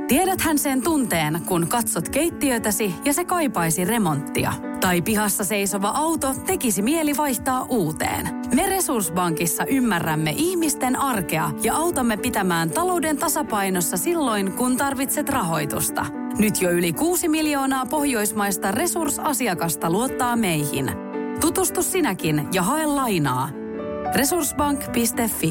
Tiedäthän sen tunteen, kun katsot keittiötäsi ja se kaipaisi remonttia. Tai pihassa seisova auto tekisi mieli vaihtaa uuteen. Me Resurssbankissa ymmärrämme ihmisten arkea ja autamme pitämään talouden tasapainossa silloin, kun tarvitset rahoitusta. Nyt jo yli 6 miljoonaa pohjoismaista resursasiakasta luottaa meihin. Tutustu sinäkin ja hae lainaa. Resurssbank.fi.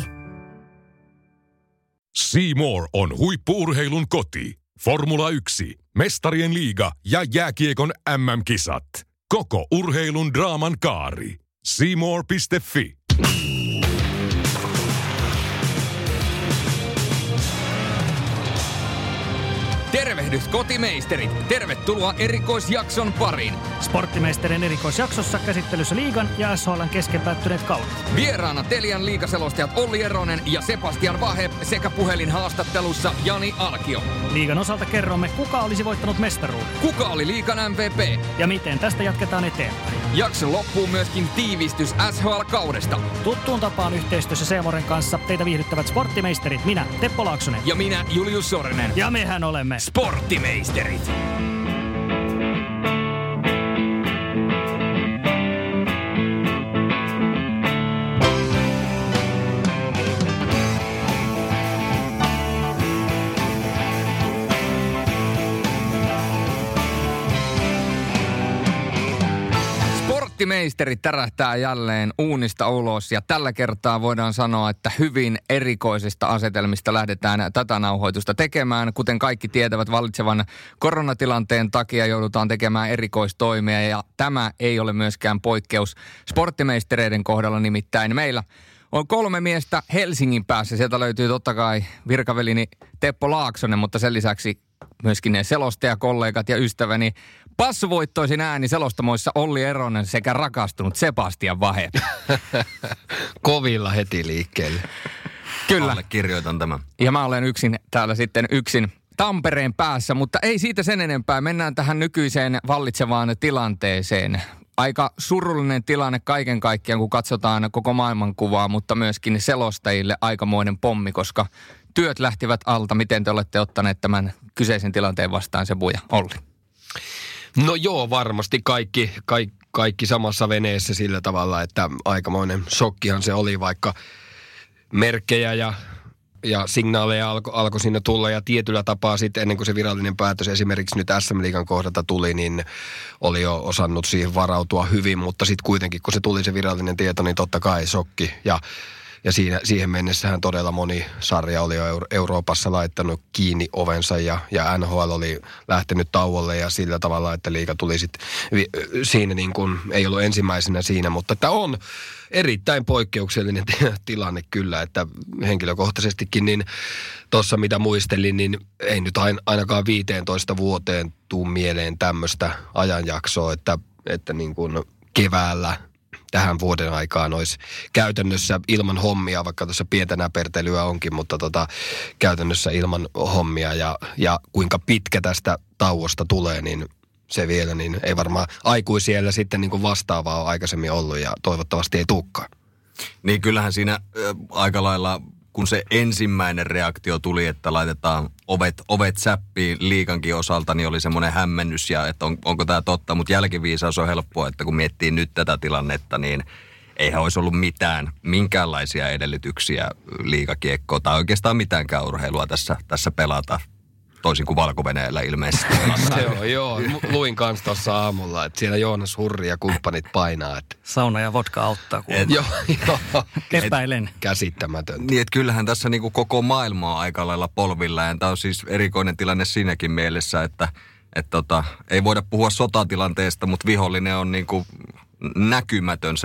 C More on huippu-urheilun koti. Formula 1, Mestarien liiga ja jääkiekon MM-kisat. Koko urheilun draaman kaari. C-more.fi. Tervehdys kotimeisterit! Tervetuloa erikoisjakson pariin. Sporttimeisterin erikoisjaksossa käsittelyssä liigan ja SHL:n kesken päättyneet kaudet. Vieraana Telian liigaselostajat Olli Eronen ja Sebastian Vahe sekä puhelinhaastattelussa Jani Alkio. Liigan osalta kerromme, kuka olisi voittanut mestaruuden. Kuka oli liigan MVP? Ja miten tästä jatketaan eteenpäin. Jakson loppuu myöskin tiivistys SHL-kaudesta. Tuttuun tapaan yhteistyössä C-Moren kanssa teitä viihdyttävät sporttimeisterit. Minä, Teppo Laaksonen. Ja minä, Julius Sorinen. Ja mehän olemme Sporttimeisterit. Sporttimeisterit tärähtää jälleen uunista ulos ja tällä kertaa voidaan sanoa, että hyvin erikoisista asetelmista lähdetään tätä nauhoitusta tekemään. Kuten kaikki tietävät, vallitsevan koronatilanteen takia joudutaan tekemään erikoistoimia ja tämä ei ole myöskään poikkeus sporttimeistereiden kohdalla, nimittäin meillä on 3 miestä Helsingin päässä. Sieltä löytyy totta kai virkavelini Teppo Laaksonen, mutta sen lisäksi myöskin ne selostajakollegat ja ystäväni passuvoittoisin ääni selostamoissa Olli Eronen sekä rakastunut Sebastian Vahe. Kovilla heti liikkeelle. Kyllä. Allekirjoitan tämän. Ja mä olen yksin Tampereen päässä, mutta ei siitä sen enempää. Mennään tähän nykyiseen vallitsevaan tilanteeseen. Aika surullinen tilanne kaiken kaikkiaan, kun katsotaan koko maailmankuvaa, mutta myöskin selostajille aikamoinen pommi, koska työt lähtivät alta. Miten te olette ottaneet tämän kyseisen tilanteen vastaan, Sebu ja Olli? No joo, varmasti kaikki samassa veneessä sillä tavalla, että aikamoinen shokkihan se oli, vaikka merkkejä ja signaaleja alkoi sinne tulla ja tietyllä tapaa sitten ennen kuin se virallinen päätös esimerkiksi nyt SM-liigan kohdalta tuli, niin oli jo osannut siihen varautua hyvin, mutta sitten kuitenkin kun se tuli se virallinen tieto, niin totta kai shokki ja siihen mennessähän todella moni sarja oli jo Euroopassa laittanut kiinni ovensa ja NHL oli lähtenyt tauolle ja sillä tavalla, että liiga tuli sitten siinä niin kuin, ei ollut ensimmäisenä siinä, mutta tämä on erittäin poikkeuksellinen tilanne kyllä, että henkilökohtaisestikin niin tuossa mitä muistelin, niin ei nyt ainakaan 15 vuoteen tule mieleen tämmöistä ajanjaksoa, että niin kuin keväällä tähän vuoden aikaan olisi käytännössä ilman hommia, vaikka tuossa pientä näpertelyä onkin, mutta käytännössä ilman hommia ja kuinka pitkä tästä tauosta tulee, niin se vielä, niin ei varmaan aikuisiellä sitten niin kuin vastaavaa ole aikaisemmin ollut ja toivottavasti ei tulekaan. Niin kyllähän siinä aika lailla, kun se ensimmäinen reaktio tuli, että laitetaan ovet säppiin liigankin osalta, niin oli semmoinen hämmennys ja että onko tämä totta, mutta jälkiviisaus on helppoa, että kun miettii nyt tätä tilannetta, niin eihän olisi ollut minkäänlaisia edellytyksiä liigakiekkoa tai oikeastaan mitäänkään urheilua tässä pelata. Toisin kuin Valko-Venäjällä ilmeisesti. Joo. Luin kanssa tuossa aamulla, että siellä Joonas Hurri ja kumppanit painaa. Että sauna ja vodka auttaa. Joo. Epäilen. Käsittämätöntä. Niin, että kyllähän tässä niinku koko maailma on aika lailla polvillaan. Tämä on siis erikoinen tilanne siinäkin mielessä, että ei voida puhua sotatilanteesta, mutta vihollinen on niinku näkymätön.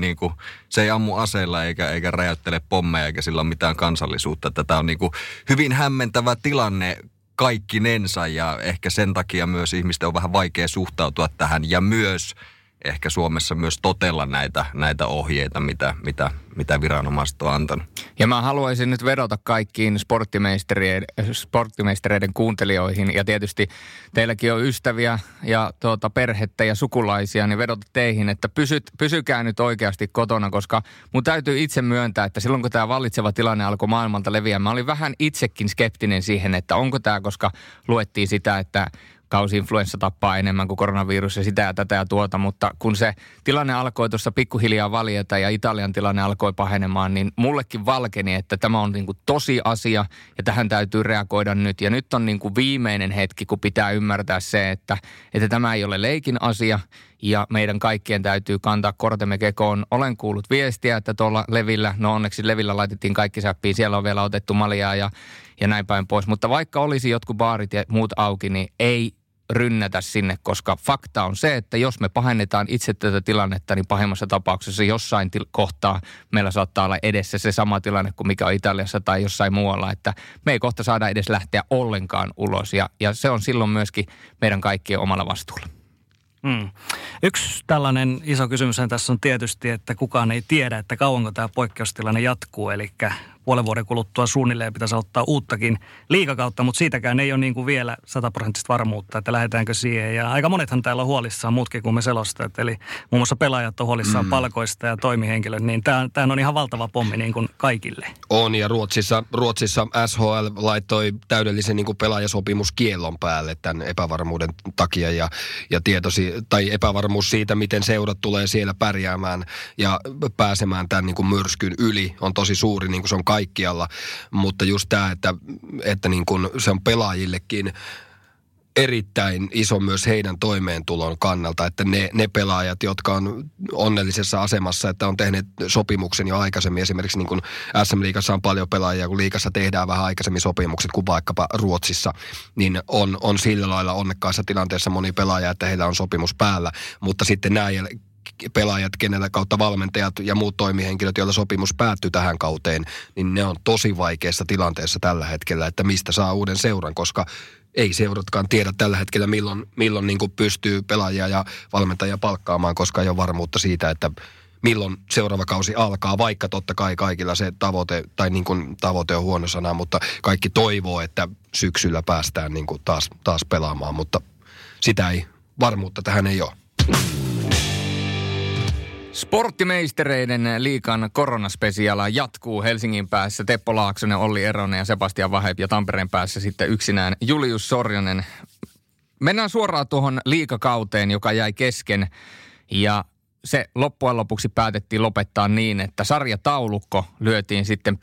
Se ei ammu aseilla eikä räjäyttele pommeja eikä sillä ole mitään kansallisuutta. Tämä on niinku hyvin hämmentävä tilanne kaikkinensa ja ehkä sen takia myös ihmisten on vähän vaikea suhtautua tähän ja myös ehkä Suomessa myös totella näitä ohjeita, mitä viranomaiset on antanut. Ja mä haluaisin nyt vedota kaikkiin sporttimeistereiden kuuntelijoihin ja tietysti teilläkin on ystäviä ja perhettä ja sukulaisia, niin vedota teihin, että pysykää nyt oikeasti kotona, koska mun täytyy itse myöntää, että silloin kun tämä vallitseva tilanne alkoi maailmalta leviämään, mä olin vähän itsekin skeptinen siihen, että onko tämä, koska luettiin sitä, että kausi-influenssa tappaa enemmän kuin koronavirus ja sitä ja tätä ja tuota, mutta kun se tilanne alkoi tuossa pikkuhiljaa valjeta ja Italian tilanne alkoi pahenemaan, niin mullekin valkeni, että tämä on niin kuin tosi asia ja tähän täytyy reagoida nyt. Ja nyt on niin kuin viimeinen hetki, kun pitää ymmärtää se, että tämä ei ole leikin asia ja meidän kaikkien täytyy kantaa kortemme kekoon. Olen kuullut viestiä, että tuolla Levillä, no onneksi Levillä laitettiin kaikki säppiin, siellä on vielä otettu maljaa ja näin päin pois. Mutta vaikka olisi jotkut baarit ja muut auki, niin ei rynnätä sinne, koska fakta on se, että jos me pahennetaan itse tätä tilannetta, niin pahimmassa tapauksessa jossain kohtaa meillä saattaa olla edessä se sama tilanne kuin mikä on Italiassa tai jossain muualla, että me ei kohta saada edes lähteä ollenkaan ulos ja se on silloin myöskin meidän kaikkien omalla vastuulla. Yksi tällainen iso kysymys tässä on tietysti, että kukaan ei tiedä, että kauanko tämä poikkeustilanne jatkuu, eli puolen vuoden kuluttua suunnilleen pitäisi ottaa uuttakin liigakautta, mutta siitäkään ei ole niin kuin vielä 100% varmuutta, että lähdetäänkö siihen. Ja aika monethan täällä on huolissaan, muutkin kuin me selostajat, eli muun muassa pelaajat on huolissaan palkoista ja toimihenkilöt, niin tämä on ihan valtava pommi niin kuin kaikille. On, ja Ruotsissa SHL laittoi täydellisen niin kuin pelaajasopimuskiellon päälle tämän epävarmuuden takia ja epävarmuus siitä, miten seurat tulee siellä pärjäämään ja pääsemään tämän niin kuin myrskyn yli on tosi suuri, niin kuin se on kaikkialla, mutta just tämä, että niin kuin se on pelaajillekin erittäin iso myös heidän toimeentulon kannalta, että ne pelaajat, jotka on onnellisessa asemassa, että on tehneet sopimuksen jo aikaisemmin, esimerkiksi niin kuin SM-liigassa on paljon pelaajia, kun liigassa tehdään vähän aikaisemmin sopimukset kuin vaikkapa Ruotsissa, niin on sillä lailla onnekkaassa tilanteessa moni pelaaja, että heillä on sopimus päällä, mutta sitten nämä pelaajat, kenellä kautta valmentajat ja muut toimihenkilöt, joilla sopimus päättyy tähän kauteen, niin ne on tosi vaikeassa tilanteessa tällä hetkellä, että mistä saa uuden seuran, koska ei seuratkaan tiedä tällä hetkellä, milloin niin kuin pystyy pelaajia ja valmentajia palkkaamaan, koska ei ole varmuutta siitä, että milloin seuraava kausi alkaa, vaikka totta kai kaikilla se tavoite, tai niin kuin tavoite on huono sana, mutta kaikki toivoo, että syksyllä päästään niin kuin taas pelaamaan, mutta sitä ei, varmuutta tähän ei ole. Sporttimeistereiden liigan koronaspesiaala jatkuu Helsingin päässä. Teppo Laaksonen, Olli Eronen ja Sebastian Vahep ja Tampereen päässä sitten yksinään Julius Sorjonen. Mennään suoraan tuohon liigakauteen, joka jäi kesken se loppujen lopuksi päätettiin lopettaa niin, että sarjataulukko lyötiin sitten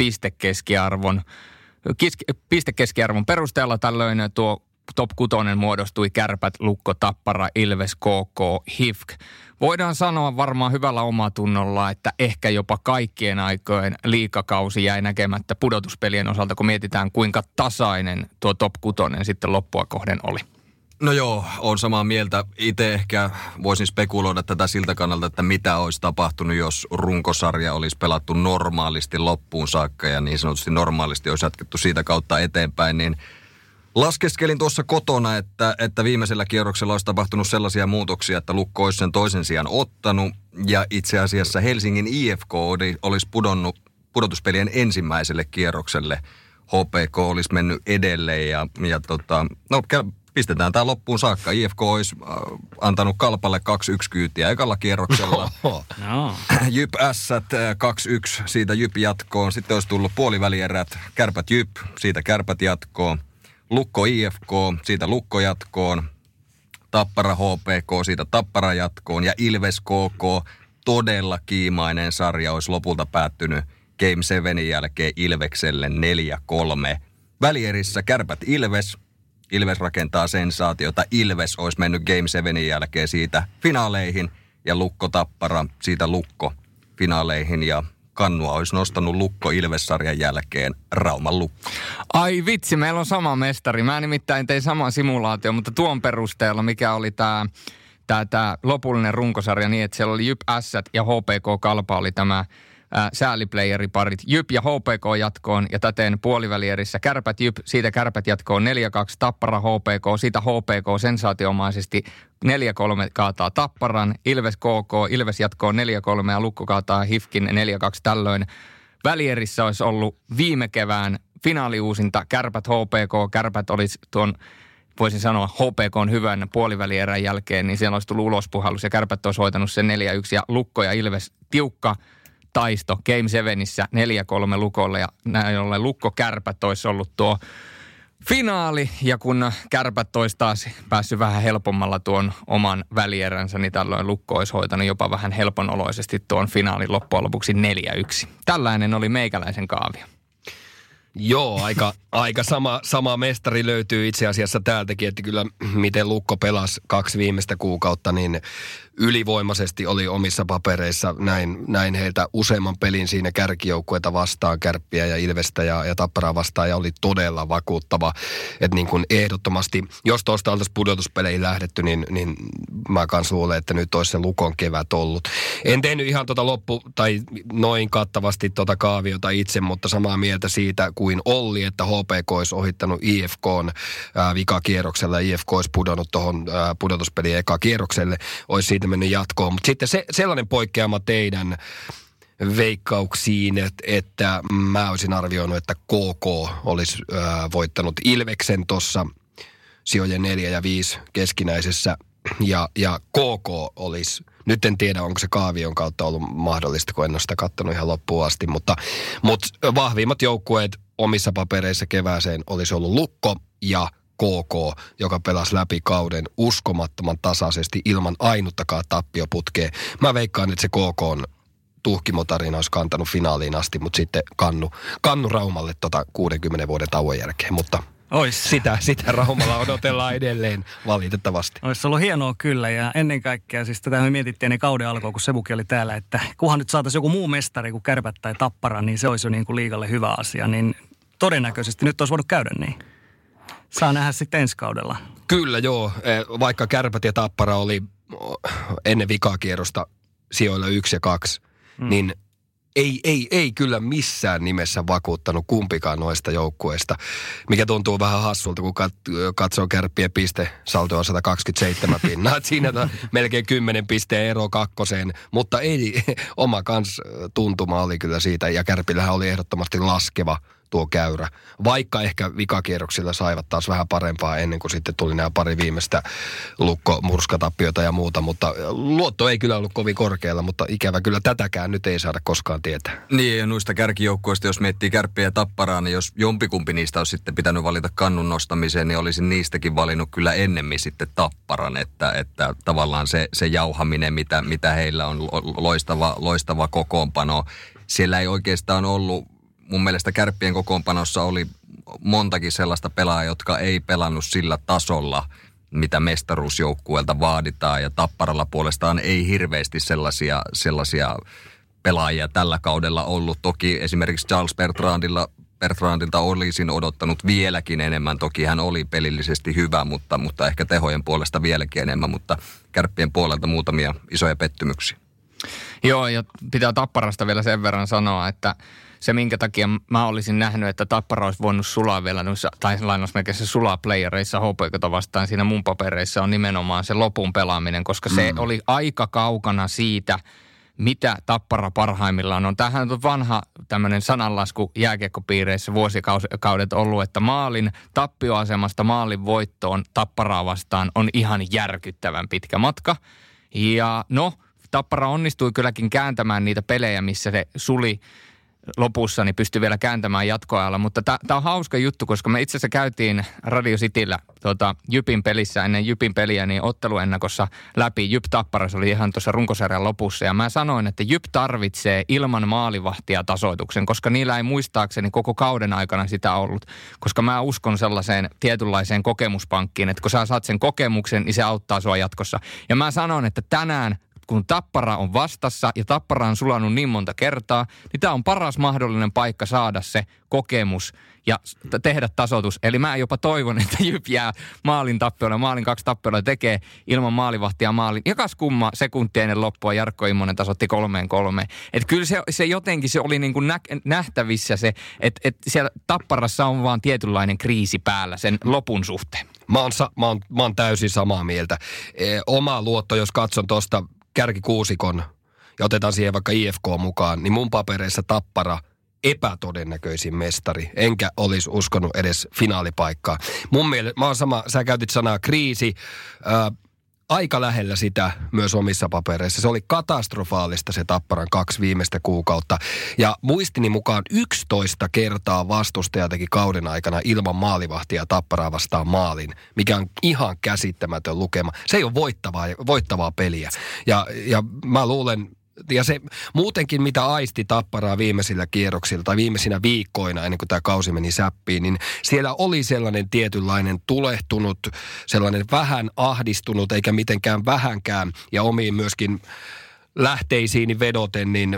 pistekeskiarvon perusteella. Tällöin tuo top 6 muodostui Kärpät, Lukko, Tappara, Ilves, KK, HIFK. Voidaan sanoa varmaan hyvällä omatunnolla, että ehkä jopa kaikkien aikojen liigakausi jäi näkemättä pudotuspelien osalta, kun mietitään kuinka tasainen tuo top 6 sitten loppua kohden oli. No joo, on samaa mieltä. Itse ehkä voisin spekuloida tätä siltä kannalta, että mitä olisi tapahtunut, jos runkosarja olisi pelattu normaalisti loppuun saakka ja niin sanotusti normaalisti olisi jatkettu siitä kautta eteenpäin, niin laskeskelin tuossa kotona, että viimeisellä kierroksella olisi tapahtunut sellaisia muutoksia, että Lukko olisi sen toisen sijaan ottanut ja itse asiassa Helsingin IFK olisi pudonnut pudotuspelien ensimmäiselle kierrokselle. HPK olisi mennyt edelle ja pistetään tämä loppuun saakka. IFK olisi antanut Kalpalle 2-1 kyytiä ekalla kierroksella. No. Jyp Ässät 2-1, siitä Jyp jatkoon. Sitten olisi tullut puolivälierät, Kärpät Jyp, siitä Kärpät jatkoon. Lukko IFK, siitä Lukko jatkoon. Tappara HPK, siitä Tappara jatkoon. Ja Ilves KK, todella kiimainen sarja, olisi lopulta päättynyt Game 7 jälkeen Ilvekselle 4-3. Välierissä Kärpät Ilves. Ilves rakentaa sensaatiota. Ilves olisi mennyt Game 7 jälkeen siitä finaaleihin ja Lukko Tappara siitä Lukko finaaleihin ja kannua olisi nostanut Lukko Ilves-sarjan jälkeen Rauman Lukko. Ai vitsi, meillä on sama mestari. Mä nimittäin tein saman simulaatio, mutta tuon perusteella, mikä oli tämä lopullinen runkosarja niin, että siellä oli Jyp Ässät ja HPK Kalpa oli tämä sääliplayeriparit Jyp ja HPK jatkoon ja täten puolivälierissä Kärpät Jyp, siitä Kärpät jatkoon 4-2, Tappara HPK, siitä HPK sensaatiomaisesti 4-3 kaataa Tapparan, Ilves KK, Ilves jatkoon 4-3 ja Lukko kaataa HIFKin 4-2 tällöin. Välierissä olisi ollut viime kevään finaaliuusinta Kärpät HPK, Kärpät olisi tuon, voisin sanoa, HPK on hyvän puolivälierän jälkeen, niin siellä olisi tullut ulospuhallus ja Kärpät olisi hoitanut sen 4-1 ja Lukko ja Ilves tiukka taisto Game 7:issä 4-3 Lukolle ja näin ollen Lukko-Kärpät olisi ollut tuo finaali ja kun Kärpät olisi taas päässyt vähän helpommalla tuon oman välieränsä, niin tällöin Lukko olisi hoitanut jopa vähän helponoloisesti tuon finaalin loppujen lopuksi 4-1. Tällainen oli meikäläisen kaavio. Joo, aika sama mestari löytyy itse asiassa täältäkin, että kyllä miten Lukko pelasi 2 viimeistä kuukautta, niin ylivoimaisesti oli omissa papereissa näin heiltä useamman pelin siinä kärkijoukkueita vastaan, Kärppiä ja Ilvestä ja Tapparaa vastaan ja oli todella vakuuttava, että niin kuin ehdottomasti, jos tuosta oltaisiin pudotuspeleihin lähdetty, niin mä kans luulen, että nyt olisi se Lukon kevät ollut. En tehnyt ihan tai noin kattavasti kaaviota itse, mutta samaa mieltä siitä kuin Olli, että HPK olisi ohittanut IFK:n vikakierroksella ja IFK olisi pudonnut tuohon pudotuspelien ekakierrokselle, olisi siitä mennyt jatkoon. Mutta sitten sellainen poikkeama teidän veikkauksiin, että mä olisin arvioinut, että KK olisi voittanut Ilveksen tuossa sijojen 4 ja 5 keskinäisessä ja KK olisi, nyt en tiedä onko se kaavion kautta ollut mahdollista, kun en ole sitä katsonut ihan loppuun asti, mutta vahvimmat joukkueet omissa papereissa kevääseen olisi ollut Lukko ja KK, joka pelasi läpi kauden uskomattoman tasaisesti ilman ainuttakaan tappioputkea. Mä veikkaan, että se KK on tuhkimotarina olisi kantanut finaaliin asti, mutta sitten kannu Raumalle 60 vuoden tauon jälkeen, mutta sitä Raumalla odotellaan edelleen valitettavasti. Olisi ollut hienoa kyllä ja ennen kaikkea siis tätä me mietittiin ennen kauden alkoa, kun Sebukin oli täällä, että kunhan nyt saataisiin joku muu mestari kuin Kärpät tai Tappara, niin se olisi jo niin kuin liigalle hyvä asia, niin todennäköisesti nyt olisi voinut käydä niin. Saa nähdä sitten ensi kaudella. Kyllä joo, vaikka Kärpät ja Tappara oli ennen vikakierrosta sijoilla 1 ja 2, niin ei kyllä missään nimessä vakuuttanut kumpikaan noista joukkueista, mikä tuntuu vähän hassulta, kun katsoo Kärppien pistesaltoa 127 pinnaa. Siinä melkein 10 pisteen ero kakkoseen, mutta ei, oma kans tuntuma oli kyllä siitä, ja Kärpillähän oli ehdottomasti laskeva tuo käyrä. Vaikka ehkä vikakierroksilla saivat taas vähän parempaa ennen kuin sitten tuli nämä pari viimeistä Lukko-murskatappiota ja muuta, mutta luotto ei kyllä ollut kovin korkealla, mutta ikävä kyllä tätäkään nyt ei saada koskaan tietää. Niin ja noista kärkijoukkoista, jos miettii Kärppiä ja Tapparaa, niin jos jompikumpi niistä olisi sitten pitänyt valita kannun nostamiseen, niin olisin niistäkin valinnut kyllä ennemmin sitten Tapparan, että tavallaan se jauhaminen, mitä heillä on loistava kokoonpano, siellä ei oikeastaan ollut. Mun mielestä Kärppien kokoonpanossa oli montakin sellaista pelaajaa, jotka ei pelannut sillä tasolla, mitä mestaruusjoukkueelta vaaditaan. Ja Tapparalla puolestaan ei hirveästi sellaisia pelaajia tällä kaudella ollut. Toki esimerkiksi Charles Bertrandilta olisin odottanut vieläkin enemmän. Toki hän oli pelillisesti hyvä, mutta ehkä tehojen puolesta vieläkin enemmän. Mutta Kärppien puolelta muutamia isoja pettymyksiä. Joo, ja pitää Tapparasta vielä sen verran sanoa, että se minkä takia mä olisin nähnyt, että Tappara olisi voinut sulaa vielä noissa, tai lainausmerkeissä sulaa playereissa HPK:ta vastaan siinä mun papereissa on nimenomaan se lopun pelaaminen, koska se oli aika kaukana siitä, mitä Tappara parhaimmillaan on. Tämähän on vanha tämmöinen sananlasku jääkiekkopiireissä vuosikaudet ollut, että maalin tappioasemasta maalin voittoon Tapparaa vastaan on ihan järkyttävän pitkä matka. Ja no, Tappara onnistui kylläkin kääntämään niitä pelejä, missä se suli lopussa, niin pystyi vielä kääntämään jatkoajalla. Mutta tämä on hauska juttu, koska me itse asiassa käytiin Radio Cityllä Jypin pelissä ennen Jypin peliä, niin otteluennakossa läpi. Jyp Tappara, se oli ihan tuossa runkosarjan lopussa. Ja mä sanoin, että Jyp tarvitsee ilman maalivahtia tasoituksen, koska niillä ei muistaakseni koko kauden aikana sitä ollut. Koska mä uskon sellaiseen tietynlaiseen kokemuspankkiin, että kun sä saat sen kokemuksen, niin se auttaa sua jatkossa. Ja mä sanon, että tänään kun Tappara on vastassa ja Tappara on sulanut niin monta kertaa, niin tämä on paras mahdollinen paikka saada se kokemus ja tehdä tasoitus. Eli mä jopa toivon, että Jyp jää maalin 2 tappiolla tekee ilman maalivahtia maalin. Ja kas kumma sekuntia ennen loppua Jarkko Immonen tasoitti 3-3. Että kyllä se jotenkin se oli niin kuin nähtävissä se, että siellä Tapparassa on vaan tietynlainen kriisi päällä sen lopun suhteen. Mä oon täysin samaa mieltä. Oma luotto, jos katson tuosta kärkikuusikon ja otetaan siihen vaikka IFK mukaan, niin mun papereissa Tappara epätodennäköisin mestari. Enkä olisi uskonut edes finaalipaikkaa. Mun mielestä, mä oon sama, sä käytit sanaa kriisi, aika lähellä sitä myös omissa papereissa. Se oli katastrofaalista se Tapparan 2 viimeistä kuukautta. Ja muistini mukaan 11 kertaa vastustaja teki kauden aikana ilman maalivahtia Tapparaa vastaan maalin, mikä on ihan käsittämätön lukema. Se ei ole voittavaa peliä. Ja mä luulen, ja se muutenkin mitä aisti Tapparaa viimeisillä kierroksilla tai viimeisinä viikkoina ennen kuin tämä kausi meni säppiin, niin siellä oli sellainen tietynlainen tulehtunut, sellainen vähän ahdistunut eikä mitenkään vähänkään ja omiin myöskin lähteisiin vedoten, niin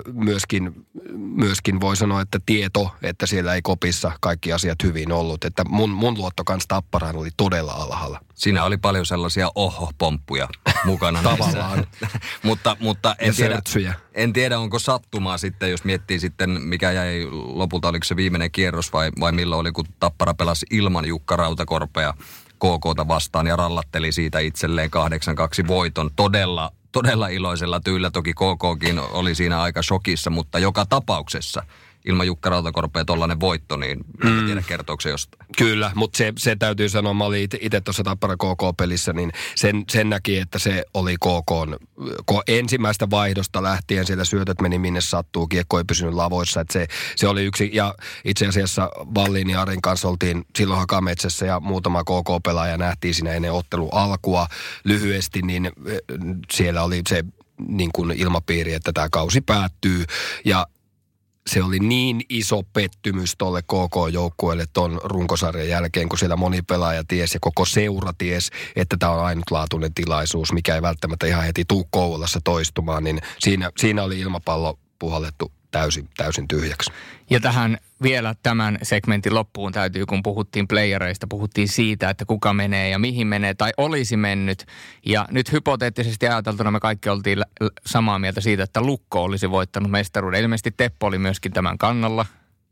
myöskin voi sanoa, että tieto, että siellä ei kopissa kaikki asiat hyvin ollut. Että mun luotto kanssa Tapparaan oli todella alhaalla. Siinä oli paljon sellaisia oho-pomppuja mukana. Tavallaan. mutta en tiedä, onko sattumaa sitten, jos miettii sitten, mikä jäi lopulta, oliko se viimeinen kierros vai milloin oli, kun Tappara pelasi ilman Jukka Rautakorpea KK:ta vastaan ja rallatteli siitä itselleen 8-2 voiton todella iloisella tyylillä. Toki KKkin oli siinä aika shokissa, mutta joka tapauksessa ilman Jukka Rautakorpea tollainen voitto, niin en tiedä kertooko se jostain. Kyllä, mutta se täytyy sanoa, mä olin itse tuossa Tappara KK-pelissä, niin sen näki, että se oli ensimmäistä vaihdosta lähtien, siellä syötöt meni minne sattuu, kiekko ei pysynyt lavoissa, että se oli yksi, ja itse asiassa Vallin ja Arin kanssa oltiin silloin Hakametsässä ja muutama KK-pelaaja nähtiin siinä ennen ottelun alkua lyhyesti, niin siellä oli se niin kuin ilmapiiri, että tämä kausi päättyy, ja se oli niin iso pettymys tolle KK-joukkueelle ton runkosarjan jälkeen, kun siellä moni pelaaja ties ja koko seura ties, että tämä on ainutlaatuinen tilaisuus, mikä ei välttämättä ihan heti tuu Kouvolassa toistumaan, niin siinä oli ilmapallo puhallettu täysin tyhjäksi. Ja tähän vielä tämän segmentin loppuun täytyy, kun puhuttiin playereista, puhuttiin siitä, että kuka menee ja mihin menee tai olisi mennyt. Ja nyt hypoteettisesti ajateltuna me kaikki oltiin samaa mieltä siitä, että Lukko olisi voittanut mestaruuden. Ilmeisesti Teppo oli myöskin tämän kannalla.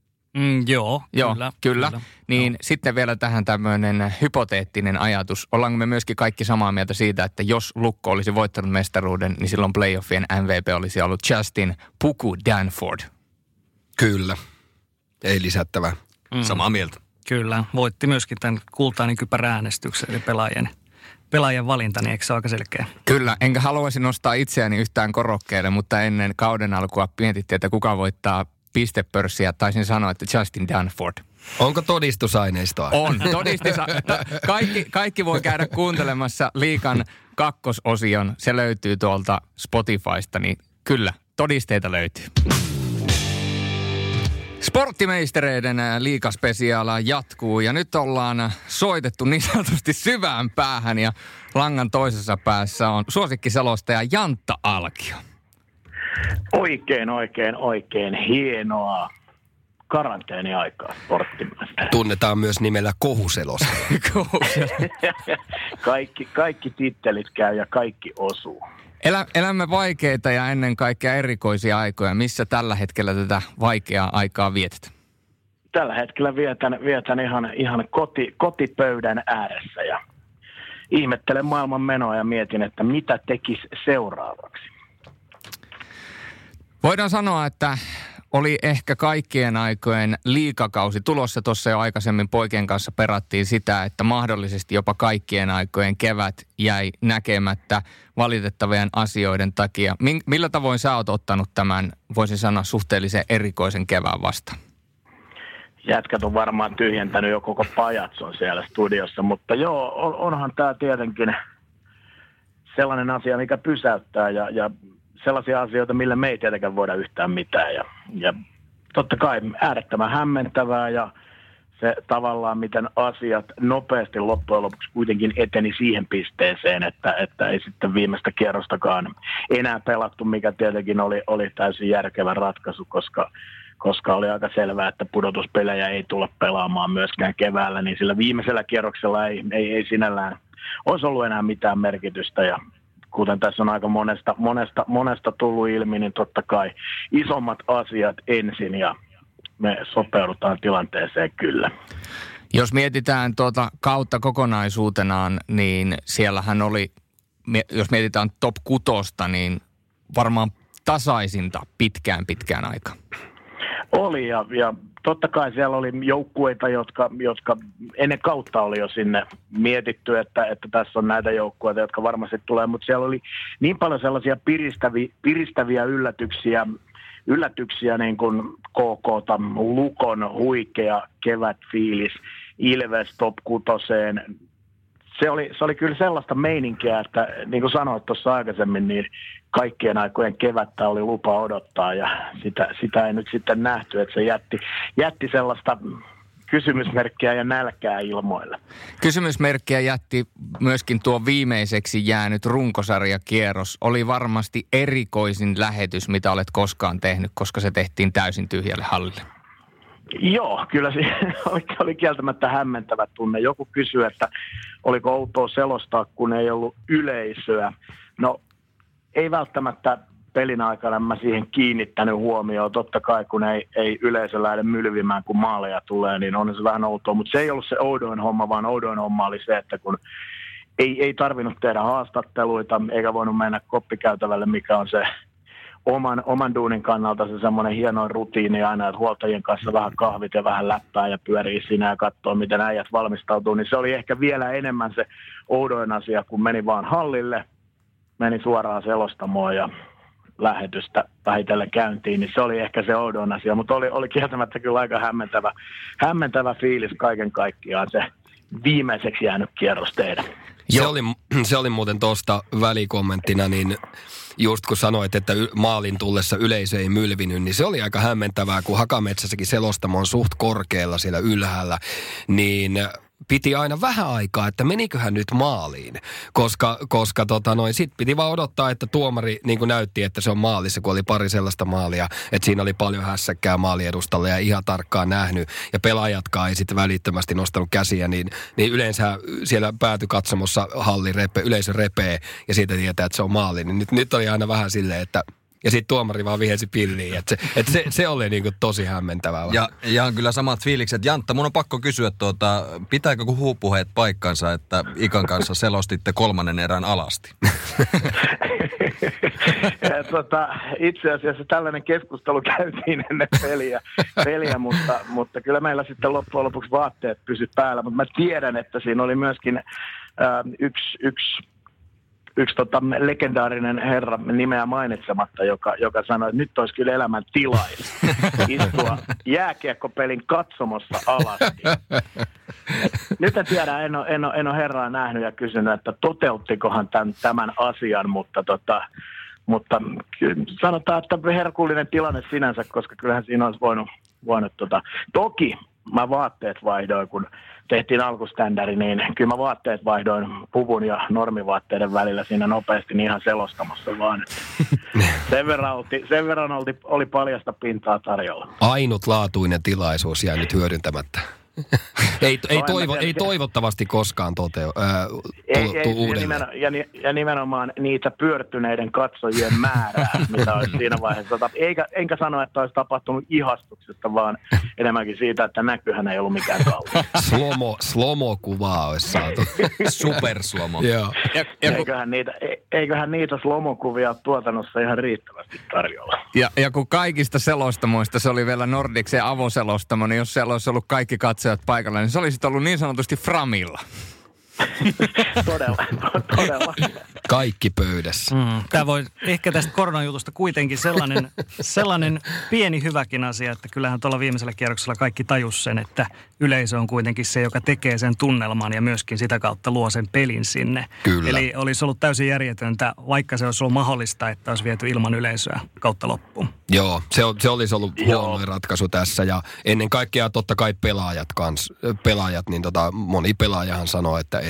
Joo, kyllä. Niin sitten vielä tähän tämmöinen hypoteettinen ajatus. Ollaanko me myöskin kaikki samaa mieltä siitä, että jos Lukko olisi voittanut mestaruuden, niin silloin playoffien MVP olisi ollut Justin Puku Danford? Kyllä. Ei lisättävää. Samaa mieltä. Kyllä. Voitti myöskin tämän kultainen kypäräänestyksen, eli pelaajan valinta, niin eikö se ole aika selkeä? Kyllä. Enkä haluaisi nostaa itseäni yhtään korokkeelle, mutta ennen kauden alkua mietittiin, että kuka voittaa pistepörssiä. Taisin sanoa, että Justin Danford. Onko todistusaineistoa? On. Kaikki voi käydä kuuntelemassa Liigan kakkososion. Se löytyy tuolta Spotifysta, niin kyllä, todisteita löytyy. Sporttimeistereiden liigaspesiaala jatkuu ja nyt ollaan soitettu niin sanotusti syvään päähän ja langan toisessa päässä on suosikkiselostaja Jantta Alkio. Oikein hienoa karanteeniaikaa sporttimaista. Tunnetaan myös nimellä kohuselostaja. Kaikki tittelit käy ja kaikki osuu. Elämme vaikeita ja ennen kaikkea erikoisia aikoja. Missä tällä hetkellä tätä vaikeaa aikaa vietet? Tällä hetkellä vietän ihan kotipöydän ääressä ja ihmettelen maailman menoa ja mietin, että mitä tekisi seuraavaksi. Voidaan sanoa, että oli ehkä kaikkien aikojen liigakausi tulossa. Tuossa jo aikaisemmin poikien kanssa perattiin sitä, että mahdollisesti jopa kaikkien aikojen kevät jäi näkemättä valitettavien asioiden takia. Millä tavoin sä oot ottanut tämän, voisin sanoa, suhteellisen erikoisen kevään vastaan? Jätkät on varmaan tyhjentänyt jo koko pajatson siellä studiossa, mutta joo, onhan tämä tietenkin sellainen asia, mikä pysäyttää ja sellaisia asioita, millä me ei tietenkään voida yhtään mitään. Ja totta kai äärettömän hämmentävää ja se tavallaan, miten asiat nopeasti loppujen lopuksi kuitenkin eteni siihen pisteeseen, että ei sitten viimeistä kierrostakaan enää pelattu, mikä tietenkin oli täysin järkevä ratkaisu, koska oli aika selvää, että pudotuspelejä ei tulla pelaamaan myöskään keväällä, niin sillä viimeisellä kierroksella ei sinällään olisi ollut enää mitään merkitystä, ja kuten tässä on aika monesta tullut ilmi, niin totta kai isommat asiat ensin, ja me sopeudutaan tilanteeseen kyllä. Jos mietitään kautta kokonaisuutenaan, niin siellähän oli, jos mietitään top 6, niin varmaan tasaisinta pitkään aikaan. Oli, ja totta kai siellä oli joukkueita, jotka ennen kautta oli jo sinne mietitty, että tässä on näitä joukkueita, jotka varmasti tulee, mutta siellä oli niin paljon sellaisia piristäviä yllätyksiä niin kuin KK:ta, Lukon huikea kevätfiilis, Ilves top 6. Se oli kyllä sellaista meininkiä, että niin kuin sanoit tuossa aikaisemmin, niin kaikkien aikojen kevättä oli lupa odottaa, ja sitä ei nyt sitten nähty, että se jätti sellaista kysymysmerkkiä ja nälkää ilmoille. Kysymysmerkkiä jätti myöskin tuo viimeiseksi jäänyt runkosarjakierros. Oli varmasti erikoisin lähetys, mitä olet koskaan tehnyt, koska se tehtiin täysin tyhjälle hallille. Joo, kyllä se oli kieltämättä hämmentävä tunne. Joku kysyi, että oliko outoa selostaa, kun ei ollut yleisöä. No, ei välttämättä pelin aikana mä siihen kiinnittänyt huomioon. Totta kai, kun ei yleisö lähde mylvimään, kun maaleja tulee, niin on se vähän outoa. Mutta se ei ollut se oudoin homma, vaan oudoin homma oli se, että kun ei tarvinnut tehdä haastatteluita, eikä voinut mennä koppikäytävälle, mikä on se oman duunin kannalta se semmoinen hieno rutiini aina, että huoltajien kanssa vähän kahvit ja vähän läppää ja pyörii siinä ja katsoo, miten äijät valmistautuu, niin se oli ehkä vielä enemmän se oudoin asia, kun meni vaan hallille, meni suoraan selostamoon ja lähetystä vähitellen käyntiin, niin se oli ehkä se oudoin asia, mutta oli kieltämättä kyllä aika hämmentävä fiilis kaiken kaikkiaan se viimeiseksi jäänyt kierros tehdä. Se oli muuten tuosta välikommenttina, niin just kun sanoit, että maalin tullessa yleisö ei mylvinyt, niin se oli aika hämmentävää, kun Hakametsässäkin selostamo on suht korkealla siellä ylhäällä, niin piti aina vähän aikaa, että meniköhän nyt maaliin, koska sit piti vaan odottaa, että tuomari niin kuin näytti, että se on maalissa, kun oli pari sellaista maalia, että siinä oli paljon hässäkkää maaliedustalle ja ihan tarkkaan nähnyt, ja pelaajatkaan ei sitten välittömästi nostanut käsiä, niin yleensä siellä päätykatsomossa yleisö repee, ja siitä tietää, että se on maali, niin nyt oli aina vähän silleen, että ja sitten tuomari vaan vihelsi pilliin, että se oli niinku tosi hämmentävää. Ja on kyllä samat fiilikset. Jantta, mun on pakko kysyä, pitääkö huupuheet paikkansa, että Ikan kanssa selostitte 3. erän alasti? Itse asiassa tällainen keskustelu käytiin ennen peliä mutta kyllä meillä sitten loppujen lopuksi vaatteet pysy päällä. Mutta mä tiedän, että siinä oli myöskin yksi legendaarinen herra nimeä mainitsematta, joka sanoi, että nyt olisi kyllä elämän tilais istua jääkiekkopelin katsomossa alasti. Nyt en tiedä, en ole herraa nähnyt ja kysynyt, että toteuttikohan tämän asian, mutta sanotaan, että herkullinen tilanne sinänsä, koska kyllähän siinä olisi voinut toki mä vaatteet vaihdoin, kun tehtiin alkuständäri, niin kyllä mä vaatteet vaihdoin puvun ja normivaatteiden välillä siinä nopeasti niin ihan selostamassa vaan. Sen verran oli paljasta pintaa tarjolla. Ainutlaatuinen tilaisuus jäi nyt hyödyntämättä. Ei toivottavasti koskaan uudelleen. Ja nimenomaan niitä pyörtyneiden katsojien määrää, mitä olisi siinä vaiheessa. Enkä sano, että olisi tapahtunut ihastuksesta, vaan enemmänkin siitä, että näkyhän ei ollut mikään kauan. Slomo-kuvaa olisi saatu. Superslomo. Joo. Eiköhän niitä slomokuvia tuotannossa ihan riittävästi tarjolla. Ja kun kaikista selostamoista se oli vielä Nordicsen avoselostamo, niin jos siellä olisi ollut kaikki katsojat paikalla, niin se olisi ollut niin sanotusti framilla. Todella. Kaikki pöydässä. Tämä voi ehkä tästä koronajutusta kuitenkin sellainen pieni hyväkin asia, että kyllähän tuolla viimeisellä kierroksella kaikki tajus sen, että yleisö on kuitenkin se, joka tekee sen tunnelman ja myöskin sitä kautta luo sen pelin sinne. Kyllä. Eli olisi ollut täysin järjetöntä, vaikka se olisi ollut mahdollista, että olisi viety ilman yleisöä kautta loppuun. Joo, se olisi ollut huono ratkaisu tässä ja ennen kaikkea totta kai pelaajat, niin moni pelaajahan sanoo, että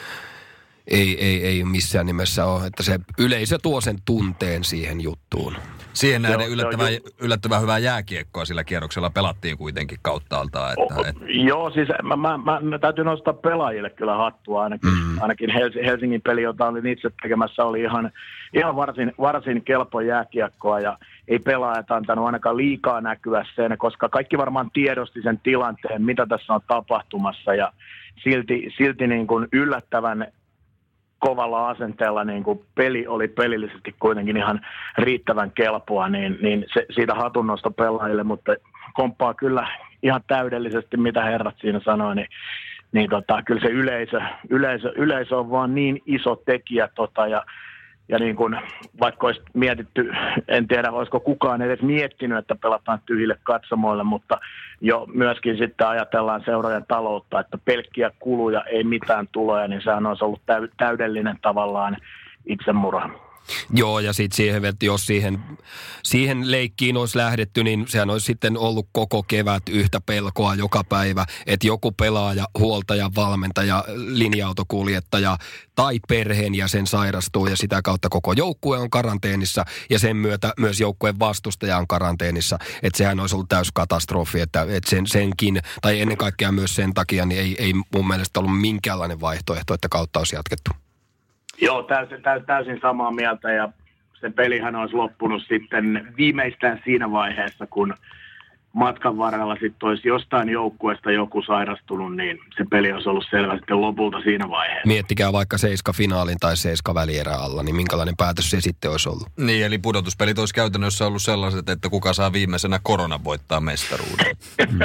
ei missään nimessä ole, että se yleisö tuo sen tunteen siihen juttuun. Siihen nähden yllättävän hyvää jääkiekkoa sillä kierroksella pelattiin kuitenkin kauttaaltaan. Joo, siis mä täytyy nostaa pelaajille kyllä hattua ainakin Helsingin peli, jota olin itse tekemässä, oli ihan varsin kelpo jääkiekkoa ja ei pelaajat antanut ainakaan liikaa näkyä sen, koska kaikki varmaan tiedosti sen tilanteen, mitä tässä on tapahtumassa ja silti niin kuin yllättävän kovalla asenteella niin kuin peli oli pelillisesti kuitenkin ihan riittävän kelpoa, niin siitä hatunnosto pelaajille, mutta komppaa kyllä ihan täydellisesti, mitä herrat siinä sanoi, niin kyllä se yleisö on vaan niin iso tekijä ja niin kuin, vaikka olisi mietitty, en tiedä olisiko kukaan edes miettinyt, että pelataan tyhjille katsomoille, mutta jo myöskin sitten ajatellaan seurojen taloutta, että pelkkiä kuluja, ei mitään tuloja, niin sehän olisi ollut täydellinen tavallaan itsemurha. Joo, ja sitten jos siihen leikkiin olisi lähdetty, niin sehän olisi sitten ollut koko kevät yhtä pelkoa joka päivä, että joku pelaaja, huoltaja, valmentaja, linja-autokuljettaja tai perheenjäsen sairastuu ja sitä kautta koko joukkue on karanteenissa ja sen myötä myös joukkueen vastustaja on karanteenissa. Että sehän olisi ollut täys katastrofi, että senkin, tai ennen kaikkea myös sen takia, niin ei mun mielestä ollut minkäänlainen vaihtoehto, että kautta olisi jatkettu. Joo, täysin samaa mieltä ja se pelihän olisi loppunut sitten viimeistään siinä vaiheessa, kun matkan varrella sitten olisi jostain joukkueesta joku sairastunut, niin se peli olisi ollut selvä sitten lopulta siinä vaiheessa. Miettikää vaikka 7-finaalin tai 7-välierä alla, niin minkälainen päätös se sitten olisi ollut? Niin, eli pudotuspelit olisi käytännössä ollut sellaiset, että kuka saa viimeisenä koronan voittaa mestaruuden.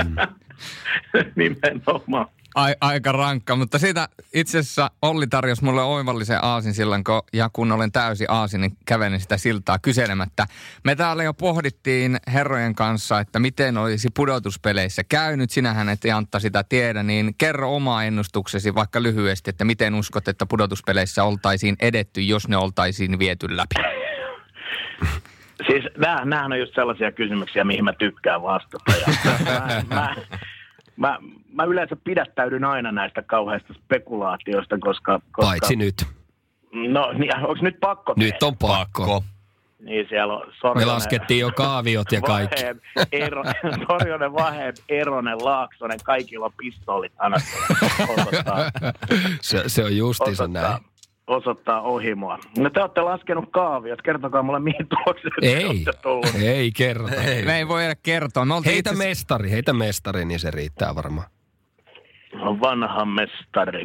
Nimenomaan. Aika rankka, mutta siitä itse asiassa Olli tarjosi mulle oivallisen aasinsillan, kun olen täysi aasin, niin kävelin sitä siltaa kyselemättä. Me täällä jo pohdittiin herrojen kanssa, että miten olisi pudotuspeleissä käynyt. Sinähän et Jantta sitä tiedä, niin kerro oma ennustuksesi vaikka lyhyesti, että miten uskot, että pudotuspeleissä oltaisiin edetty, jos ne oltaisiin viety läpi? Siis nämähän on just sellaisia kysymyksiä, mihin mä tykkään vastata. Mä yleensä pidättäydyn aina näistä kauheista spekulaatioista, koska... Paitsi nyt. No, niin, onko nyt pakko tehdä? Nyt on pakko. Niin, siellä on Sorjonen... Me laskettiin jo kaaviot ja kaikki. Sorjonen, Vaheeb, Eronen, Laaksonen, kaikilla on pistoolit hanassa. Se on justiinsa näin. Osoittaa ohi mua. No te olette laskenut kaaviot. Kertokaa mulle, mihin tulokseen olette tullut. Ei kerrota. Me ei voi kertoa. Heitä mestari, niin se riittää varmaan. No, vanha mestari.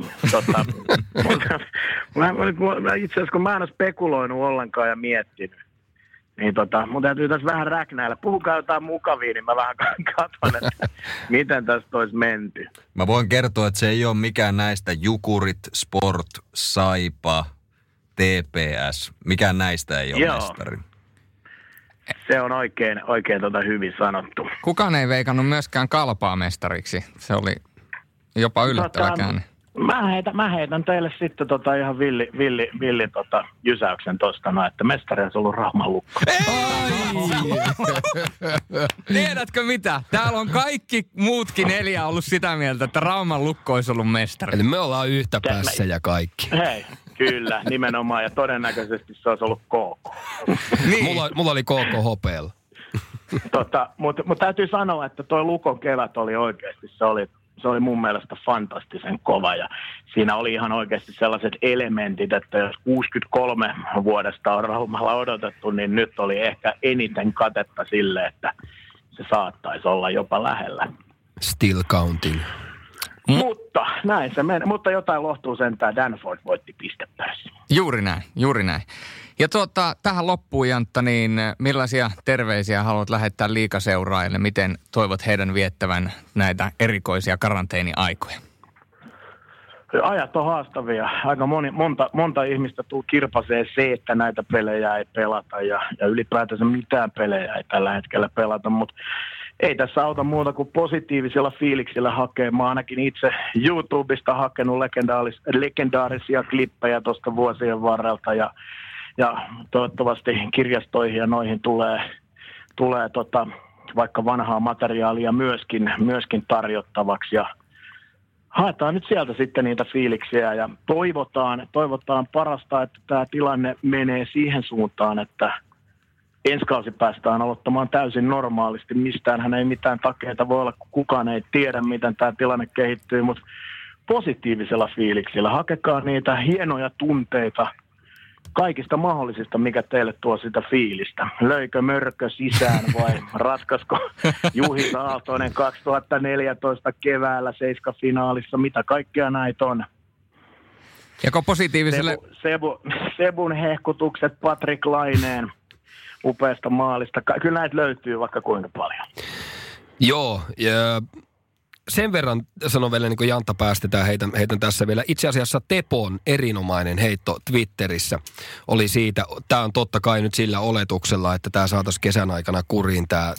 Mä itse asiassa, kun mä en ole spekuloinut ollenkaan ja miettinyt, niin mun täytyy tässä vähän räknäillä. Puhukaa jotain mukavia, niin mä vähän katson, että miten tästä olisi menty. Mä voin kertoa, että se ei ole mikään näistä Jukurit, Sport, Saipa, TPS. Mikään näistä ei ole mestari. Se on oikein hyvin sanottu. Kukaan ei veikannut myöskään Kalpaa mestariksi. Se oli jopa yllättävä käänne. Mä heitän teille sitten ihan villi jysäyksen tosta, että mestari olisi ollut Rauman Lukko. Tiedätkö mitä? Täällä on kaikki muutkin 4 ollut sitä mieltä, että Rauman Lukko olisi ollut mestari. Eli me ollaan yhtä päässä ja kaikki. Hei, kyllä, nimenomaan. Ja todennäköisesti se olisi ollut KK. Niin. Mulla oli KK hopeella. Mutta täytyy sanoa, että toi Lukon kevät oli oikeasti, se oli mun mielestä fantastisen kova ja siinä oli ihan oikeasti sellaiset elementit, että jos 63 vuodesta on Raumalla odotettu, niin nyt oli ehkä eniten katetta sille, että se saattaisi olla jopa lähellä. Still counting. Mutta näin se meni. Mutta jotain lohtuu sentään. Danford voitti pistepäässä. Juuri näin. Ja tähän loppuun, Jantta, niin millaisia terveisiä haluat lähettää liigaseuraajille? Miten toivot heidän viettävän näitä erikoisia karanteeniaikoja? Ajat on haastavia. Aika monta ihmistä kirpasee se, että näitä pelejä ei pelata ja ylipäätänsä mitään pelejä ei tällä hetkellä pelata, mutta ei tässä auta muuta kuin positiivisilla fiiliksillä hakea. Mä ainakin itse YouTubesta hakenut legendaarisia klippejä tuosta vuosien varrelta ja toivottavasti kirjastoihin ja noihin tulee vaikka vanhaa materiaalia myöskin tarjottavaksi ja haetaan nyt sieltä sitten niitä fiiliksiä ja toivotaan parasta, että tämä tilanne menee siihen suuntaan, että ensi kausi päästään aloittamaan täysin normaalisti. Mistäänhän ei mitään takeita voi olla, kun kukaan ei tiedä, miten tämä tilanne kehittyy, mutta positiivisella fiiliksillä hakekaa niitä hienoja tunteita kaikista mahdollisista, mikä teille tuo sitä fiilistä. Löikö mörkö sisään vai ratkaisiko Juhi Aaltonen 2014 keväällä 7-finaalissa, mitä kaikkea näitä on. Joko positiiviselle... Sebun hehkutukset Patrik Laineen upeasta maalista. Kyllä näitä löytyy vaikka kuinka paljon. Joo, ja sen verran sanon vielä, niin kuin Jantta päästetään, heitän tässä vielä. Itse asiassa Tepon erinomainen heitto Twitterissä oli siitä. Tämä on totta kai nyt sillä oletuksella, että tämä saataisiin kesän aikana kuriin, tämä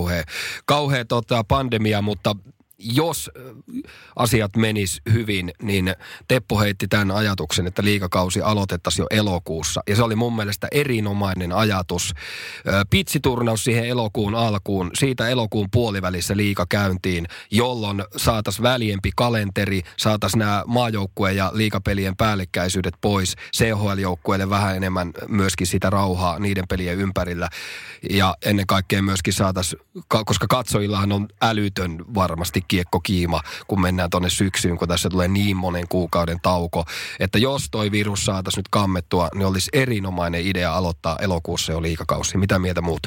kauhea pandemia, mutta jos asiat menis hyvin, niin Teppo heitti tämän ajatuksen, että liigakausi aloitettaisiin jo elokuussa. Ja se oli mun mielestä erinomainen ajatus. Pitsiturnaus siihen elokuun alkuun, siitä elokuun puolivälissä liiga käyntiin, jolloin saataisiin väljempi kalenteri, saataisiin nämä maajoukkue- ja liigapelien päällekkäisyydet pois, CHL-joukkueille vähän enemmän myöskin sitä rauhaa niiden pelien ympärillä. Ja ennen kaikkea myöskin saataisiin, koska katsojillahan on älytön varmasti kiekkokiima, kun mennään tuonne syksyyn, kun tässä tulee niin monen kuukauden tauko, että jos toi virus saataisiin nyt kammettua, niin olisi erinomainen idea aloittaa elokuussa jo liigakausi. Mitä mieltä muut?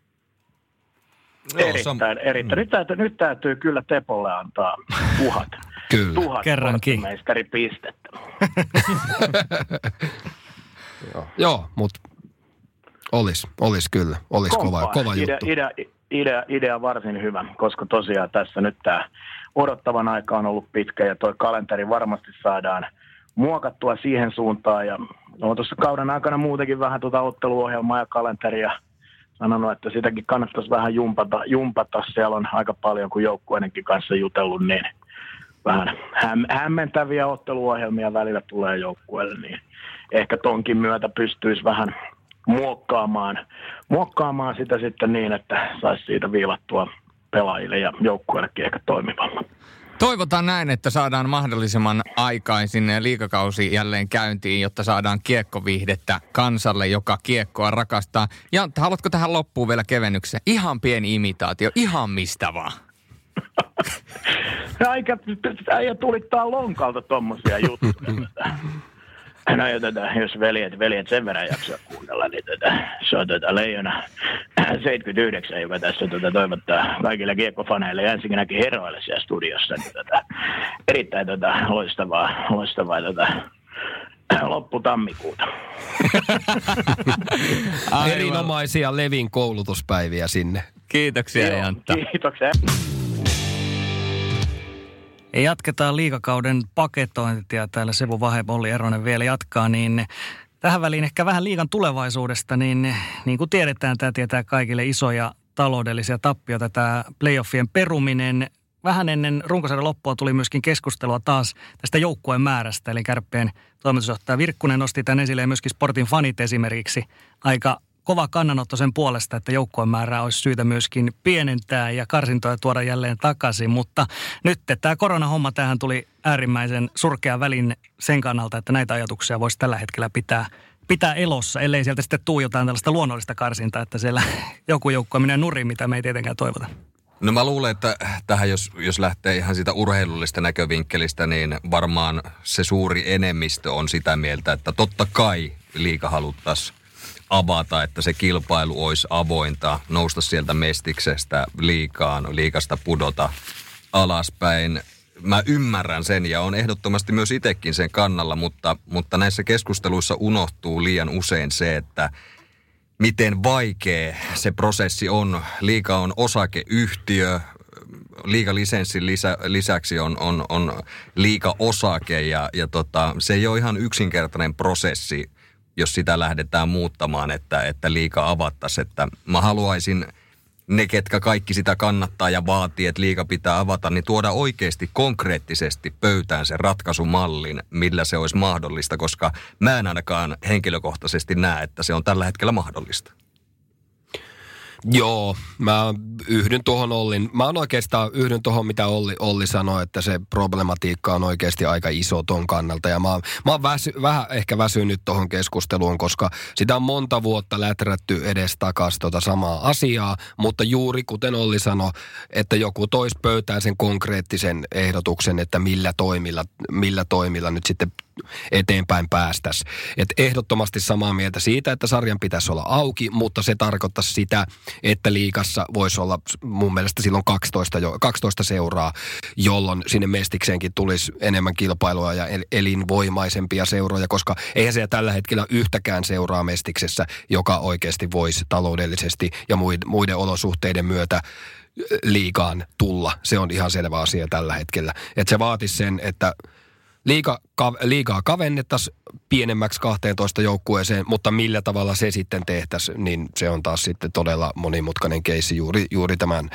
Erittäin. Nyt täytyy kyllä Tepolle antaa tuhat kerrankin mestaripistettä. Joo, mutta olisi kyllä. Olisi kova juttu. Idea varsin hyvä, koska tosiaan tässä nyt tämä odottavan aika on ollut pitkä ja tuo kalenteri varmasti saadaan muokattua siihen suuntaan. Ja olen tuossa kauden aikana muutenkin vähän otteluohjelmaa ja kalenteria sanonut, että sitäkin kannattaisi vähän jumpata. Siellä on aika paljon, kun joukkueidenkin kanssa jutellut, niin vähän hämmentäviä otteluohjelmia välillä tulee joukkueelle, niin ehkä tonkin myötä pystyisi vähän muokkaamaan sitä sitten niin, että saisi siitä viilattua pelaajille ja joukkueellekin ehkä toimivalla. Toivotaan näin, että saadaan mahdollisimman aikaisin liigakausi jälleen käyntiin, jotta saadaan kiekkoviihdettä kansalle, joka kiekkoa rakastaa. Ja haluatko tähän loppuun vielä kevennyksen? Ihan pieni imitaatio, ihan mistä vaan. Äijä tulittaa lonkalta tommosia juttuja. No jos veljet sen verran jaksaa kuunnella, niin se on Leijona 79, joka tässä toivottaa kaikille kiekkofaneille ja ensinnäkin heroille siellä studiossa. Niin erittäin loistavaa lopputammikuuta. Erinomaisia Levin koulutuspäiviä sinne. Kiitoksia, Jantta. Kiitoksia. Ja jatketaan liigakauden paketointia. Täällä Sevu Vahe, Olli Eronen vielä jatkaa, niin tähän väliin ehkä vähän liigan tulevaisuudesta, niin kuin tiedetään, tämä tietää kaikille isoja taloudellisia tappioita, tämä playoffien peruminen. Vähän ennen runkosarjan loppua tuli myöskin keskustelua taas tästä joukkueen määrästä, eli Kärppien toimitusjohtaja Virkkunen nosti tämän esille ja myöskin Sportin fanit esimerkiksi aika kova kannanotto sen puolesta, että joukkueen määrää olisi syytä myöskin pienentää ja karsintoja tuoda jälleen takaisin. Mutta nyt tämä koronahomma, tähän tuli äärimmäisen surkea välin sen kannalta, että näitä ajatuksia voisi tällä hetkellä pitää elossa, ellei sieltä sitten tuu jotain tällaista luonnollista karsintaa, että siellä joku joukkue menee nurin, mitä me ei tietenkään toivota. No mä luulen, että tähän jos lähtee ihan siitä urheilullista näkövinkkelistä, niin varmaan se suuri enemmistö on sitä mieltä, että totta kai liiga haluttaisiin avata, että se kilpailu olisi avointa, nousta sieltä mestiksestä liigasta pudota alaspäin. Mä ymmärrän sen ja on ehdottomasti myös itsekin sen kannalla, mutta näissä keskusteluissa unohtuu liian usein se, että miten vaikea se prosessi on. Liiga on osakeyhtiö, liigalisenssin lisäksi on liigaosake ja se ei ole ihan yksinkertainen prosessi, jos sitä lähdetään muuttamaan, että liiga avattaisiin. Että mä haluaisin ne, ketkä kaikki sitä kannattaa ja vaatii, että liiga pitää avata, niin tuoda oikeasti konkreettisesti pöytään sen ratkaisumallin, millä se olisi mahdollista, koska mä en ainakaan henkilökohtaisesti näe, että se on tällä hetkellä mahdollista. Joo, mä yhdyn tuohon, mitä Olli sanoi, että se problematiikka on oikeasti aika iso ton kannalta. Ja mä oon vähän ehkä väsynyt tuohon keskusteluun, koska sitä on monta vuotta läträtty edes-takas samaa asiaa, mutta juuri kuten Olli sanoi, että joku toisi pöytään sen konkreettisen ehdotuksen, että millä toimilla nyt sitten eteenpäin päästäisiin. Että ehdottomasti samaa mieltä siitä, että sarjan pitäisi olla auki, mutta se tarkoittaisi sitä, että liigassa voisi olla mun mielestä silloin 12 seuraa, jolloin sinne Mestikseenkin tulisi enemmän kilpailua ja elinvoimaisempia seuroja, koska eihän se tällä hetkellä yhtäkään seuraa Mestiksessä, joka oikeasti voisi taloudellisesti ja muiden olosuhteiden myötä liigaan tulla. Se on ihan selvä asia tällä hetkellä. Että se vaatisi sen, että liigaa kavennettaisiin pienemmäksi 12 joukkueeseen, mutta millä tavalla se sitten tehtäisiin, niin se on taas sitten todella monimutkainen keissi juuri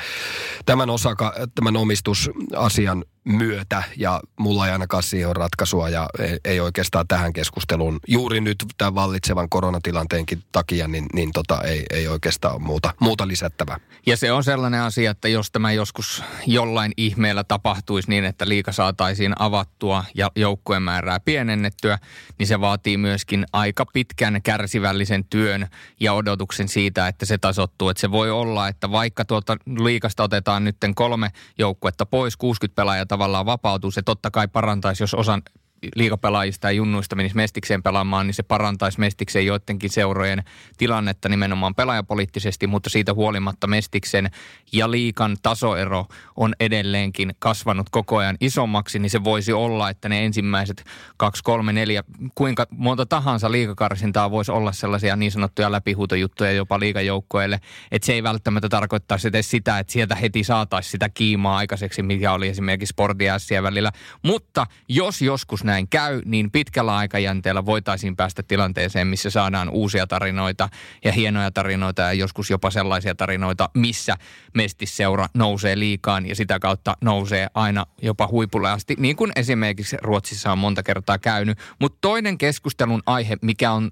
tämän omistusasian myötä, ja mulla ei ainakaan siihen ole ratkaisua ja ei oikeastaan tähän keskusteluun juuri nyt tämän vallitsevan koronatilanteenkin takia, niin ei oikeastaan muuta lisättävää. Ja se on sellainen asia, että jos tämä joskus jollain ihmeellä tapahtuisi niin, että liiga saataisiin avattua ja joukkueen määrää pienennettyä, niin se vaatii myöskin aika pitkän kärsivällisen työn ja odotuksen siitä, että se tasoittuu. Että se voi olla, että vaikka tuolta liigasta otetaan nyt 3 joukkuetta pois, 60 pelaajaa tavallaan vapautuu, se totta kai parantaisi, jos osan liigapelaajista ja junnuista menisi Mestikseen pelaamaan, niin se parantaisi Mestikseen joidenkin seurojen tilannetta nimenomaan pelaajapoliittisesti, mutta siitä huolimatta Mestiksen ja liigan tasoero on edelleenkin kasvanut koko ajan isommaksi, niin se voisi olla, että ne ensimmäiset 2, 3, 4, kuinka monta tahansa liigakarsintaa voisi olla sellaisia niin sanottuja läpihuutojuttuja jopa liigajoukkoille, että se ei välttämättä tarkoittaisi edes sitä, että sieltä heti saataisiin sitä kiimaa aikaiseksi, mikä oli esimerkiksi Sportin ja Sien välillä, mutta jos joskus näin käy, niin pitkällä aikajänteellä voitaisiin päästä tilanteeseen, missä saadaan uusia tarinoita ja hienoja tarinoita ja joskus jopa sellaisia tarinoita, missä mestisseura nousee liigaan ja sitä kautta nousee aina jopa huipulle asti, niin kuin esimerkiksi Ruotsissa on monta kertaa käynyt. Mutta toinen keskustelun aihe, mikä on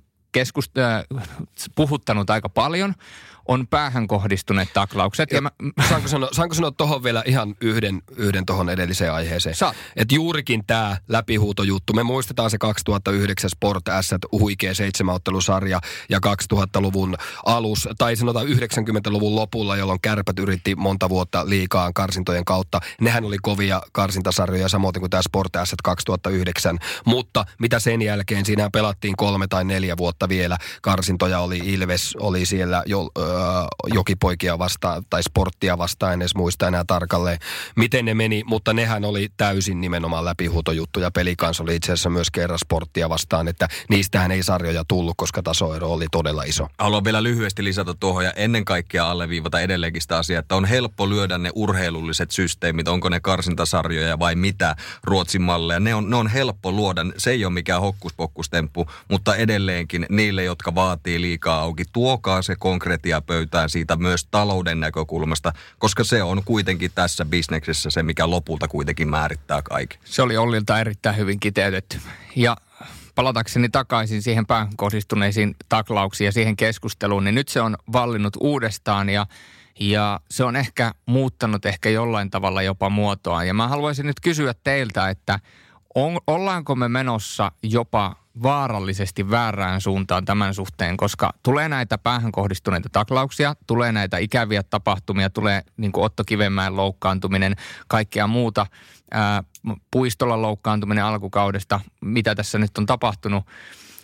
puhuttanut aika paljon, on päähän kohdistuneet taklaukset. Saanko sanoa tuohon vielä ihan yhden tuohon edelliseen aiheeseen? Että juurikin tämä läpihuutojuttu. Me muistetaan se 2009 Sport S, huikea 7-ottelusarja ja 2000-luvun alus, tai sanotaan 90-luvun lopulla, jolloin Kärpät yritti monta vuotta liigaan karsintojen kautta. Nehän oli kovia karsintasarjoja, samoin kuin tämä Sport S 2009. Mutta mitä sen jälkeen? Siinä pelattiin 3 tai 4 vuotta vielä. Karsintoja oli Ilves, oli siellä Jokipoikia vastaan tai Sporttia vastaan, en edes muista enää tarkalleen, miten ne meni, mutta nehän oli täysin nimenomaan läpihuutojuttuja. Pelikans oli itse asiassa myös kerran Sporttia vastaan, että niistähän ei sarjoja tullut, koska tasoero oli todella iso. Haluan vielä lyhyesti lisätä tuohon ja ennen kaikkea alleviivata edelleenkin sitä asiaa, että on helppo lyödä ne urheilulliset systeemit, onko ne karsintasarjoja vai mitä Ruotsin malleja. Ne on helppo luoda, se ei ole mikään hokkuspokkustemppu, mutta edelleenkin niille, jotka vaatii liikaa auki, tuokaa se konkreettia pöytään siitä myös talouden näkökulmasta, koska se on kuitenkin tässä bisneksessä se, mikä lopulta kuitenkin määrittää kaiken. Se oli Ollilta erittäin hyvin kiteytetty. Ja palatakseni takaisin siihen päähän kohdistuneisiin taklauksiin ja siihen keskusteluun, niin nyt se on vallinnut uudestaan ja se on ehkä muuttanut jollain tavalla jopa muotoa. Ja mä haluaisin nyt kysyä teiltä, että ollaanko me menossa jopa vaarallisesti väärään suuntaan tämän suhteen, koska tulee näitä päähän kohdistuneita taklauksia, tulee näitä ikäviä tapahtumia, tulee niin kuin Otto Kivenmäen loukkaantuminen, kaikkea muuta, Puistolan loukkaantuminen alkukaudesta, mitä tässä nyt on tapahtunut.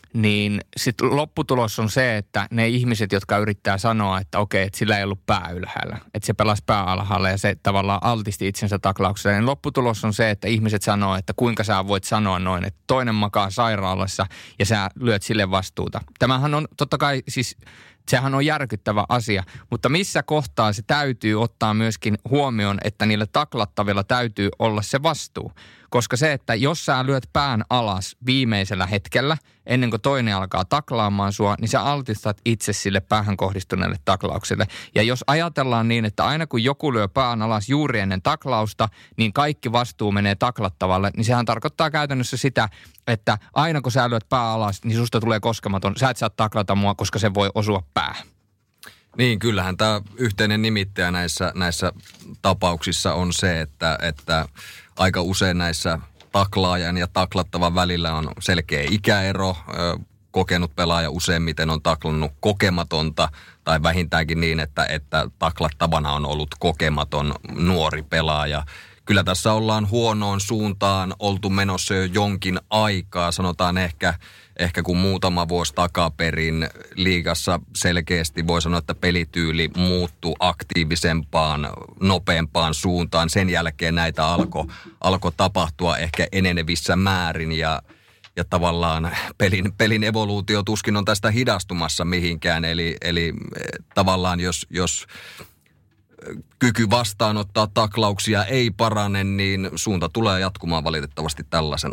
niin sitten lopputulos on se, että ne ihmiset, jotka yrittää sanoa, että okei, että sillä ei ollut pää ylhäällä, että se pelasi pää alhaalla ja se tavallaan altisti itsensä taklaukselle, niin lopputulos on se, että ihmiset sanoo, että kuinka sä voit sanoa noin, että toinen makaa sairaalassa ja sä lyöt sille vastuuta. Tämähän on totta kai siis... Sehän on järkyttävä asia, mutta missä kohtaa se täytyy ottaa myöskin huomioon, että niille taklattavilla täytyy olla se vastuu. Koska se, että jos sä lyöt pään alas viimeisellä hetkellä, ennen kuin toinen alkaa taklaamaan sua, niin sä altistat itse sille päähän kohdistuneelle taklaukselle. Ja jos ajatellaan niin, että aina kun joku lyö pään alas juuri ennen taklausta, niin kaikki vastuu menee taklattavalle, niin sehän tarkoittaa käytännössä sitä, että aina kun sä lyöt pää alas, niin susta tulee koskematon. Sä et saa taklata mua, koska se voi osua päähän. Niin, kyllähän tämä yhteinen nimittäjä näissä tapauksissa on se, että aika usein näissä taklaajan ja taklattavan välillä on selkeä ikäero. Kokenut pelaaja useimmiten on taklannut kokematonta tai vähintäänkin niin, että taklattavana on ollut kokematon nuori pelaaja. Kyllä tässä ollaan huonoon suuntaan oltu menossa jo jonkin aikaa, sanotaan ehkä kun muutama vuosi takaperin liigassa selkeästi voi sanoa, että pelityyli muuttui aktiivisempaan, nopeampaan suuntaan. Sen jälkeen näitä alkoi tapahtua ehkä enenevissä määrin ja tavallaan pelin evoluutio tuskin on tästä hidastumassa mihinkään. Eli tavallaan jos kyky vastaanottaa taklauksia ei parane, niin suunta tulee jatkumaan valitettavasti tällaisena.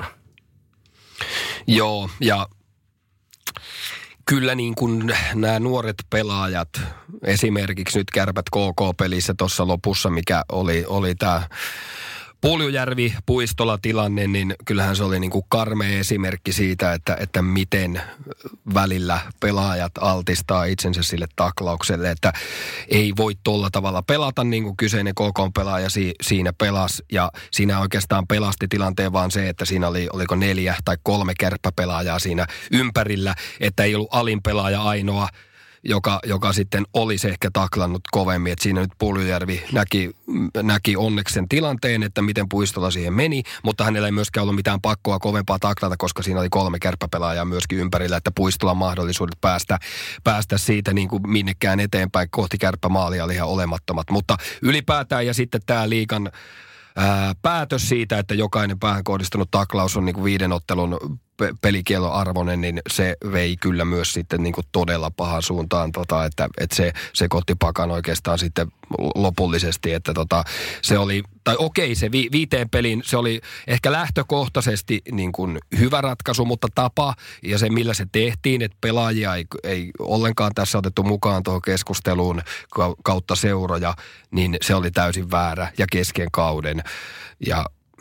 Joo, ja kyllä niin kuin nämä nuoret pelaajat, esimerkiksi nyt Kärpät KK-pelissä tuossa lopussa, mikä oli tämä Puljujärvi-Puistola tilanne, niin kyllähän se oli niin kuin karmea esimerkki siitä, että miten välillä pelaajat altistaa itsensä sille taklaukselle, että ei voi tolla tavalla pelata niin kuin kyseinen KK-pelaaja siinä pelasi, ja siinä oikeastaan pelasti tilanteen vaan se, että siinä oliko 4 tai 3 kärppäpelaajaa siinä ympärillä, että ei ollut alin pelaaja ainoa, joka sitten olisi ehkä taklannut kovemmin. Että siinä nyt Puljujärvi näki onneksi sen tilanteen, että miten Puistola siihen meni, mutta hänellä ei myöskään ollut mitään pakkoa kovempaa taklata, koska siinä oli 3 kärppäpelaajaa myöskin ympärillä, että Puistolan mahdollisuudet päästä siitä niin kuin minnekään eteenpäin kohti kärppämaalia oli ihan olemattomat. Mutta ylipäätään ja sitten tämä liigan päätös siitä, että jokainen päähän kohdistunut taklaus on niin kuin 5 ottelun pelikielon arvoinen, niin se vei kyllä myös sitten niin kuin todella pahaan suuntaan, että se kotti pakan oikeastaan sitten lopullisesti, että se oli, tai okei, se 5 peliin, se oli ehkä lähtökohtaisesti niin kuin hyvä ratkaisu, mutta tapa ja se millä se tehtiin, että pelaajia ei ollenkaan tässä otettu mukaan tuohon keskusteluun kautta seuroja, niin se oli täysin väärä ja kesken kauden ja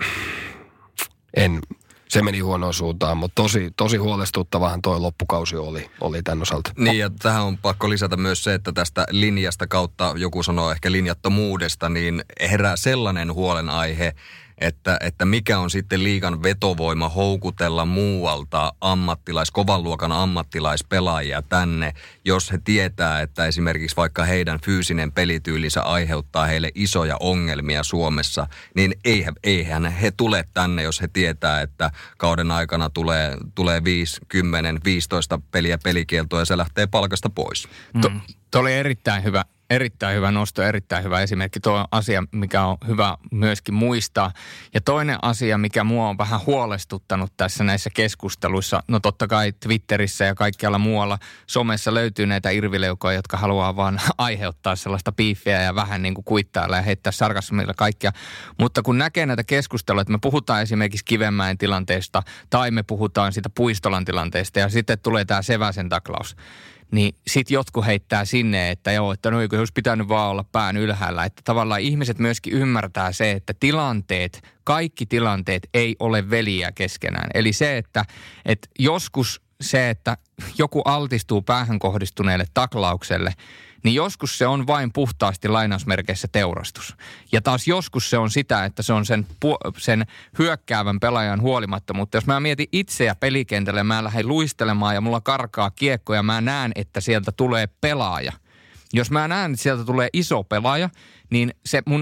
se meni huonoon suuntaan, mutta tosi huolestuttavahan toi loppukausi oli tämän osalta. Niin, ja tähän on pakko lisätä myös se, että tästä linjasta kautta, joku sanoo ehkä linjattomuudesta, niin herää sellainen huolenaihe, että mikä on sitten liigan vetovoima houkutella muualta kovan luokan ammattilaispelaajia tänne, jos he tietää, että esimerkiksi vaikka heidän fyysinen pelityylinsä aiheuttaa heille isoja ongelmia Suomessa, niin eihän he tule tänne, jos he tietää, että kauden aikana tulee 5, 10, 15 peliä pelikieltoa ja se lähtee palkasta pois. Tuo oli erittäin hyvä nosto, erittäin hyvä esimerkki. Tuo on asia, mikä on hyvä myöskin muistaa. Ja toinen asia, mikä mua on vähän huolestuttanut tässä näissä keskusteluissa, no totta kai Twitterissä ja kaikkialla muualla somessa löytyy näitä irvileukoja, jotka haluaa vaan aiheuttaa sellaista piiffiä ja vähän niin kuin kuittailla ja heittää sarkasmilla kaikkia. Mutta kun näkee näitä keskusteluja, että me puhutaan esimerkiksi Kivenmäen tilanteesta tai me puhutaan siitä Puistolan tilanteesta ja sitten tulee tämä Seväsen taklaus. Niin sit jotkut heittää sinne, että joo, että no eikö olisi pitänyt vaan olla pään ylhäällä. Että tavallaan ihmiset myöskin ymmärtää se, että kaikki tilanteet ei ole veliä keskenään. Eli se, että joskus se, että joku altistuu päähän kohdistuneelle taklaukselle, niin joskus se on vain puhtaasti lainausmerkeissä teurastus. Ja taas joskus se on sitä, että se on sen hyökkäävän pelaajan huolimattomuutta. Jos mä mietin itseä pelikentälle, mä lähden luistelemaan ja mulla karkaa kiekko ja mä näen, että sieltä tulee pelaaja. Jos mä näen, että sieltä tulee iso pelaaja, niin se mun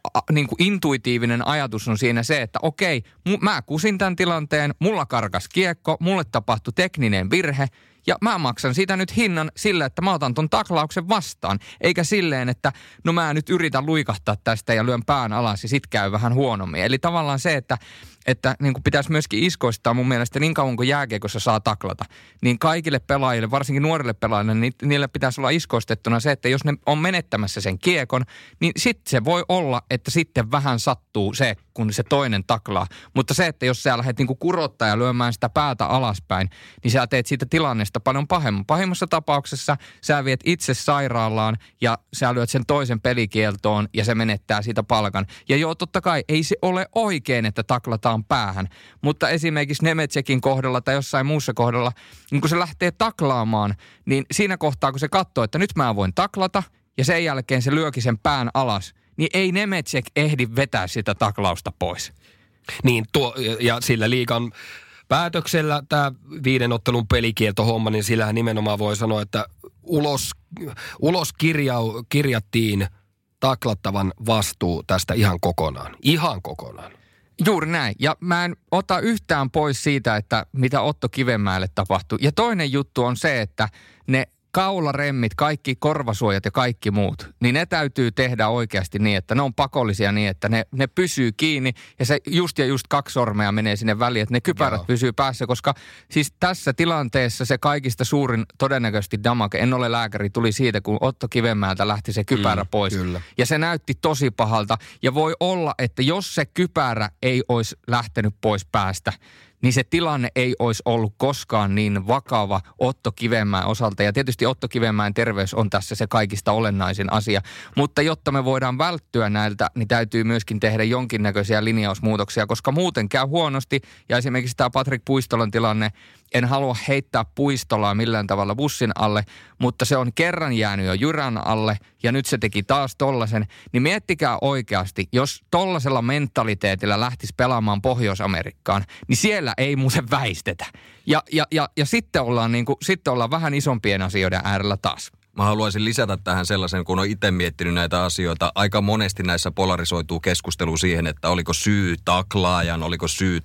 niin kuin intuitiivinen ajatus on siinä se, että okei, mä kusin tämän tilanteen, mulla karkas kiekko, mulle tapahtui tekninen virhe, ja mä maksan siitä nyt hinnan sillä, että mä otan ton taklauksen vastaan. Eikä silleen, että no mä nyt yritän luikahtaa tästä ja lyön pään alas ja sit käy vähän huonommin. Eli tavallaan se, että niin kuin pitäisi myöskin iskoistaa mun mielestä niin kauan kuin jääkiekossa saa taklata. Niin kaikille pelaajille, varsinkin nuorille pelaajille, niin niille pitäisi olla iskoistettuna se, että jos ne on menettämässä sen kiekon, niin sitten se voi olla, että sitten vähän sattuu se, kun se toinen taklaa. Mutta se, että jos sä lähdet niin kuin kurottaa ja lyömään sitä päätä alaspäin, niin sä teet siitä tilannesta paljon pahemman. Pahimmassa tapauksessa sä viet itse sairaalaan ja sä lyöt sen toisen pelikieltoon ja se menettää siitä palkan. Ja joo, totta kai ei se ole oikein, että taklataan päähän. Mutta esimerkiksi Nemetsekin kohdalla tai jossain muussa kohdalla, niin kun se lähtee taklaamaan, niin siinä kohtaa, kun se katsoo, että nyt mä voin taklata ja sen jälkeen se lyökin sen pään alas, niin ei Nemetsek ehdi vetää sitä taklausta pois. Niin, ja sillä liigan päätöksellä tämä 5 ottelun pelikieltohomma, niin sillähän nimenomaan voi sanoa, että ulos kirjattiin taklattavan vastuu tästä ihan kokonaan. Ihan kokonaan. Juuri näin. Ja mä en ota yhtään pois siitä, että mitä Otto Kivenmäelle tapahtui. Ja toinen juttu on se, että ne kaularemmit, kaikki korvasuojat ja kaikki muut, niin ne täytyy tehdä oikeasti niin, että ne on pakollisia niin, että ne pysyy kiinni ja se just 2 sormea menee sinne väliin, että ne kypärät pysyy päässä, koska siis tässä tilanteessa se kaikista suurin todennäköisesti damage, en ole lääkäri, tuli siitä, kun Otto Kivenmäeltä lähti se kypärä pois. Kyllä. Ja se näytti tosi pahalta ja voi olla, että jos se kypärä ei olisi lähtenyt pois päästä, niin se tilanne ei olisi ollut koskaan niin vakava Otto Kivenmäen osalta. Ja tietysti Otto Kivenmäen terveys on tässä se kaikista olennaisin asia. Mutta jotta me voidaan välttyä näiltä, niin täytyy myöskin tehdä jonkinnäköisiä linjausmuutoksia, koska muuten käy huonosti. Ja esimerkiksi tämä Patrik Puistolan tilanne, en halua heittää Puistolaa millään tavalla bussin alle, mutta se on kerran jäänyt jo jyrän alle ja nyt se teki taas tollasen. Niin miettikää oikeasti, jos tollasella mentaliteetillä lähtisi pelaamaan Pohjois-Amerikkaan, niin siellä ei muuten väistetä. Ja sitten ollaan vähän isompien asioiden äärellä taas. Mä haluaisin lisätä tähän sellaisen, kun olen itse miettinyt näitä asioita. Aika monesti näissä polarisoituu keskustelu siihen, että oliko syy taklaajan, oliko syy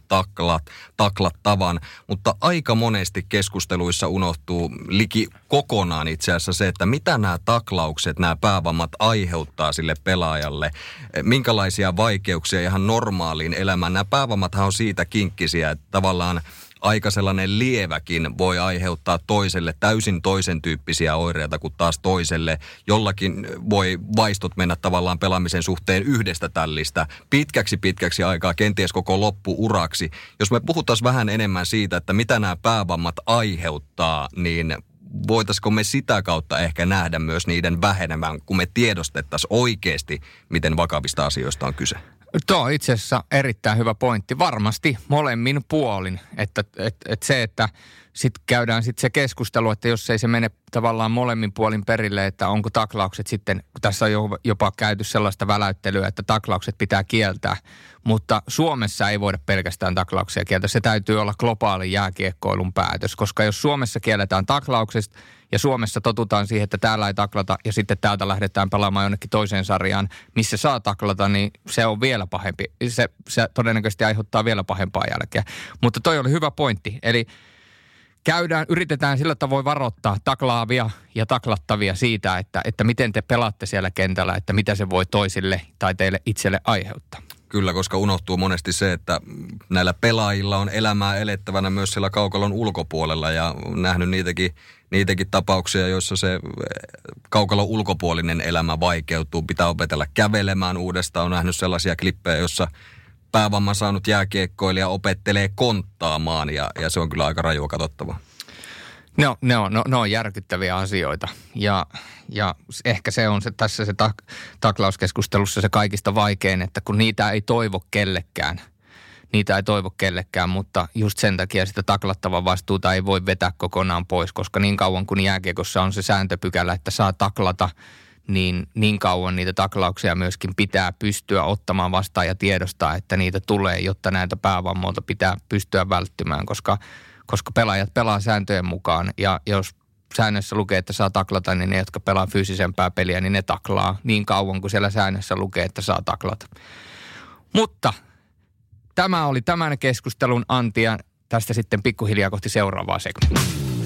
taklattavan. Mutta aika monesti keskusteluissa unohtuu liki kokonaan itse asiassa se, että mitä nämä taklaukset, nämä päävammat aiheuttaa sille pelaajalle. Minkälaisia vaikeuksia ihan normaaliin elämään. Nämä päävammathan on siitä kinkkisiä, että tavallaan aika sellainen lieväkin voi aiheuttaa toiselle täysin toisen tyyppisiä oireita kuin taas toiselle. Jollakin voi vaistot mennä tavallaan pelaamisen suhteen yhdestä tällistä pitkäksi aikaa, kenties koko loppuuraksi. Jos me puhuttaisiin vähän enemmän siitä, että mitä nämä päävammat aiheuttaa, niin voitaisiko me sitä kautta ehkä nähdä myös niiden vähenemään, kun me tiedostettaisiin oikeasti, miten vakavista asioista on kyse? Tuo on itse asiassa erittäin hyvä pointti. Varmasti molemmin puolin, että se, että sitten käydään sitten se keskustelu, että jos ei se mene tavallaan molemmin puolin perille, että onko taklaukset sitten, kun tässä on jopa käyty sellaista väläyttelyä, että taklaukset pitää kieltää, mutta Suomessa ei voida pelkästään taklauksia kieltää. Se täytyy olla globaalin jääkiekkoilun päätös, koska jos Suomessa kielletään taklauksesta ja Suomessa totutaan siihen, että täällä ei taklata ja sitten täältä lähdetään pelaamaan jonnekin toiseen sarjaan, missä saa taklata, niin se on vielä pahempi. Se todennäköisesti aiheuttaa vielä pahempaa jälkeä. Mutta toi oli hyvä pointti. Eli yritetään sillä tavoin varoittaa taklaavia ja taklattavia siitä, että miten te pelaatte siellä kentällä, että mitä se voi toisille tai teille itselle aiheuttaa. Kyllä, koska unohtuu monesti se, että näillä pelaajilla on elämää elettävänä myös siellä kaukalon ulkopuolella ja nähnyt niitäkin tapauksia, joissa se kaukalon ulkopuolinen elämä vaikeutuu. Pitää opetella kävelemään uudestaan. On nähnyt sellaisia klippejä, jossa päävamman saanut jääkiekkoilija opettelee konttaamaan ja se on kyllä aika rajua katsottavaa. Ne on järkyttäviä asioita ja ehkä se on tässä taklauskeskustelussa se kaikista vaikein, että kun niitä ei toivo kellekään, mutta just sen takia sitä taklattavan vastuuta ei voi vetää kokonaan pois, koska niin kauan kun jääkiekossa on se sääntöpykälä, että saa taklata, niin kauan niitä taklauksia myöskin pitää pystyä ottamaan vastaan ja tiedostaa, että niitä tulee, jotta näitä päävammoilta pitää pystyä välttymään, koska pelaajat pelaa sääntöjen mukaan ja jos säännössä lukee, että saa taklata, niin ne, jotka pelaa fyysisempää peliä, niin ne taklaa niin kauan, kuin siellä säännössä lukee, että saa taklata. Mutta tämä oli tämän keskustelun anti ja tästä sitten pikkuhiljaa kohti seuraavaa segmenttiä.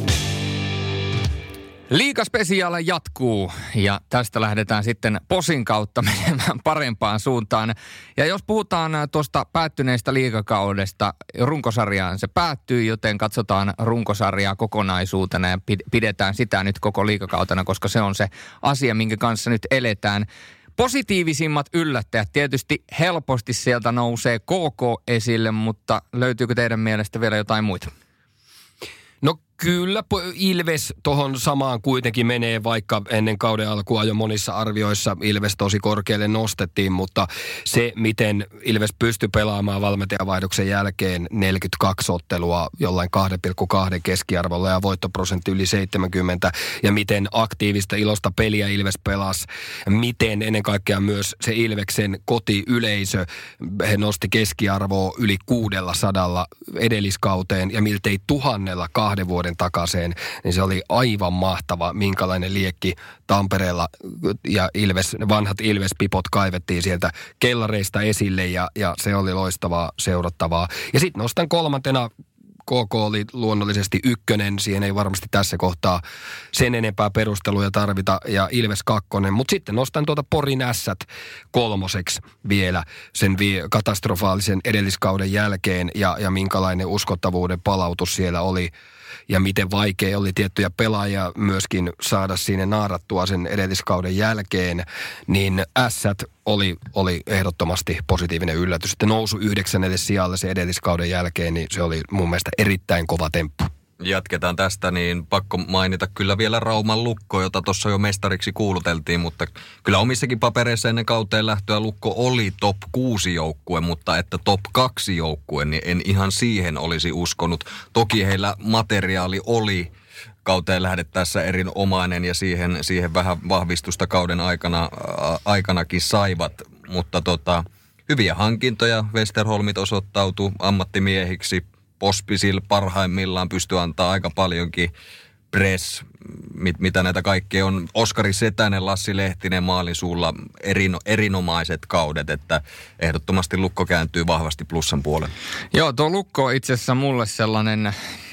Liigaspesiaali jatkuu ja tästä lähdetään sitten posin kautta menemään parempaan suuntaan. Ja jos puhutaan tuosta päättyneestä liigakaudesta, runkosarjaan se päättyy, joten katsotaan runkosarjaa kokonaisuutena ja pidetään sitä nyt koko liigakautena, koska se on se asia, minkä kanssa nyt eletään. Positiivisimmat yllättäjät, tietysti helposti sieltä nousee KK esille, mutta löytyykö teidän mielestä vielä jotain muita? No kyllä, Ilves tohon samaan kuitenkin menee, vaikka ennen kauden alkua jo monissa arvioissa Ilves tosi korkealle nostettiin, mutta se, miten Ilves pystyi pelaamaan valmentajavaihdoksen jälkeen 42 ottelua jollain 2,2 keskiarvolla ja voittoprosentti yli 70, ja miten aktiivista ilosta peliä Ilves pelasi, miten ennen kaikkea myös se Ilveksen kotiyleisö, he nosti keskiarvoa yli 600 edelliskauteen ja miltei 1000 2 vuoden takaisin, niin se oli aivan mahtava, minkälainen liekki Tampereella ja vanhat Ilves-pipot kaivettiin sieltä kellareista esille ja se oli loistavaa seurattavaa. Ja sitten nostan kolmantena, KK oli luonnollisesti ykkönen, siihen ei varmasti tässä kohtaa sen enempää perusteluja tarvita, ja Ilves kakkonen, mutta sitten nostan Porin Ässät kolmoseksi vielä sen katastrofaalisen edelliskauden jälkeen, ja minkälainen uskottavuuden palautus siellä oli, ja miten vaikea oli tiettyjä pelaajia myöskin saada siinä naarattua sen edelliskauden jälkeen, niin Ässät oli ehdottomasti positiivinen yllätys. Sitten nousu 9. sijalle sen edelliskauden jälkeen, niin se oli mun mielestä erittäin kova temppu. Jatketaan tästä, niin pakko mainita kyllä vielä Rauman Lukko, jota tuossa jo mestariksi kuuluteltiin, mutta kyllä omissakin papereissa ennen kauteen lähtöä Lukko oli top 6 joukkue, mutta että top 2 joukkue, niin en ihan siihen olisi uskonut. Toki heillä materiaali oli kauteen lähdettäessä erinomainen ja siihen vähän vahvistusta kauden aikanakin saivat, mutta hyviä hankintoja. Westerholmit osoittautui ammattimiehiksi. Pospisil parhaimmillaan pystyy antaa aika paljonkin press, mitä näitä kaikkea on. Oskari Setänen, Lassi Lehtinen maalin suulla erinomaiset kaudet, että ehdottomasti Lukko kääntyy vahvasti plussan puolelle. Joo, tuo Lukko on itse asiassa mulle sellainen,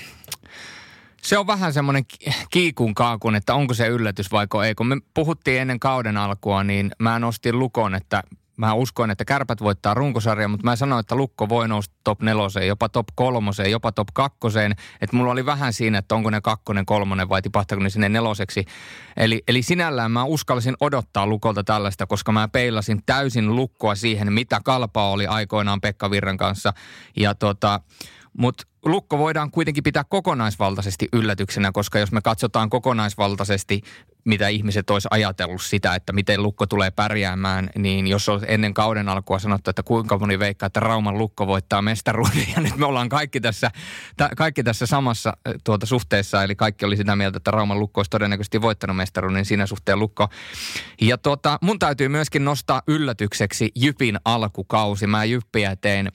se on vähän semmoinen kiikun kaakun, että onko se yllätys vai ei. Kun me puhuttiin ennen kauden alkua, niin mä nostin Lukon, että mä uskoin, että Kärpät voittaa runkosarjan, mutta mä sanoin, että Lukko voi nousta top 4, jopa top 3, jopa top 2. Että mulla oli vähän siinä, että onko ne 2, 3 vai tipahtaako ne sinne 4. Eli sinällään mä uskallisin odottaa Lukolta tällaista, koska mä peilasin täysin Lukkoa siihen, mitä Kalpaa oli aikoinaan Pekka Virran kanssa. Ja mutta Lukko voidaan kuitenkin pitää kokonaisvaltaisesti yllätyksenä, koska jos me katsotaan kokonaisvaltaisesti, mitä ihmiset olisi ajatellut sitä, että miten Lukko tulee pärjäämään, niin jos olisi ennen kauden alkua sanottu, että kuinka moni veikkaa, että Rauman Lukko voittaa mestaruuden, ja nyt me ollaan kaikki tässä samassa suhteessa, eli kaikki oli sitä mieltä, että Rauman Lukko olisi todennäköisesti voittanut mestaruuden, niin siinä suhteen Lukko. Ja mun täytyy myöskin nostaa yllätykseksi Jypin alkukausi. Mä Jyppiä tein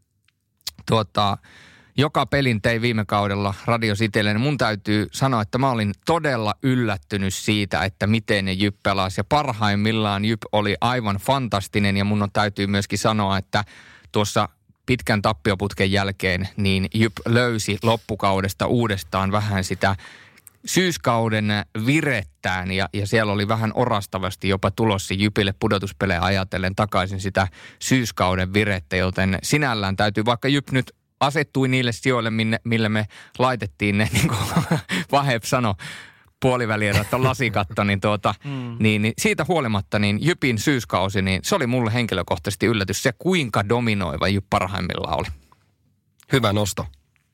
joka pelin tein viime kaudella Radio Citylle, niin mun täytyy sanoa, että mä olin todella yllättynyt siitä, että miten ne Jyp pelasi. Ja parhaimmillaan Jyp oli aivan fantastinen, ja mun täytyy myöskin sanoa, että tuossa pitkän tappioputken jälkeen, niin Jyp löysi loppukaudesta uudestaan vähän sitä syyskauden virettään, ja siellä oli vähän orastavasti jopa tulossa Jypille pudotuspelejä ajatellen takaisin sitä syyskauden virettä, joten sinällään täytyy, vaikka Jyp nyt asettui niille sijoille, mille me laitettiin ne, niin kuin Vahep sanoi, puolivälierät on lasikatto, niin siitä huolimatta niin Jypin syyskausi, niin se oli mulle henkilökohtaisesti yllätys, se kuinka dominoiva Jyp parhaimmillaan oli. Hyvä nosto.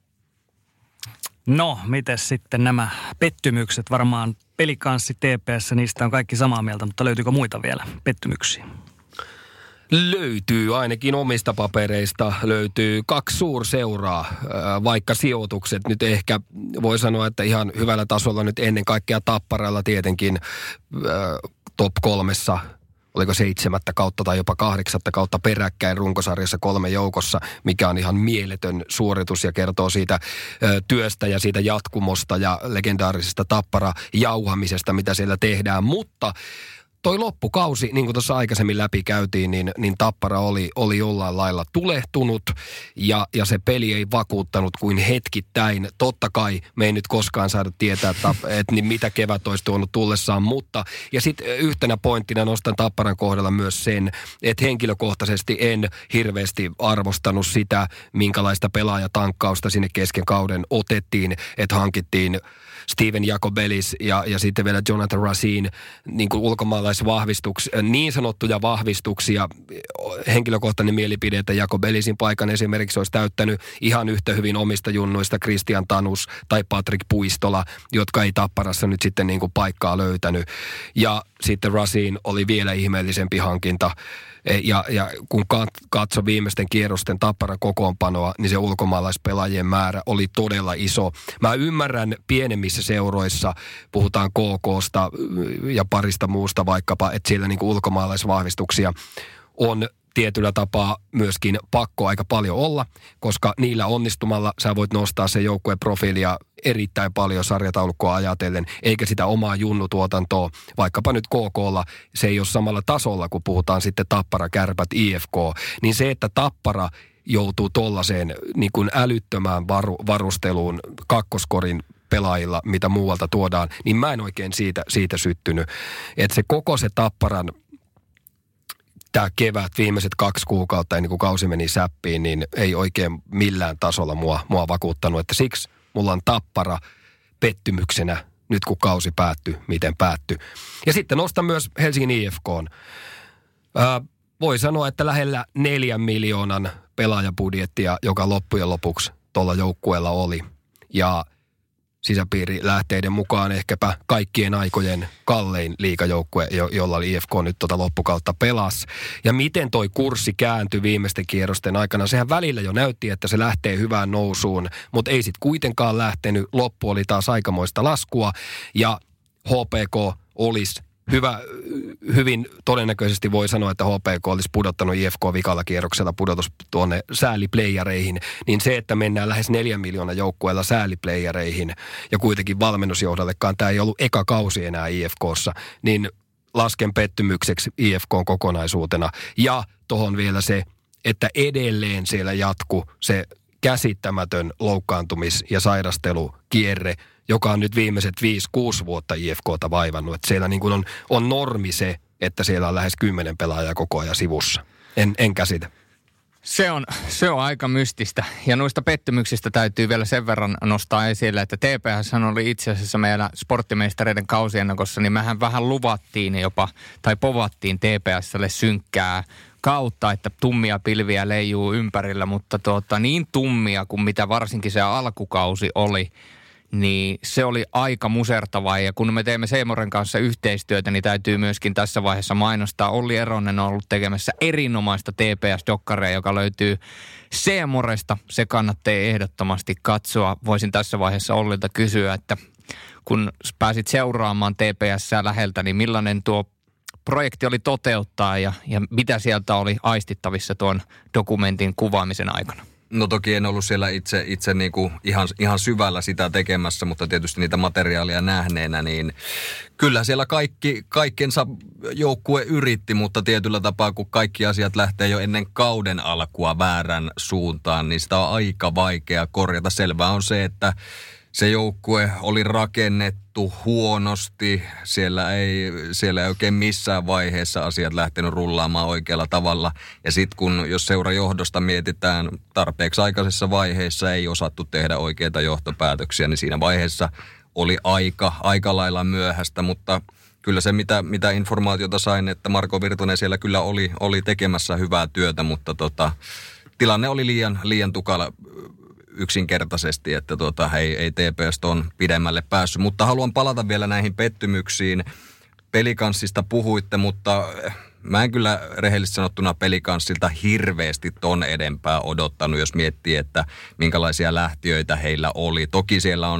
No, mites sitten nämä pettymykset? Varmaan Pelikanssi, TPS, niistä on kaikki samaa mieltä, mutta löytyykö muita vielä pettymyksiä? Löytyy, ainakin omista papereista löytyy 2 suurseuraa, vaikka sijoitukset nyt ehkä voi sanoa, että ihan hyvällä tasolla nyt ennen kaikkea Tapparalla tietenkin top 3 oliko 7. kautta tai jopa 8. kautta peräkkäin runkosarjassa 3 joukossa, mikä on ihan mieletön suoritus ja kertoo siitä työstä ja siitä jatkumosta ja legendaarisesta Tappara-jauhamisesta, mitä siellä tehdään. Mutta toi loppukausi, niin kuin tuossa aikaisemmin läpi käytiin, niin Tappara oli jollain lailla tulehtunut ja se peli ei vakuuttanut kuin hetkittäin. Totta kai me ei nyt koskaan saada tietää, että niin mitä kevät olisi tuonut tullessaan, mutta ja sitten yhtenä pointtina nostan Tapparan kohdalla myös sen, että henkilökohtaisesti en hirveästi arvostanut sitä, minkälaista pelaajatankkausta sinne kesken kauden otettiin, että hankittiin Steven Jacobelis ja sitten vielä Jonathan Racine niin kuin ulkomaalaisvahvistuksia, niin sanottuja vahvistuksia. Henkilökohtainen mielipide, että Jacobelisin paikan esimerkiksi olisi täyttänyt ihan yhtä hyvin omista junnuista Christian Tanus tai Patrick Puistola, jotka ei Tapparassa nyt sitten niin kuin paikkaa löytänyt. Ja sitten Racine oli vielä ihmeellisempi hankinta. Ja kun katso viimeisten kierrosten Tapparan kokoonpanoa, niin se ulkomaalaispelaajien määrä oli todella iso. Mä ymmärrän pienemmissä seuroissa, puhutaan KK:sta ja parista muusta vaikkapa, että siellä niinku ulkomaalaisvahvistuksia on tietyllä tapaa myöskin pakko aika paljon olla, koska niillä onnistumalla sä voit nostaa sen joukkueen profiilia erittäin paljon sarjataulukkoa ajatellen, eikä sitä omaa junnutuotantoa, vaikkapa nyt KK:lla se ei ole samalla tasolla, kun puhutaan sitten Tappara, Kärpät, IFK, niin se, että Tappara joutuu tollaiseen niin kuin älyttömään varusteluun kakkoskorin pelaajilla, mitä muualta tuodaan, niin mä en oikein siitä syttynyt. Että se koko se Tapparan tämä kevät, viimeiset 2 kuukautta ennen kuin kausi meni säppiin, niin ei oikein millään tasolla mua vakuuttanut. Että siksi mulla on Tappara pettymyksenä nyt kun kausi päättyi, miten päättyi. Ja sitten nostan myös Helsingin IFK:n. Voi sanoa, että lähellä 4 miljoonan pelaajabudjettia, joka loppujen lopuksi tuolla joukkueella oli. Ja sisäpiirilähteiden mukaan ehkäpä kaikkien aikojen kallein liigajoukkue, jolla IFK nyt loppukautta pelasi. Ja miten toi kurssi kääntyi viimeisten kierrosten aikana? Sehän välillä jo näytti, että se lähtee hyvään nousuun, mutta ei sitten kuitenkaan lähtenyt. Loppu oli taas aikamoista laskua ja HPK olisi hyvin todennäköisesti voi sanoa, että HPK olisi pudottanut IFK vikalla kierroksella pudotus tuonne sääliplayereihin, niin se, että mennään lähes 4 miljoonaa joukkueella sääliplayereihin ja kuitenkin valmennusjohdollekaan tämä ei ollut eka kausi enää IFK:ssa, niin lasken pettymykseksi IFK:n kokonaisuutena. Ja tohon vielä se, että edelleen siellä jatkuu se käsittämätön loukkaantumis- ja sairastelukierre, joka on nyt viimeiset 5-6 vuotta IFK:ta vaivannut. Että siellä niin kuin on normi se, että siellä on lähes 10 pelaajaa koko ajan sivussa. En käsitä. Se on aika mystistä. Ja noista pettymyksistä täytyy vielä sen verran nostaa esille, että TPS oli itse asiassa meillä sporttimeistereiden kausiennakossa, niin mehän vähän luvattiin jopa, tai povattiin TPS:lle synkkää kautta, että tummia pilviä leijuu ympärillä, mutta niin tummia kuin mitä varsinkin se alkukausi oli, niin se oli aika musertavaa. Ja kun me teemme Seemoren kanssa yhteistyötä, niin täytyy myöskin tässä vaiheessa mainostaa. Olli Eronen on ollut tekemässä erinomaista TPS-dokkaria, joka löytyy Seemoresta. Se kannattaa ehdottomasti katsoa. Voisin tässä vaiheessa Ollilta kysyä, että kun pääsit seuraamaan TPS:ää läheltä, niin millainen tuo projekti oli toteuttaa ja mitä sieltä oli aistittavissa tuon dokumentin kuvaamisen aikana? No toki en ollut siellä itse niinku ihan syvällä sitä tekemässä, mutta tietysti niitä materiaalia nähneenä, niin kyllä siellä kaikkensa joukkue yritti, mutta tietyllä tapaa, kun kaikki asiat lähtee jo ennen kauden alkua väärän suuntaan, niin sitä on aika vaikea korjata. Selvää on se, että se joukkue oli rakennettu huonosti, siellä ei oikein missään vaiheessa asiat lähtenyt rullaamaan oikealla tavalla. Ja sitten jos seurajohdosta mietitään tarpeeksi aikaisessa vaiheessa, ei osattu tehdä oikeita johtopäätöksiä, niin siinä vaiheessa oli aika lailla myöhäistä, mutta kyllä se mitä informaatiota sain, että Marko Virtanen siellä kyllä oli tekemässä hyvää työtä, mutta tilanne oli liian tukala yksinkertaisesti, että ei TPS on pidemmälle päässyt. Mutta haluan palata vielä näihin pettymyksiin. Pelikanssista puhuitte, mutta mä en kyllä rehellisesti sanottuna Pelikanssilta hirveästi ton edempää odottanut, jos miettii, että minkälaisia lähtiöitä heillä oli. Toki siellä on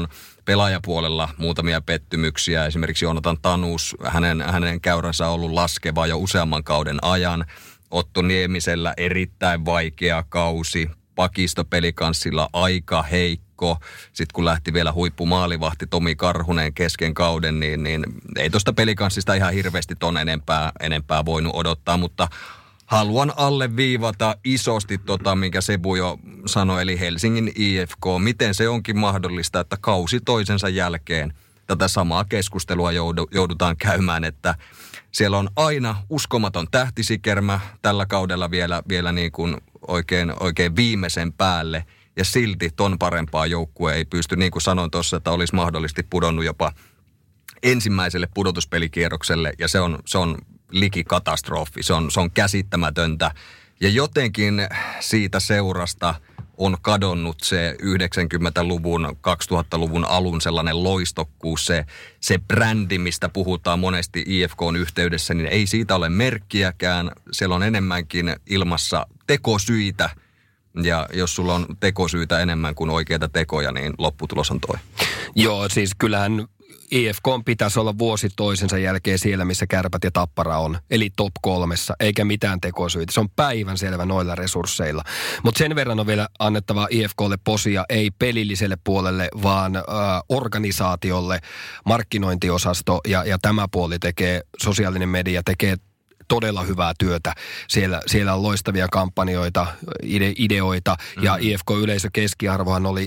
pelaajapuolella muutamia pettymyksiä. Esimerkiksi Joonatan Tanus, hänen käyränsä on ollut laskeva jo useamman kauden ajan. Otto Niemisellä erittäin vaikea kausi. Pakisto Pelikanssilla aika heikko. Sitten kun lähti vielä huippumaalivahti Tomi Karhunen kesken kauden, niin ei tuosta Pelikanssista ihan hirveästi ton enempää voinut odottaa, mutta haluan alleviivata isosti minkä Sebu jo sanoi, eli Helsingin IFK. Miten se onkin mahdollista, että kausi toisensa jälkeen tätä samaa keskustelua joudutaan käymään, että siellä on aina uskomaton tähtisikermä tällä kaudella vielä niin kuin oikein viimeisen päälle. Ja silti ton parempaa joukkue ei pysty, niin kuin sanoin tuossa, että olisi mahdollisesti pudonnut jopa ensimmäiselle pudotuspelikierrokselle. Ja se on likikatastrofi, se on käsittämätöntä. Ja jotenkin siitä seurasta on kadonnut se 90-luvun, 2000-luvun alun sellainen loistokkuus, se brändi, mistä puhutaan monesti IFK:n yhteydessä, niin ei siitä ole merkkiäkään. Siellä on enemmänkin ilmassa tekosyitä, ja jos sulla on tekosyitä enemmän kuin oikeita tekoja, niin lopputulos on toi. Joo, siis kyllähän IFK pitäisi olla vuosi toisensa jälkeen siellä, missä Kärpät ja Tappara on. Eli top 3, eikä mitään tekosyitä. Se on päivänselvä noilla resursseilla. Mutta sen verran on vielä annettava IFKlle posia, ei pelilliselle puolelle, vaan organisaatiolle, markkinointiosasto ja tämä puoli tekee, sosiaalinen media tekee todella hyvää työtä. Siellä on loistavia kampanjoita, ideoita ja IFK-yleisökeskiarvohan oli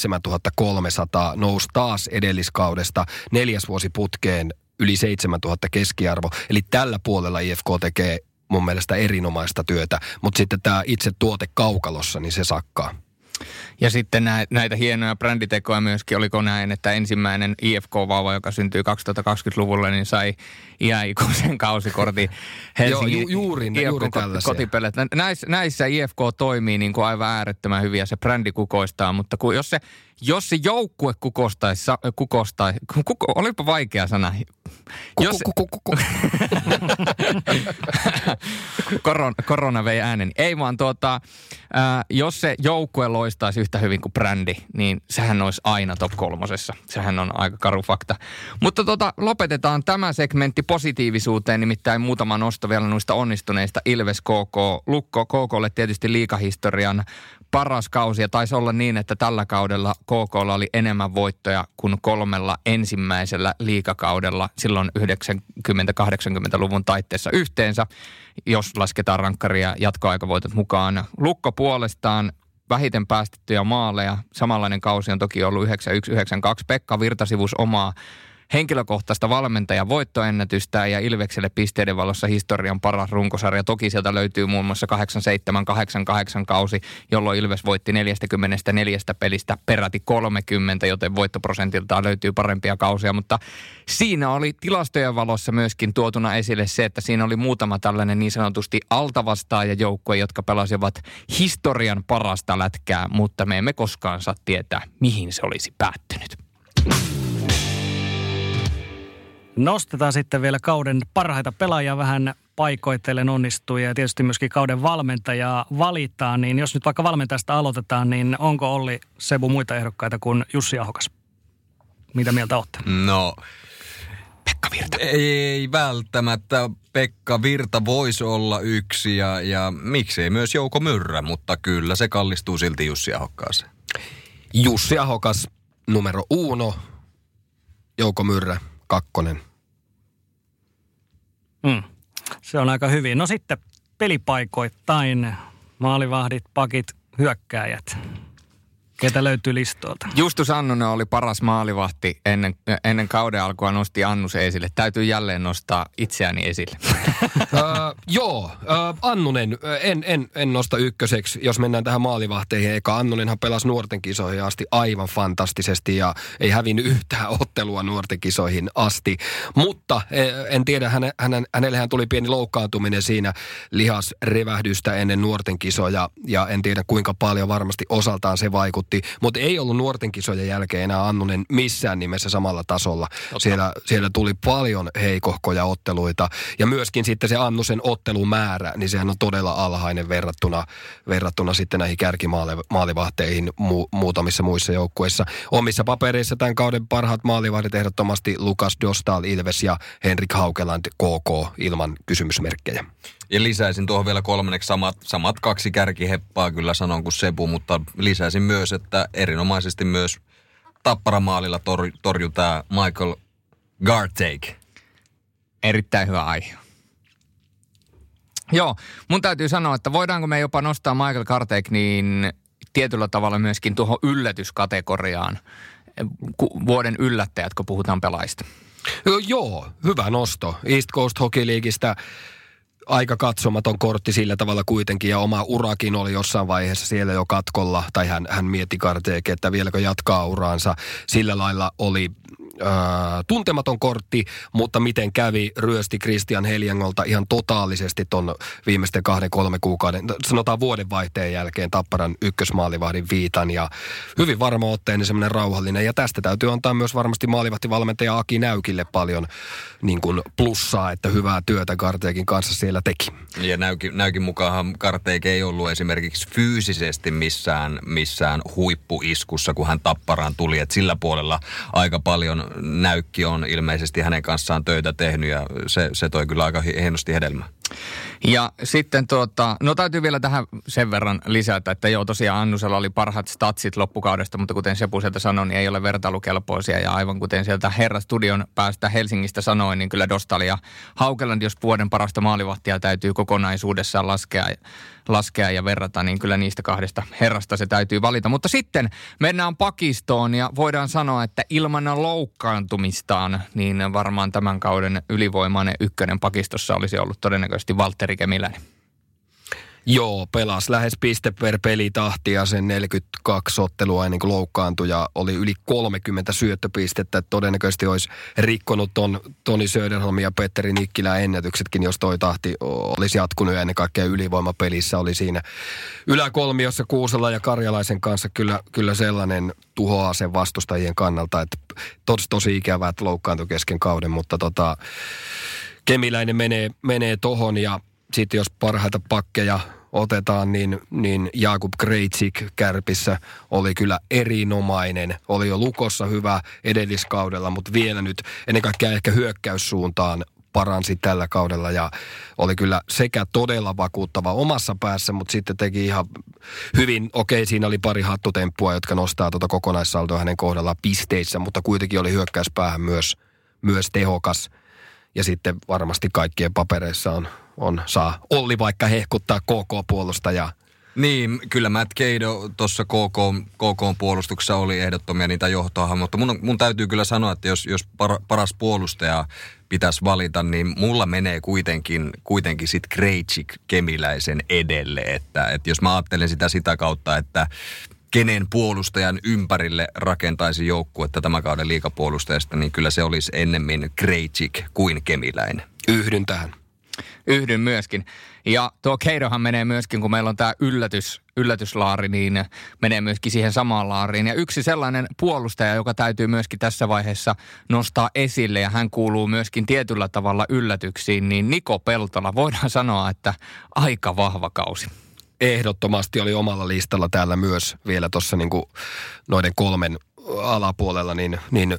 7300, nousi taas edelliskaudesta 4. vuosi putkeen yli 7000 keskiarvo. Eli tällä puolella IFK tekee mun mielestä erinomaista työtä, mutta sitten tämä itse tuote kaukalossa, niin se sakkaa. Ja sitten näitä hienoja bränditekoja myöskin, oliko näin, että ensimmäinen IFK-vauva, joka syntyi 2020-luvulla, niin sai iäikuisen kausikortin Helsingin juuri kotipelit. Näissä IFK toimii niin kuin aivan äärettömän hyvin ja se brändi kukoistaa, mutta jos se joukkue kukostaisi, olipa vaikea sana. Korona vei ääneni. Ei vaan jos se joukkue loistaisi yhtä hyvin kuin brändi, niin sehän olisi aina top 3. Sehän on aika karu fakta. Mutta lopetetaan tämä segmentti positiivisuuteen, nimittäin muutama nosto vielä noista onnistuneista Ilves KK. Lukko KKlle tietysti liigahistorian paras kausi ja taisi olla niin, että tällä kaudella KKlla oli enemmän voittoja kuin 3 ensimmäisellä liigakaudella silloin 90-80-luvun taitteessa yhteensä, jos lasketaan rankkaria jatkoaikavoitot mukaan. Lukko puolestaan vähiten päästettyjä maaleja. Samanlainen kausi on toki ollut 91-92. Pekka Virta sivusi omaa henkilökohtaista valmentajan voittoennätystä ja Ilvekselle pisteiden valossa historian paras runkosarja. Toki sieltä löytyy muun muassa 87-88 kausi, jolloin Ilves voitti 44 pelistä peräti 30, joten voittoprosentiltaan löytyy parempia kausia. Mutta siinä oli tilastojen valossa myöskin tuotuna esille se, että siinä oli muutama tällainen niin sanotusti altavastaajajoukkue, jotka pelasivat historian parasta lätkää, mutta me emme koskaan saa tietää, mihin se olisi päättynyt. Nostetaan sitten vielä kauden parhaita pelaajia vähän paikoitellen onnistujia ja tietysti myöskin kauden valmentajaa valitaan. Niin jos nyt vaikka valmentajasta aloitetaan, niin onko Olli Sebu muita ehdokkaita kuin Jussi Ahokas? Mitä mieltä olette? No, Pekka Virta. Ei välttämättä. Pekka Virta voisi olla yksi ja miksei myös Jouko Myrrä, mutta kyllä se kallistuu silti Jussi Ahokkaaseen. Jussi Ahokas numero 1, Jouko Myrrä 2. Se on aika hyvin. No sitten pelipaikoittain maalivahdit, pakit, hyökkääjät. Ketä löytyy listoilta? Justus Annunen oli paras maalivahti ennen kauden alkua, nosti Annus esille. Täytyy jälleen nostaa itseäni esille. Annunen en nosta ykköseksi, jos mennään tähän maalivahteihin. Eikä Annunenhan pelasi nuorten kisoihin asti aivan fantastisesti ja ei hävinnyt yhtään ottelua nuorten kisoihin asti. Mutta en tiedä, hänellähän tuli pieni loukkaantuminen siinä lihasrevähdystä ennen nuorten kisoja ja en tiedä kuinka paljon varmasti osaltaan se vaikutti. vaikutti, mutta ei ollut nuorten kisojen jälkeen enää Annunen missään nimessä samalla tasolla. Siellä tuli paljon heikohkoja otteluita ja myöskin sitten se Annusen ottelumäärä, niin sehän on todella alhainen verrattuna sitten näihin kärkimaalivahteihin muutamissa muissa joukkueissa. Omissa papereissa tämän kauden parhaat maalivahdit ehdottomasti Lukas Dostal, Ilves ja Henrik Haukeland, KK, ilman kysymysmerkkejä. Ja lisäisin tuohon vielä kolmanneksi samat 2 kärkiheppaa, kyllä sanon kuin Sebu, mutta lisäisin myös, että erinomaisesti myös Tapparamaalilla torjui tämä Michael Garteig. Erittäin hyvä aihe. Joo, mun täytyy sanoa, että voidaanko me jopa nostaa Michael Garteig niin tietyllä tavalla myöskin tuohon yllätyskategoriaan. Vuoden yllättäjät, kun puhutaan pelaajista. Joo, hyvä nosto. East Coast Hockey Leagueistä aika katsomaton kortti sillä tavalla kuitenkin, ja oma urakin oli jossain vaiheessa siellä jo katkolla, tai hän mietti Garteig, että vieläkö jatkaa uraansa. Sillä lailla oli tuntematon kortti, mutta miten kävi, ryösti Christian Heliangolta ihan totaalisesti ton viimeisten 2-3 kuukauden, sanotaan vuodenvaihteen jälkeen Tapparan ykkösmaalivahdin viitan, ja hyvin varma otteinen, semmoinen rauhallinen, ja tästä täytyy antaa myös varmasti maalivahtivalmentaja Aki Näykille paljon niin kuin plussaa, että hyvää työtä Garteigin kanssa siellä teki. Ja Näykin mukaan Garteig ei ollut esimerkiksi fyysisesti missään huippuiskussa, kun hän Tapparaan tuli, että sillä puolella aika paljon Näykki on ilmeisesti hänen kanssaan töitä tehnyt, ja se toi kyllä aika hienosti hedelmää. Ja sitten no täytyy vielä tähän sen verran lisätä, että joo, tosiaan Annusella oli parhaat statsit loppukaudesta, mutta kuten Sepu sieltä sanoi, niin ei ole vertailukelpoisia, ja aivan kuten sieltä Herra-studion päästä Helsingistä sanoi, niin kyllä Dostal ja Haukeland, jos vuoden parasta maalivahtia täytyy kokonaisuudessaan laskea ja verrata, niin kyllä niistä 2 herrasta se täytyy valita. Mutta sitten mennään pakistoon, ja voidaan sanoa, että ilman loukkaantumistaan, niin varmaan tämän kauden ylivoimainen ykkönen pakistossa olisi ollut todennäköisesti Valtteri Kemiläinen. Joo, pelasi lähes piste per pelitahtia sen 42 ottelua ennen kuin loukkaantui, ja oli yli 30 syöttöpistettä. Todennäköisesti olisi rikkonut ton Toni Söderholm ja Petteri Nikkilän ennätyksetkin, jos toi tahti olisi jatkunut, ja ennen kaikkea ylivoimapelissä oli siinä yläkolmiossa Kuusela ja Karjalaisen kanssa kyllä sellainen tuhoaa sen vastustajien kannalta, että tosi ikävää, että loukkaantui kesken kauden, mutta Kemiläinen menee tohon, ja sitten jos parhaita pakkeja otetaan, niin Jakub Krejcik Kärpissä oli kyllä erinomainen. Oli jo Lukossa hyvä edelliskaudella, mutta vielä nyt ennen kaikkea ehkä hyökkäyssuuntaan paransi tällä kaudella, ja oli kyllä sekä todella vakuuttava omassa päässä, mutta sitten teki ihan hyvin, siinä oli pari hattutemppua, jotka nostaa kokonaissaldoa hänen kohdallaan pisteissä, mutta kuitenkin oli hyökkäyspäähän myös tehokas. Ja sitten varmasti kaikkien papereissa saa Olli vaikka hehkuttaa KK-puolustajaa. Niin, kyllä Matt Keido tuossa KK-puolustuksessa oli ehdottomia niitä johtoa, mutta mun täytyy kyllä sanoa, että jos paras puolustaja pitäisi valita, niin mulla menee kuitenkin sit Krejcik Kemiläisen edelle, että jos mä ajattelen sitä kautta, että kenen puolustajan ympärille rakentaisi joukkuetta tämän kauden liigapuolustajasta, niin kyllä se olisi ennemmin Krejcik kuin Kemiläinen. Yhdyn tähän. Yhdyn myöskin. Ja tuo Keidohan menee myöskin, kun meillä on tämä yllätyslaari, niin menee myöskin siihen samaan laariin. Ja yksi sellainen puolustaja, joka täytyy myöskin tässä vaiheessa nostaa esille, ja hän kuuluu myöskin tietyllä tavalla yllätyksiin, niin Niko Peltola. Voidaan sanoa, että aika vahva kausi. Ehdottomasti oli omalla listalla täällä myös vielä tuossa niinku noiden 3 alapuolella, niin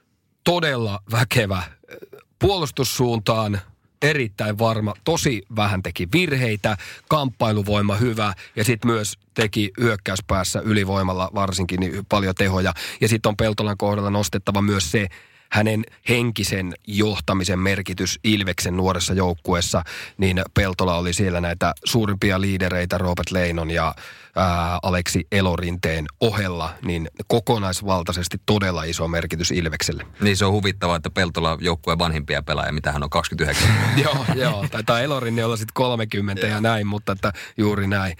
todella väkevä puolustussuuntaan, erittäin varma, tosi vähän teki virheitä, kamppailuvoima hyvä, ja sitten myös teki hyökkäyspäässä ylivoimalla varsinkin niin paljon tehoja. Ja sitten on Peltolan kohdalla nostettava myös se, hänen henkisen johtamisen merkitys Ilveksen nuoressa joukkueessa, niin Peltola oli siellä näitä suurimpia liidereitä Robert Leinon ja Aleksi Elorinteen ohella, niin kokonaisvaltaisesti todella iso merkitys Ilvekselle. Niin se on huvittavaa, että Peltola joukkueen vanhimpia pelaajia, mitä hän on 29. Joo, taitaa Elorinne olla sitten 30 ja näin, mutta että juuri näin.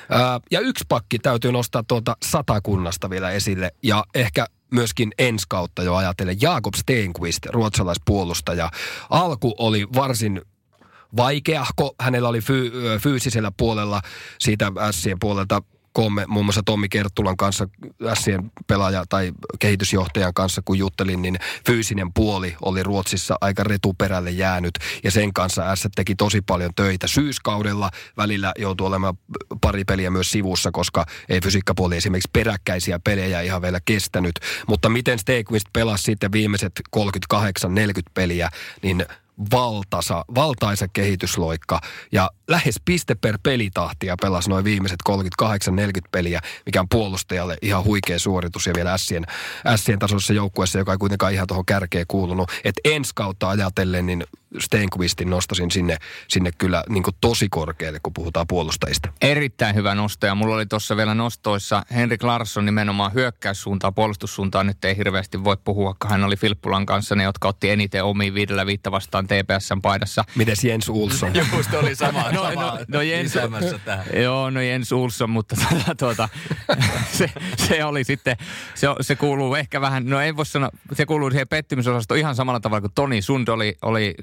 Ja yksi pakki täytyy nostaa tuolta Satakunnasta vielä esille, ja ehkä myöskin ensi kautta jo ajatellen. Jakob Stenqvist, ruotsalaispuolustaja. Alku oli varsin vaikeahko. Hänellä oli fyysisellä puolella, siitä ässien puolelta muun muassa Tommi Kerttulan kanssa, Ässien pelaaja tai kehitysjohtajan kanssa, kun juttelin, niin fyysinen puoli oli Ruotsissa aika retuperälle jäänyt, ja sen kanssa Ässät teki tosi paljon töitä. Syyskaudella välillä joutui olemaan pari peliä myös sivussa, koska ei fysiikkapuoli esimerkiksi peräkkäisiä pelejä ihan vielä kestänyt. Mutta miten Stegqvist pelasi sitten viimeiset 38-40 peliä, niin valtaisa kehitysloikka ja lähes piste per pelitahtia pelasi noin viimeiset 38-40 peliä, mikä on puolustajalle ihan huikea suoritus ja vielä Ässien tasoisessa joukkueessa, joka ei kuitenkaan ihan tuohon kärkeen kuulunut. Et ensi kautta ajatellen, niin Stenqvistin nostasin sinne kyllä niin kuin tosi korkealle, kun puhutaan puolustajista. Erittäin hyvä nosto, ja mulla oli tuossa vielä nostoissa Henrik Larsson nimenomaan hyökkäyssuuntaan, puolustussuuntaan nyt ei hirveästi voi puhua, kun hän oli Filppulan kanssa ne, jotka otti eniten omiin 5-5 vastaan TPS:n paidassa. Mites Jens Olsson? Just oli sama Jens, lisämässä tähän. Joo, Jens Olsson, mutta se oli sitten, se kuuluu ehkä vähän, no ei voi sanoa, se kuuluu siihen pettymysosastoon ihan samalla tavalla kuin Toni Sund oli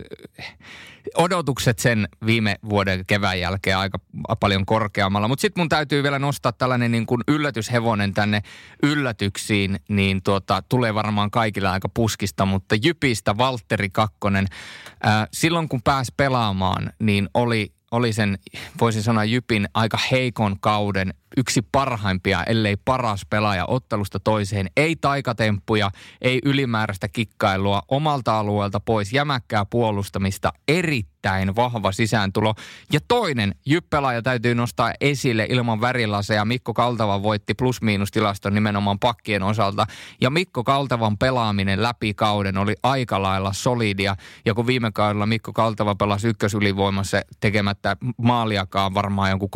odotukset sen viime vuoden kevään jälkeen aika paljon korkeammalla. Mutta sitten mun täytyy vielä nostaa tällainen niin kuin yllätyshevonen tänne yllätyksiin, niin tulee varmaan kaikille aika puskista, mutta Jypistä Valtteri Kakkonen. Silloin kun pääsi pelaamaan, niin oli sen, voisin sanoa Jypin aika heikon kauden yksi parhaimpia, ellei paras pelaaja ottelusta toiseen. Ei taikatemppuja, ei ylimääräistä kikkailua, omalta alueelta pois, jämäkkää puolustamista, erittäin vahva sisääntulo. Ja toinen Jyp-pelaaja täytyy nostaa esille ilman värilaseja. Mikko Kaltava voitti plus-miinustilaston nimenomaan pakkien osalta. Ja Mikko Kaltavan pelaaminen läpi kauden oli aika lailla solidia. Ja kun viime kaudella Mikko Kaltava pelasi ykkösylivoimassa tekemättä maaliakaan varmaan jonkun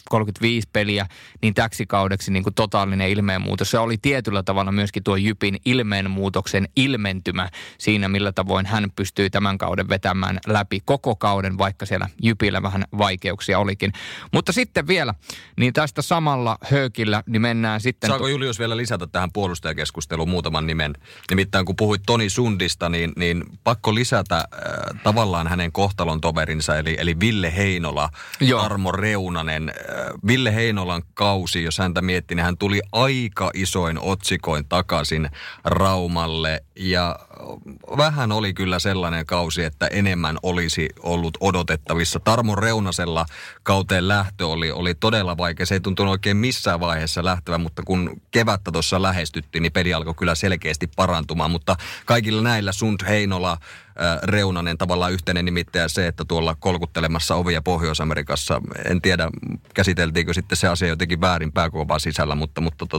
35 peliä, niin täksi kaudeksi niin kuin totaalinen ilmeenmuutos. Se oli tietyllä tavalla myöskin tuo Jypin ilmeenmuutoksen ilmentymä siinä, millä tavoin hän pystyy tämän kauden vetämään läpi koko kauden, vaikka siellä Jypillä vähän vaikeuksia olikin. Mutta sitten vielä, niin tästä samalla höökillä, niin mennään sitten... Saako Julius vielä lisätä tähän puolustajakeskusteluun muutaman nimen? Nimittäin kun puhuit Toni Sundista, niin pakko lisätä tavallaan hänen kohtalon toverinsa, eli Ville Heinola, Armo Reunanen. Ville Heinolan kausi, jos häntä miettii, niin hän tuli aika isoin otsikoin takaisin Raumalle ja vähän oli kyllä sellainen kausi, että enemmän olisi ollut odotettavissa. Tarmo Reunasella kauteen lähtö oli todella vaikea. Se ei tuntunut oikein missään vaiheessa lähtevän, mutta kun kevättä tuossa lähestyttiin, niin peli alkoi kyllä selkeästi parantumaan. Mutta kaikilla näillä Sund, Heinola, Reunanen tavallaan yhteinen nimittäjä se, että tuolla kolkuttelemassa ovia Pohjois-Amerikassa, en tiedä käsiteltiinkö sitten se asia jotenkin väärin pääkoopaa sisällä, mutta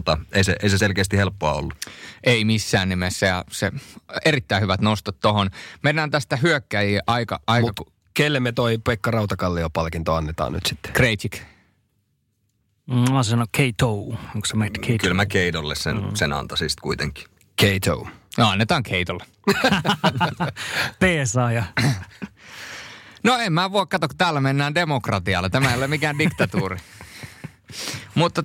ei se selkeästi helppoa ollut. Ei missään nimessä ja se erittäin hyvät nostot tohon. Mennään tästä hyökkäjiä aika... Kelle me toi Pekka Rautakallio-palkinto annetaan nyt sitten? Krejcik. Mä sanon Keito. Onko se meitä Keito? Kyllä mä Keidolle sen antaisin kuitenkin. Keito. No annetaan Keitolle. Peesaaja. No en mä voi katsoa, kun täällä mennään demokratialla. Tämä ei ole mikään diktatuuri. Mutta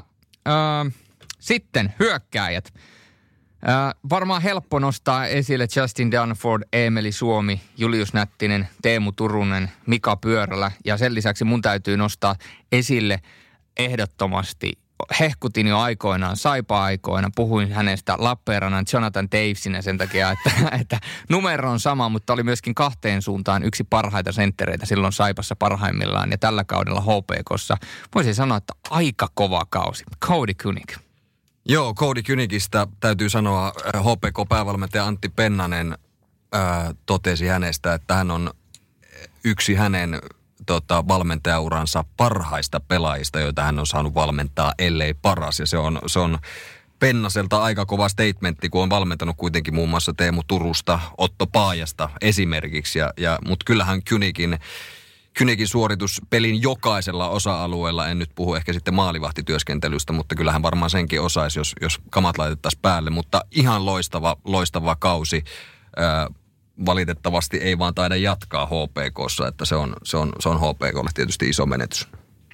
sitten hyökkääjät. Varmaan helppo nostaa esille Justin Dunford, Eemeli Suomi, Julius Nättinen, Teemu Turunen, Mika Pyörälä. Ja sen lisäksi mun täytyy nostaa esille ehdottomasti, hehkutin jo aikoinaan, Saipa-aikoina, puhuin hänestä Lappeenrannan Jonathan Davesinä sen takia, että numero on sama, mutta oli myöskin kahteen suuntaan yksi parhaita senttereitä silloin Saipassa parhaimmillaan ja tällä kaudella HPK:ssa. Voisin sanoa, että aika kova kausi. Cody Kunig. Joo, Cody Kunigista täytyy sanoa, HPK-päävalmentaja Antti Pennanen totesi hänestä, että hän on yksi hänen valmentajauransa parhaista pelaajista, joita hän on saanut valmentaa, ellei paras. Ja se on Pennaselta aika kova statementti, kun on valmentanut kuitenkin muun muassa Teemu Turusta, Otto Paajasta esimerkiksi. Mutta kyllähän Kynigin suoritus pelin jokaisella osa-alueella, en nyt puhu ehkä sitten maalivahtityöskentelystä, mutta kyllähän varmaan senkin osaisi, jos kamat laitettaisiin päälle. Mutta ihan loistava kausi. Valitettavasti ei vaan taida jatkaa HPK:ssa, että se on HPK:lle tietysti iso menetys.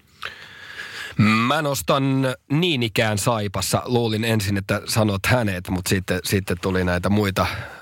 Mä nostan niin ikään Saipassa. Luulin ensin, että sanot hänet, mutta sitten tuli näitä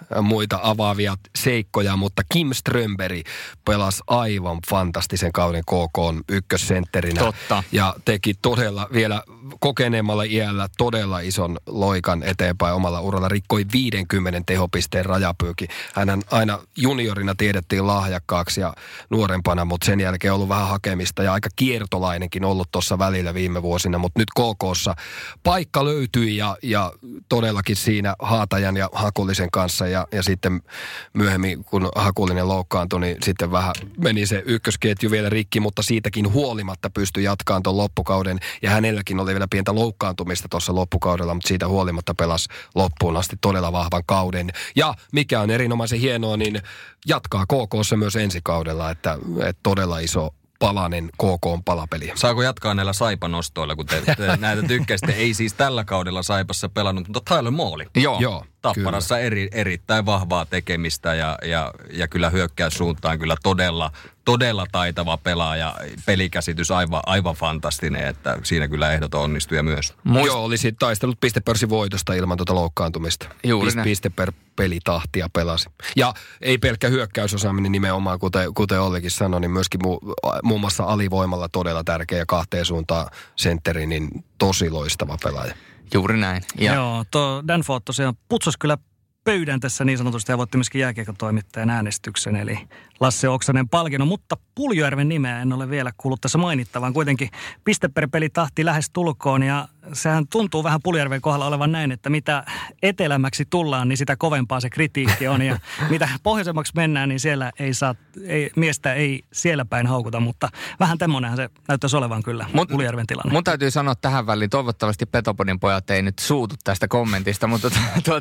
muita avaavia seikkoja, mutta Kim Strömberg pelasi aivan fantastisen kauden KK:n ykkössentterinä. Totta. Ja teki todella vielä kokeneemmalla iällä todella ison loikan eteenpäin omalla uralla. Rikkoi 50 tehopisteen rajapyyki. Hänhän aina juniorina tiedettiin lahjakkaaksi ja nuorempana, mutta sen jälkeen on ollut vähän hakemista ja aika kiertolainenkin ollut tuossa välillä viime vuosina. Mutta nyt KK:ssa paikka löytyi ja todellakin siinä Haatajan ja Hakulisen kanssa ja sitten myöhemmin, kun Hakulinen loukkaantui, niin sitten vähän meni se ykkösketju vielä rikki, mutta siitäkin huolimatta pystyi jatkaan tuon loppukauden ja hänelläkin oli vielä pientä loukkaantumista tuossa loppukaudella, mutta siitä huolimatta pelasi loppuun asti todella vahvan kauden. Ja mikä on erinomaisen hienoa, niin jatkaa KK:ssa myös ensi kaudella, että todella iso palanen KK:n palapeliä. Saako jatkaa näillä Saipa-nostoilla, kun te näitä tykkäsitte? Ei siis tällä kaudella Saipassa pelannut, mutta Tyler Maali. Joo. Tapparassa erittäin vahvaa tekemistä ja kyllä hyökkäyssuuntaan kyllä todella taitava pelaaja. Pelikäsitys aivan fantastinen, että siinä kyllä ehdoton onnistuja myös. Joo, olisi taistellut pistepörssin voitosta ilman tuota loukkaantumista. Piste per pelitahtia pelasi. Ja ei pelkkä hyökkäysosaaminen nimenomaan, kuten Ollikin sanoi, niin myöskin muun muassa alivoimalla todella tärkeä 2 suuntaan sentteri, niin tosi loistava pelaaja. Juuri näin. Ja joo, tuo Danforth tosiaan putsasi kyllä pöydän tässä niin sanotusti ja voitti myöskin jääkiekkotoimittajan äänestyksen, eli Lasse Oksanen palkinnon, mutta Puljujärven nimeä en ole vielä kuullut tässä mainittavan. Kuitenkin piste per pelitahti lähes tulkoon ja sehän tuntuu vähän Puljujärven kohdalla olevan näin, että mitä etelämmäksi tullaan, niin sitä kovempaa se kritiikki on ja mitä pohjoisemmaksi mennään, niin siellä miestä ei siellä päin haukuta, mutta vähän tämmöinenhän se näyttäisi olevan kyllä Puljujärven tilanne. Mun täytyy sanoa tähän väliin, toivottavasti Petopodin pojat ei nyt suutu tästä kommentista, mutta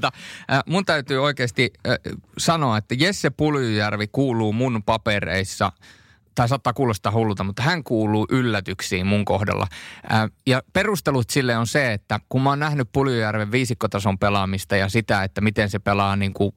mun täytyy oikeasti sanoa, että Jesse Puljujärvi kuuluu mun papereissa, tai saattaa kuulostaa hullulta, mutta hän kuuluu yllätyksiin mun kohdalla. Ja perustelut sille on se, että kun mä oon nähnyt Puljujärven viisikkotason pelaamista ja sitä, että miten se pelaa niin kuin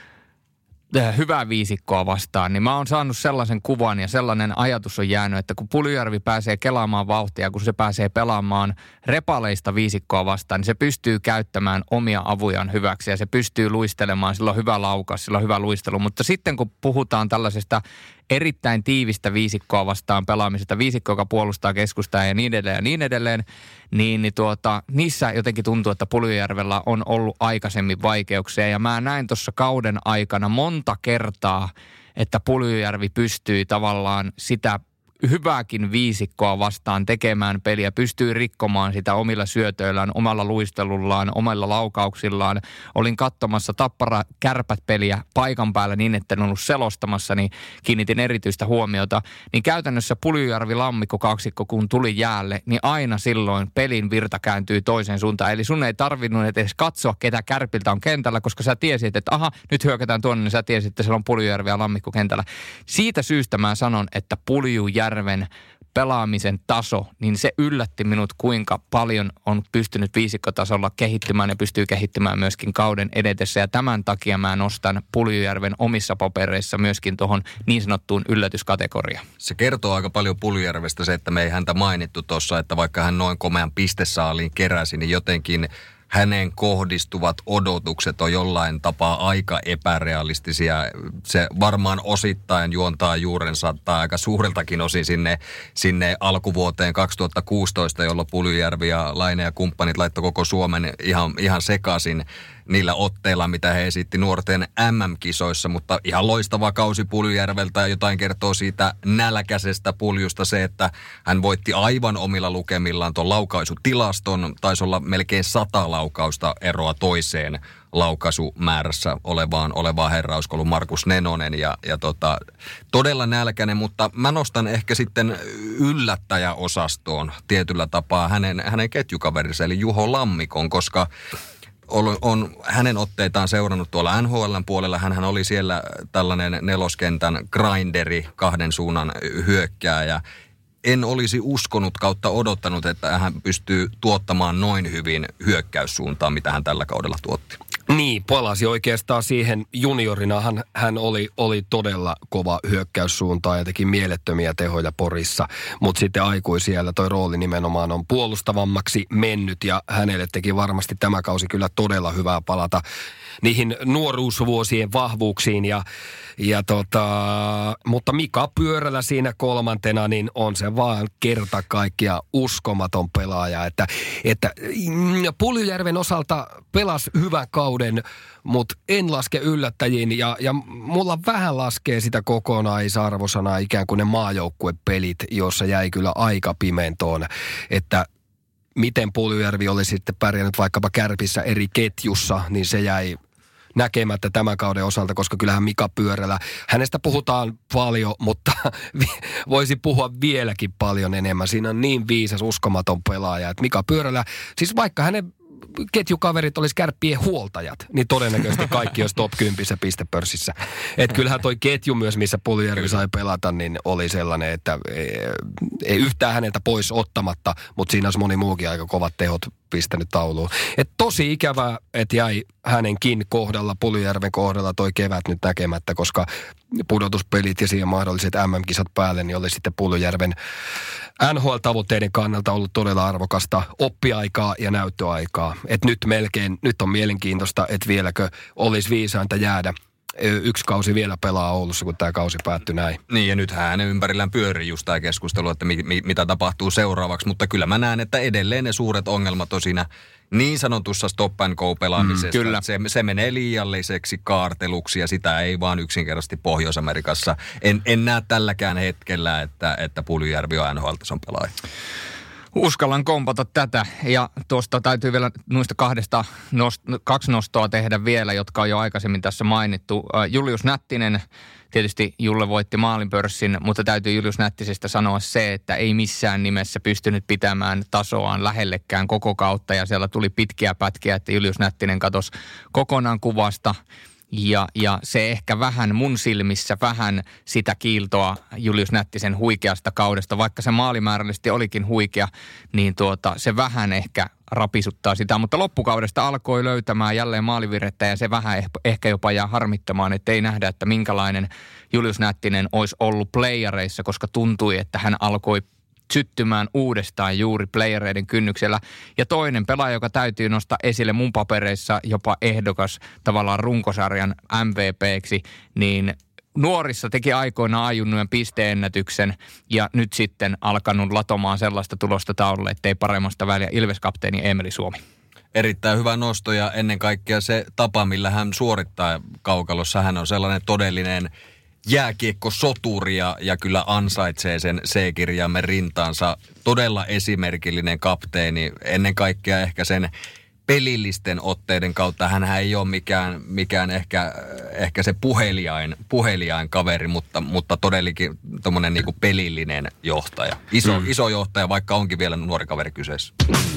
hyvää viisikkoa vastaan, niin mä oon saanut sellaisen kuvan ja sellainen ajatus on jäänyt, että kun Puljujärvi pääsee kelaamaan vauhtia, kun se pääsee pelaamaan repaleista viisikkoa vastaan, niin se pystyy käyttämään omia avujaan hyväksi ja se pystyy luistelemaan, sillä on hyvä laukaus, sillä on hyvä luistelu, mutta sitten kun puhutaan tällaisesta erittäin tiivistä viisikkoa vastaan pelaamisesta, viisikko, joka puolustaa keskustaa ja niin edelleen, niin niissä jotenkin tuntuu, että Puljujärvellä on ollut aikaisemmin vaikeuksia. Ja mä näin tuossa kauden aikana monta kertaa, että Puljujärvi pystyy tavallaan sitä hyvääkin viisikkoa vastaan tekemään peliä, pystyy rikkomaan sitä omilla syötöillään, omalla luistelullaan, omilla laukauksillaan. Olin katsomassa Tappara Kärpät-peliä paikan päällä niin, että en ollut selostamassa, niin kiinnitin erityistä huomiota. Niin käytännössä Puljujärvi-Lammikko kaksikko, kun tuli jäälle, niin aina silloin pelin virta kääntyy toiseen suuntaan. Eli sun ei tarvinnut edes katsoa, ketä Kärpiltä on kentällä, koska sä tiesit, että aha, nyt hyökätään tuonne, niin sä tiesit, että siellä on Puljujärvi ja Lammikko kentällä. Siitä syystä mä sanon, että Puljujärven pelaamisen taso, niin se yllätti minut, kuinka paljon on pystynyt viisikkotasolla kehittymään ja pystyy kehittymään myöskin kauden edetessä. Ja tämän takia mä nostan Puljujärven omissa papereissa myöskin tuohon niin sanottuun yllätyskategoriaan. Se kertoo aika paljon Puljujärvestä se, että me ei häntä mainittu tuossa, että vaikka hän noin komean pistesaaliin keräsi, niin jotenkin hänen kohdistuvat odotukset on jollain tapaa aika epärealistisia. Se varmaan osittain juontaa juurensa tai aika suureltakin osin sinne alkuvuoteen 2016, jolloin Puljujärvi ja Laine ja kumppanit laittoi koko Suomen ihan sekaisin niillä otteilla, mitä he esitti nuorten MM-kisoissa, mutta ihan loistava kausi Puljujärveltä ja jotain kertoo siitä nälkäisestä Puljusta se, että hän voitti aivan omilla lukemillaan tuon laukaisutilaston, taisi olla melkein 100 laukausta eroa toiseen laukaisumäärässä olevaan herrauskoulun Markus Nenonen ja todella nälkäinen, mutta mä nostan ehkä sitten yllättäjäosastoon tietyllä tapaa hänen ketjukaverinsa eli Juho Lammikon, koska on hänen otteitaan seurannut tuolla NHL:n puolella. Hänhän oli siellä tällainen neloskentän grinderi, 2 suunnan hyökkääjä. En olisi uskonut kautta odottanut, että hän pystyy tuottamaan noin hyvin hyökkäyssuuntaan, mitä hän tällä kaudella tuotti. Niin, palasi oikeastaan siihen juniorinahan hän oli todella kova hyökkäyssuuntaan ja teki mielettömiä tehoja Porissa, mutta sitten aikuisiellä toi rooli nimenomaan on puolustavammaksi mennyt ja hänelle teki varmasti tämä kausi kyllä todella hyvää palata niihin nuoruusvuosien vahvuuksiin mutta Mika Pyörälä siinä kolmantena, niin on se vaan kerta kaikkiaan uskomaton pelaaja, että Puljujärven osalta pelasi hyvän kauden, mutta en laske yllättäjiin ja mulla vähän laskee sitä kokonaisarvosanaa ikään kuin ne maajoukkuepelit, jossa jäi kyllä aika pimentoon, että miten Puljujärvi oli sitten pärjännyt vaikkapa Kärpissä eri ketjussa, niin se jäi näkemättä tämän kauden osalta, koska kyllähän Mika Pyörälä, hänestä puhutaan paljon, mutta voisi puhua vieläkin paljon enemmän. Siinä on niin viisas, uskomaton pelaaja, että Mika Pyörälä, siis vaikka hänen ketjukaverit olisi Kärppien huoltajat, niin todennäköisesti kaikki olisi top 10 pistepörssissä. Että kyllähän toi ketju myös, missä Puljujärvi sai pelata, niin oli sellainen, että ei yhtään häneltä pois ottamatta, mutta siinä olisi moni muukin aika kovat tehot pistänyt tauluun. Et tosi ikävää, että jäi hänenkin kohdalla, Puljujärven kohdalla toi kevät nyt näkemättä, koska pudotuspelit ja siihen mahdolliset MM-kisat päälle, niin oli sitten Puljujärven NHL-tavoitteiden kannalta ollut todella arvokasta oppiaikaa ja näyttöaikaa. Et nyt on mielenkiintoista, että vieläkö olisi viisainta jäädä yksi kausi vielä pelaa Oulussa, kun tämä kausi päättyi näin. Niin, ja nythän hänen ympärillään pyörii just tämä keskustelu, että mitä tapahtuu seuraavaksi, mutta kyllä mä näen, että edelleen ne suuret ongelmat on siinä niin sanotussa stop and go -pelaamisesta. Kyllä. Se menee liialliseksi kaarteluksi ja sitä ei vaan yksinkertaisesti Pohjois-Amerikassa. En näe tälläkään hetkellä, että Puljujärvi on NHL-tason pelaaja. Uskallan kompata tätä ja tuosta täytyy vielä noista kaksi nostoa tehdä vielä, jotka on jo aikaisemmin tässä mainittu. Julius Nättinen, tietysti Julle voitti maalinpörssin, mutta täytyy Julius Nättisestä sanoa se, että ei missään nimessä pystynyt pitämään tasoaan lähellekään koko kautta ja siellä tuli pitkiä pätkiä, että Julius Nättinen katosi kokonaan kuvasta. Ja se ehkä vähän mun silmissä vähän sitä kiiltoa Julius Nättisen huikeasta kaudesta, vaikka se maalimäärällisesti olikin huikea, niin se vähän ehkä rapisuttaa sitä. Mutta loppukaudesta alkoi löytämään jälleen maalivirrettä ja se vähän ehkä jopa jää harmittamaan, että ei nähdä, että minkälainen Julius Nättinen olisi ollut playareissa, koska tuntui, että hän alkoi syttymään uudestaan juuri playereiden kynnyksellä. Ja toinen pelaaja, joka täytyy nostaa esille mun papereissa, jopa ehdokas tavallaan runkosarjan MVP:ksi, niin nuorissa teki aikoinaan ajunnujen pisteennätyksen ja nyt sitten alkanut latomaan sellaista tulosta taululle, ettei paremmasta väliä Ilves-kapteeni Eemeli Suomi. Erittäin hyvä nosto ja ennen kaikkea se tapa, millä hän suorittaa kaukalossa. Hän on sellainen todellinen jääkiekkosoturi ja kyllä ansaitsee sen C-kirjaimen rintaansa. Todella esimerkillinen kapteeni, ennen kaikkea ehkä sen pelillisten otteiden kautta. Hänhän ei ole mikään ehkä se puheliain kaveri, mutta todellakin tommonen niinku pelillinen johtaja. Iso johtaja, vaikka onkin vielä nuori kaveri kyseessä.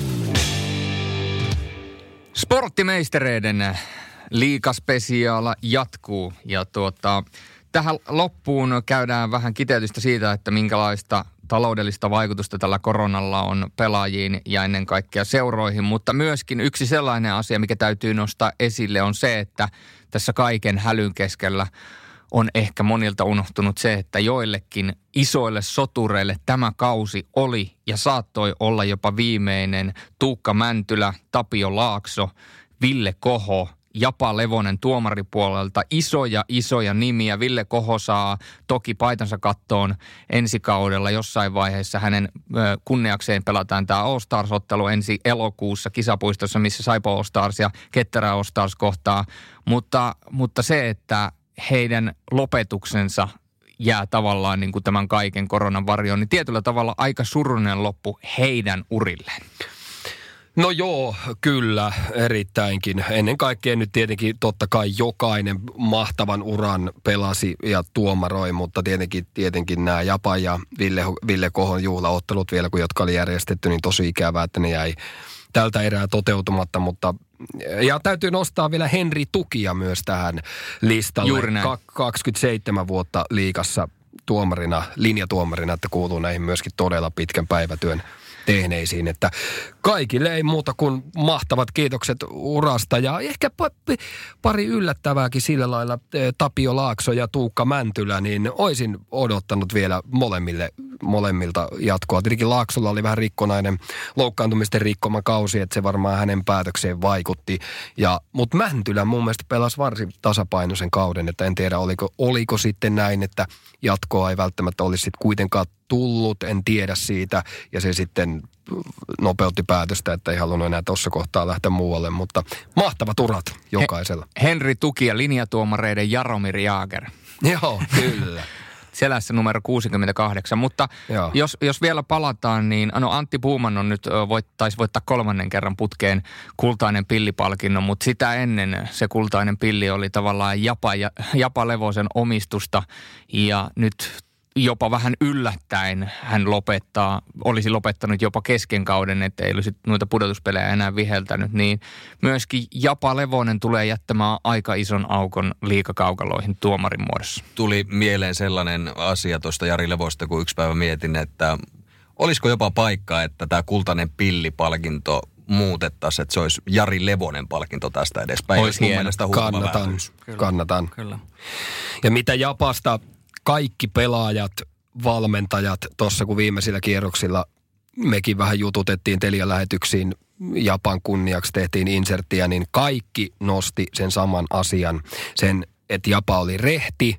Sporttimeistereiden liigaspesiaala jatkuu ja tähän loppuun käydään vähän kiteytystä siitä, että minkälaista taloudellista vaikutusta tällä koronalla on pelaajiin ja ennen kaikkea seuroihin, mutta myöskin yksi sellainen asia, mikä täytyy nostaa esille, on se, että tässä kaiken hälyn keskellä on ehkä monilta unohtunut se, että joillekin isoille sotureille tämä kausi oli ja saattoi olla jopa viimeinen. Tuukka Mäntylä, Tapio Laakso, Ville Koho, Japa Levonen tuomaripuolelta, isoja nimiä. Ville Koho saa toki paitansa kattoon ensi kaudella jossain vaiheessa. Hänen kunniakseen pelataan tämä All-Stars-ottelu ensi elokuussa kisapuistossa, missä Saipa All-Stars ja Ketterä All-Stars kohtaa. Mutta se, että heidän lopetuksensa jää tavallaan niin kuin tämän kaiken koronan varjoon, niin tietyllä tavalla aika surullinen loppu heidän urilleen. No joo, kyllä, erittäinkin. Ennen kaikkea nyt tietenkin totta kai jokainen mahtavan uran pelasi ja tuomaroi, mutta tietenkin nämä Japa ja Ville Kohon juhlaottelut vielä, jotka oli järjestetty, niin tosi ikävää, että ne jäi tältä erää toteutumatta, ja täytyy nostaa vielä Henri Tukia myös tähän listalle. Juuri näin. 27 vuotta liigassa tuomarina, linjatuomarina, että kuuluu näihin myöskin todella pitkän päivätyön tehneisiin. Että kaikille ei muuta kuin mahtavat kiitokset urasta ja ehkä pari yllättävääkin sillä lailla. Tapio Laakso ja Tuukka Mäntylä, niin olisin odottanut vielä molemmilta jatkoa. Tietenkin Laaksolla oli vähän rikkonainen loukkaantumisten rikkoma kausi, että se varmaan hänen päätökseen vaikutti. Mutta Mäntylä mun mielestä pelasi varsin tasapainoisen kauden, että en tiedä oliko sitten näin, että jatkoa ei välttämättä olisi sitten kuitenkaan tullut, en tiedä siitä, ja se sitten nopeutti päätöstä, että ei halunnut enää tuossa kohtaa lähteä muualle, mutta mahtavat urat jokaisella. Henri Tuki ja linjatuomareiden Jaromir Jaager. Joo, kyllä. Selässä numero 68, mutta jos vielä palataan, niin Antti Puuman on nyt taisi voittaa 3. kerran putkeen kultainen pillipalkinnon, mutta sitä ennen se kultainen pilli oli tavallaan Japa Levosen omistusta ja nyt jopa vähän yllättäen hän olisi lopettanut jopa kesken kauden, että ei olisi noita pudotuspelejä enää viheltänyt, niin myöskin Japa Levonen tulee jättämään aika ison aukon liigakaukaloihin tuomarin muodossa. Tuli mieleen sellainen asia tuosta Jari Levosta, kun yksi päivä mietin, että olisiko jopa paikka, että tämä kultainen pillipalkinto muutettaisiin, että se olisi Jari Levonen palkinto tästä edespäin. Olisi hieno. Kannatan. Kyllä. Ja mitä Japasta kaikki pelaajat, valmentajat, tuossa kun viimeisillä kierroksilla mekin vähän jututettiin Telia-lähetyksiin, Japan kunniaksi tehtiin inserttiä, niin kaikki nosti sen saman asian. Sen, että Japa oli rehti,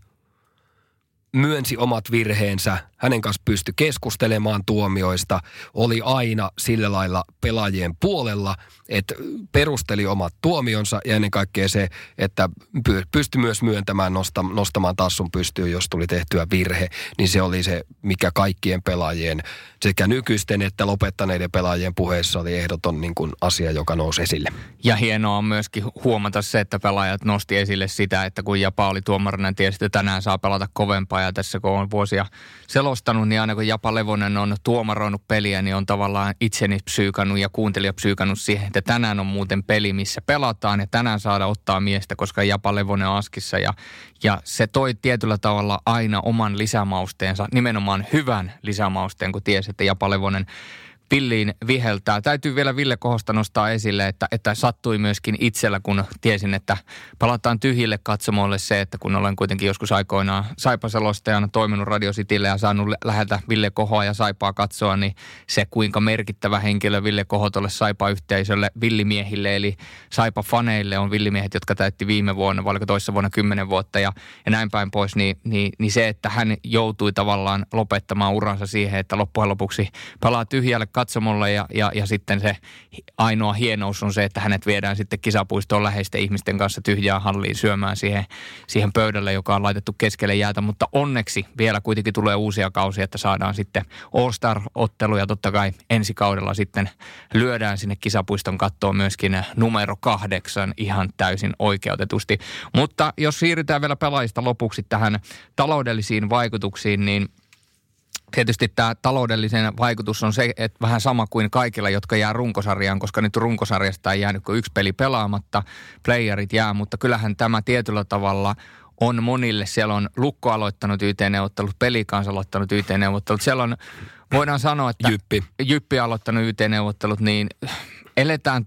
myönsi omat virheensä, hänen kanssa pystyi keskustelemaan tuomioista, oli aina sillä lailla pelaajien puolella, että perusteli omat tuomionsa ja ennen kaikkea se, että pystyi myös myöntämään nostamaan tassun pystyyn, jos tuli tehtyä virhe, niin se oli se, mikä kaikkien pelaajien, sekä nykyisten että lopettaneiden pelaajien puheessa oli ehdoton niin kuin asia, joka nousi esille. Ja hienoa on myöskin huomata se, että pelaajat nosti esille sitä, että kun Japa oli tuomarina, tiesi, että tänään saa pelata kovempaa ja tässä kun on vuosia selostanut, niin aina kun Japa Levonen on tuomaroinut peliä, niin on tavallaan itseni psyykannut ja kuuntelija psyykannut siihen, että tänään on muuten peli, missä pelataan ja tänään saada ottaa miestä, koska Japa Levonen on askissa ja se toi tietyllä tavalla aina oman lisämausteensa, nimenomaan hyvän lisämausteen, kun tiesi, että Japa Levonen pilliin viheltää. Täytyy vielä Ville Kohosta nostaa esille, että sattui myöskin itsellä, kun tiesin, että palataan tyhjille katsomoille se, että kun olen kuitenkin joskus aikoinaan Saipa-selostajana toiminut Radio Citylle ja saanut läheltä Ville Kohoa ja Saipaa katsoa, niin se kuinka merkittävä henkilö Ville Koho tuolle Saipa-yhteisölle, villimiehille eli Saipa-faneille on villimiehet, jotka täytti viime vuonna, vai oliko toissa vuonna 10 vuotta ja näin päin pois, niin se, että hän joutui tavallaan lopettamaan uransa siihen, että loppujen lopuksi palaa tyhjälle katsomolle ja sitten se ainoa hienous on se, että hänet viedään sitten kisapuistoon läheisten ihmisten kanssa tyhjään halliin syömään siihen pöydälle, joka on laitettu keskelle jäätä, mutta onneksi vielä kuitenkin tulee uusia kausia, että saadaan sitten All-Star-ottelu ja totta kai ensi kaudella sitten lyödään sinne kisapuiston kattoon myöskin numero 8 ihan täysin oikeutetusti. Mutta jos siirrytään vielä pelaajista lopuksi tähän taloudellisiin vaikutuksiin, niin tietysti tämä taloudellisen vaikutus on se, että vähän sama kuin kaikilla, jotka jää runkosarjaan, koska nyt runkosarjasta ei jäänyt kuin 1 peli pelaamatta, playerit jää, mutta kyllähän tämä tietyllä tavalla on monille. Siellä on Lukko aloittanut YT-neuvottelut, Pelikans aloittanut YT-neuvottelut, siellä on, voidaan sanoa, että Jyppi aloittanut YT-neuvottelut, niin eletään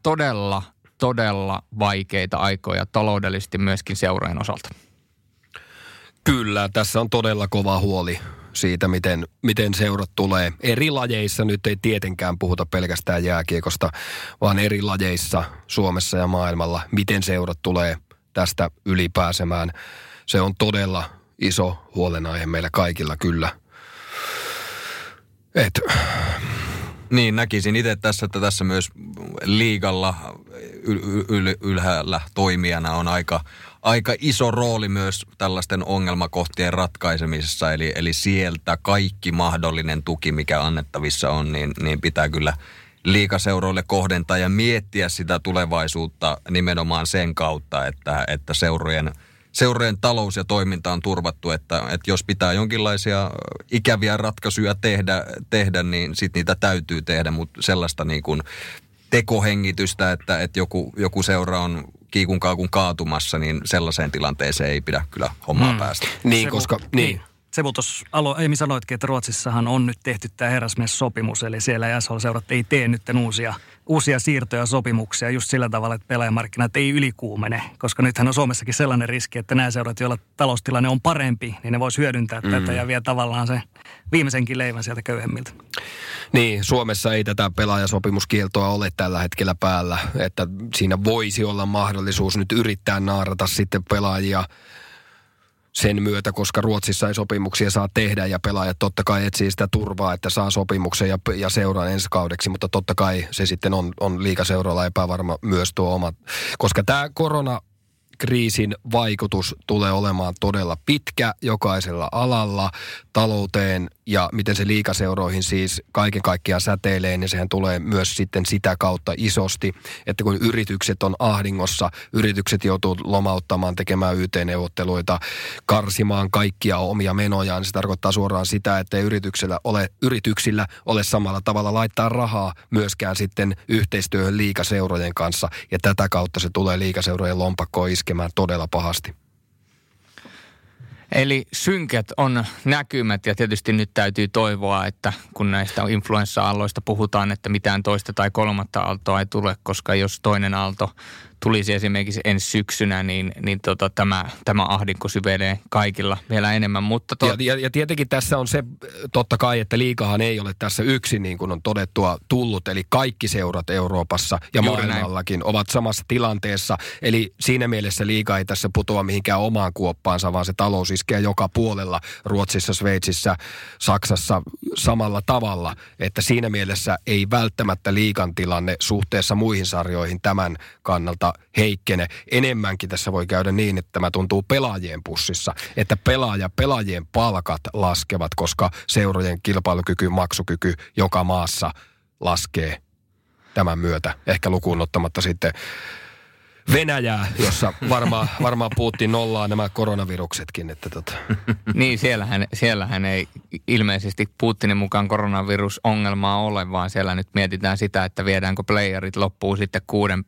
todella vaikeita aikoja taloudellisesti myöskin seurojen osalta. Kyllä, tässä on todella kova huoli siitä, miten seurat tulee. Eri lajeissa nyt ei tietenkään puhuta pelkästään jääkiekosta, vaan eri lajeissa Suomessa ja maailmalla, miten seurat tulee tästä ylipääsemään. Se on todella iso huolenaihe meillä kaikilla kyllä. Niin, näkisin itse tässä, että tässä myös liigalla ylhäällä toimijana on aika iso rooli myös tällaisten ongelmakohtien ratkaisemisessa. Eli sieltä kaikki mahdollinen tuki, mikä annettavissa on, niin pitää kyllä liigaseuroille kohdentaa ja miettiä sitä tulevaisuutta nimenomaan sen kautta, että seurojen talous ja toiminta on turvattu, että jos pitää jonkinlaisia ikäviä ratkaisuja tehdä niin sitten niitä täytyy tehdä, mutta sellaista niin kuin tekohengitystä, että joku seura on kiikun kaakun kaatumassa, niin sellaiseen tilanteeseen ei pidä kyllä hommaa päästä. Niin, koska Aiemmin sanoitkin, että Ruotsissahan on nyt tehty tämä herrasmies-sopimus, eli siellä SHL-seurat ei tee nyt uusia siirtoja sopimuksia just sillä tavalla, että pelaajamarkkinat ei ylikuumene, koska nythän on Suomessakin sellainen riski, että nämä seurat, joilla taloustilanne on parempi, niin ne vois hyödyntää tätä ja vie tavallaan se viimeisenkin leivän sieltä köyhemmiltä. Niin, Suomessa ei tätä pelaajasopimuskieltoa ole tällä hetkellä päällä, että siinä voisi olla mahdollisuus nyt yrittää naarata sitten pelaajia sen myötä, koska Ruotsissa ei sopimuksia saa tehdä ja pelaajat totta kai etsii sitä turvaa, että saa sopimuksen ja seuran ensi kaudeksi, mutta totta kai se sitten on liigaseuralla epävarma myös tuo oma, koska tämä koronakriisin vaikutus tulee olemaan todella pitkä jokaisella alalla, talouteen ja miten se liigaseuroihin siis kaiken kaikkiaan säteilee, niin sehän tulee myös sitten sitä kautta isosti, että kun yritykset on ahdingossa, yritykset joutuu lomauttamaan, tekemään YT-neuvotteluita, karsimaan kaikkia omia menojaan, se tarkoittaa suoraan sitä, että ei yrityksillä ole samalla tavalla laittaa rahaa myöskään sitten yhteistyöhön liigaseurojen kanssa, ja tätä kautta se tulee liigaseurojen lompakkoon iskemään todella pahasti. Eli synkät on näkymät ja tietysti nyt täytyy toivoa, että kun näistä influenssa-aalloista puhutaan, että mitään toista tai kolmatta aaltoa ei tule, koska jos toinen aalto tulisi esimerkiksi ensi syksynä, niin tämä ahdinko syvenee kaikilla vielä enemmän. Mutta ja tietenkin tässä on se totta kai, että liigahan ei ole tässä yksin niin kuin on todettua tullut, eli kaikki seurat Euroopassa ja maailmallakin ovat samassa tilanteessa. Eli siinä mielessä liiga ei tässä putoa mihinkään omaan kuoppaansa, vaan se talous iskee joka puolella Ruotsissa, Sveitsissä, Saksassa samalla tavalla, että siinä mielessä ei välttämättä liigan tilanne suhteessa muihin sarjoihin tämän kannalta heikkene. Enemmänkin tässä voi käydä niin, että tämä tuntuu pelaajien pussissa, että pelaajien palkat laskevat, koska seurojen kilpailukyky, maksukyky joka maassa laskee tämän myötä. Ehkä lukuun ottamatta sitten Venäjää, jossa varmaan Putin nollaa nämä koronaviruksetkin. Niin, siellähän ei ilmeisesti Putinin mukaan koronavirusongelmaa ole, vaan siellä nyt mietitään sitä, että viedäänkö playerit loppuun sitten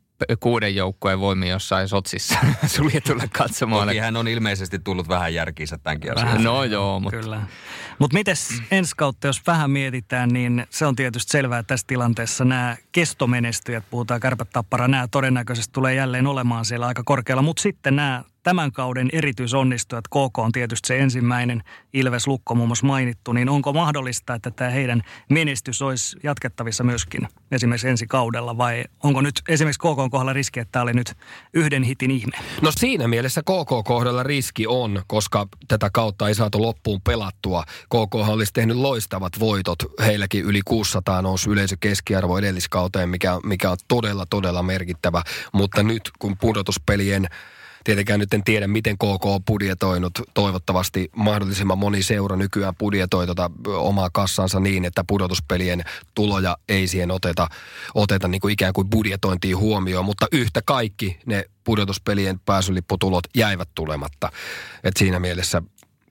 6 joukkueen voimin jossain Sotsissa suljetulle katsomaan. Toki hän on ilmeisesti tullut vähän järkiinsä tämänkin asian. No joo, mutta kyllä. Mutta mites ensi kautta, jos vähän mietitään, niin se on tietysti selvää, että tässä tilanteessa nämä kestomenestyjät, puhutaan Kärpät, Tappara, nämä todennäköisesti tulee jälleen olemaan siellä aika korkealla, mutta sitten nämä tämän kauden erityisonnistujat, KK on tietysti se ensimmäinen, Ilves, Lukko muun muassa mainittu, niin onko mahdollista, että tämä heidän menestys olisi jatkettavissa myöskin esimerkiksi ensi kaudella, vai onko nyt esimerkiksi KK:n kohdalla riski, että tämä oli nyt yhden hitin ihme? No siinä mielessä KK-kohdalla riski on, koska tätä kautta ei saatu loppuun pelattua. KKhan olisi tehnyt loistavat voitot, heilläkin yli 600 nousi yleisökeskiarvo edelliskauteen, mikä on todella merkittävä, mutta nyt kun pudotuspelien tietenkään nyt en tiedä, miten KK on budjetoinut. Toivottavasti mahdollisimman moni seura nykyään budjetoi omaa kassansa niin, että pudotuspelien tuloja ei siihen oteta niin kuin ikään kuin budjetointiin huomioon. Mutta yhtä kaikki ne pudotuspelien pääsylipputulot jäivät tulematta. Et siinä mielessä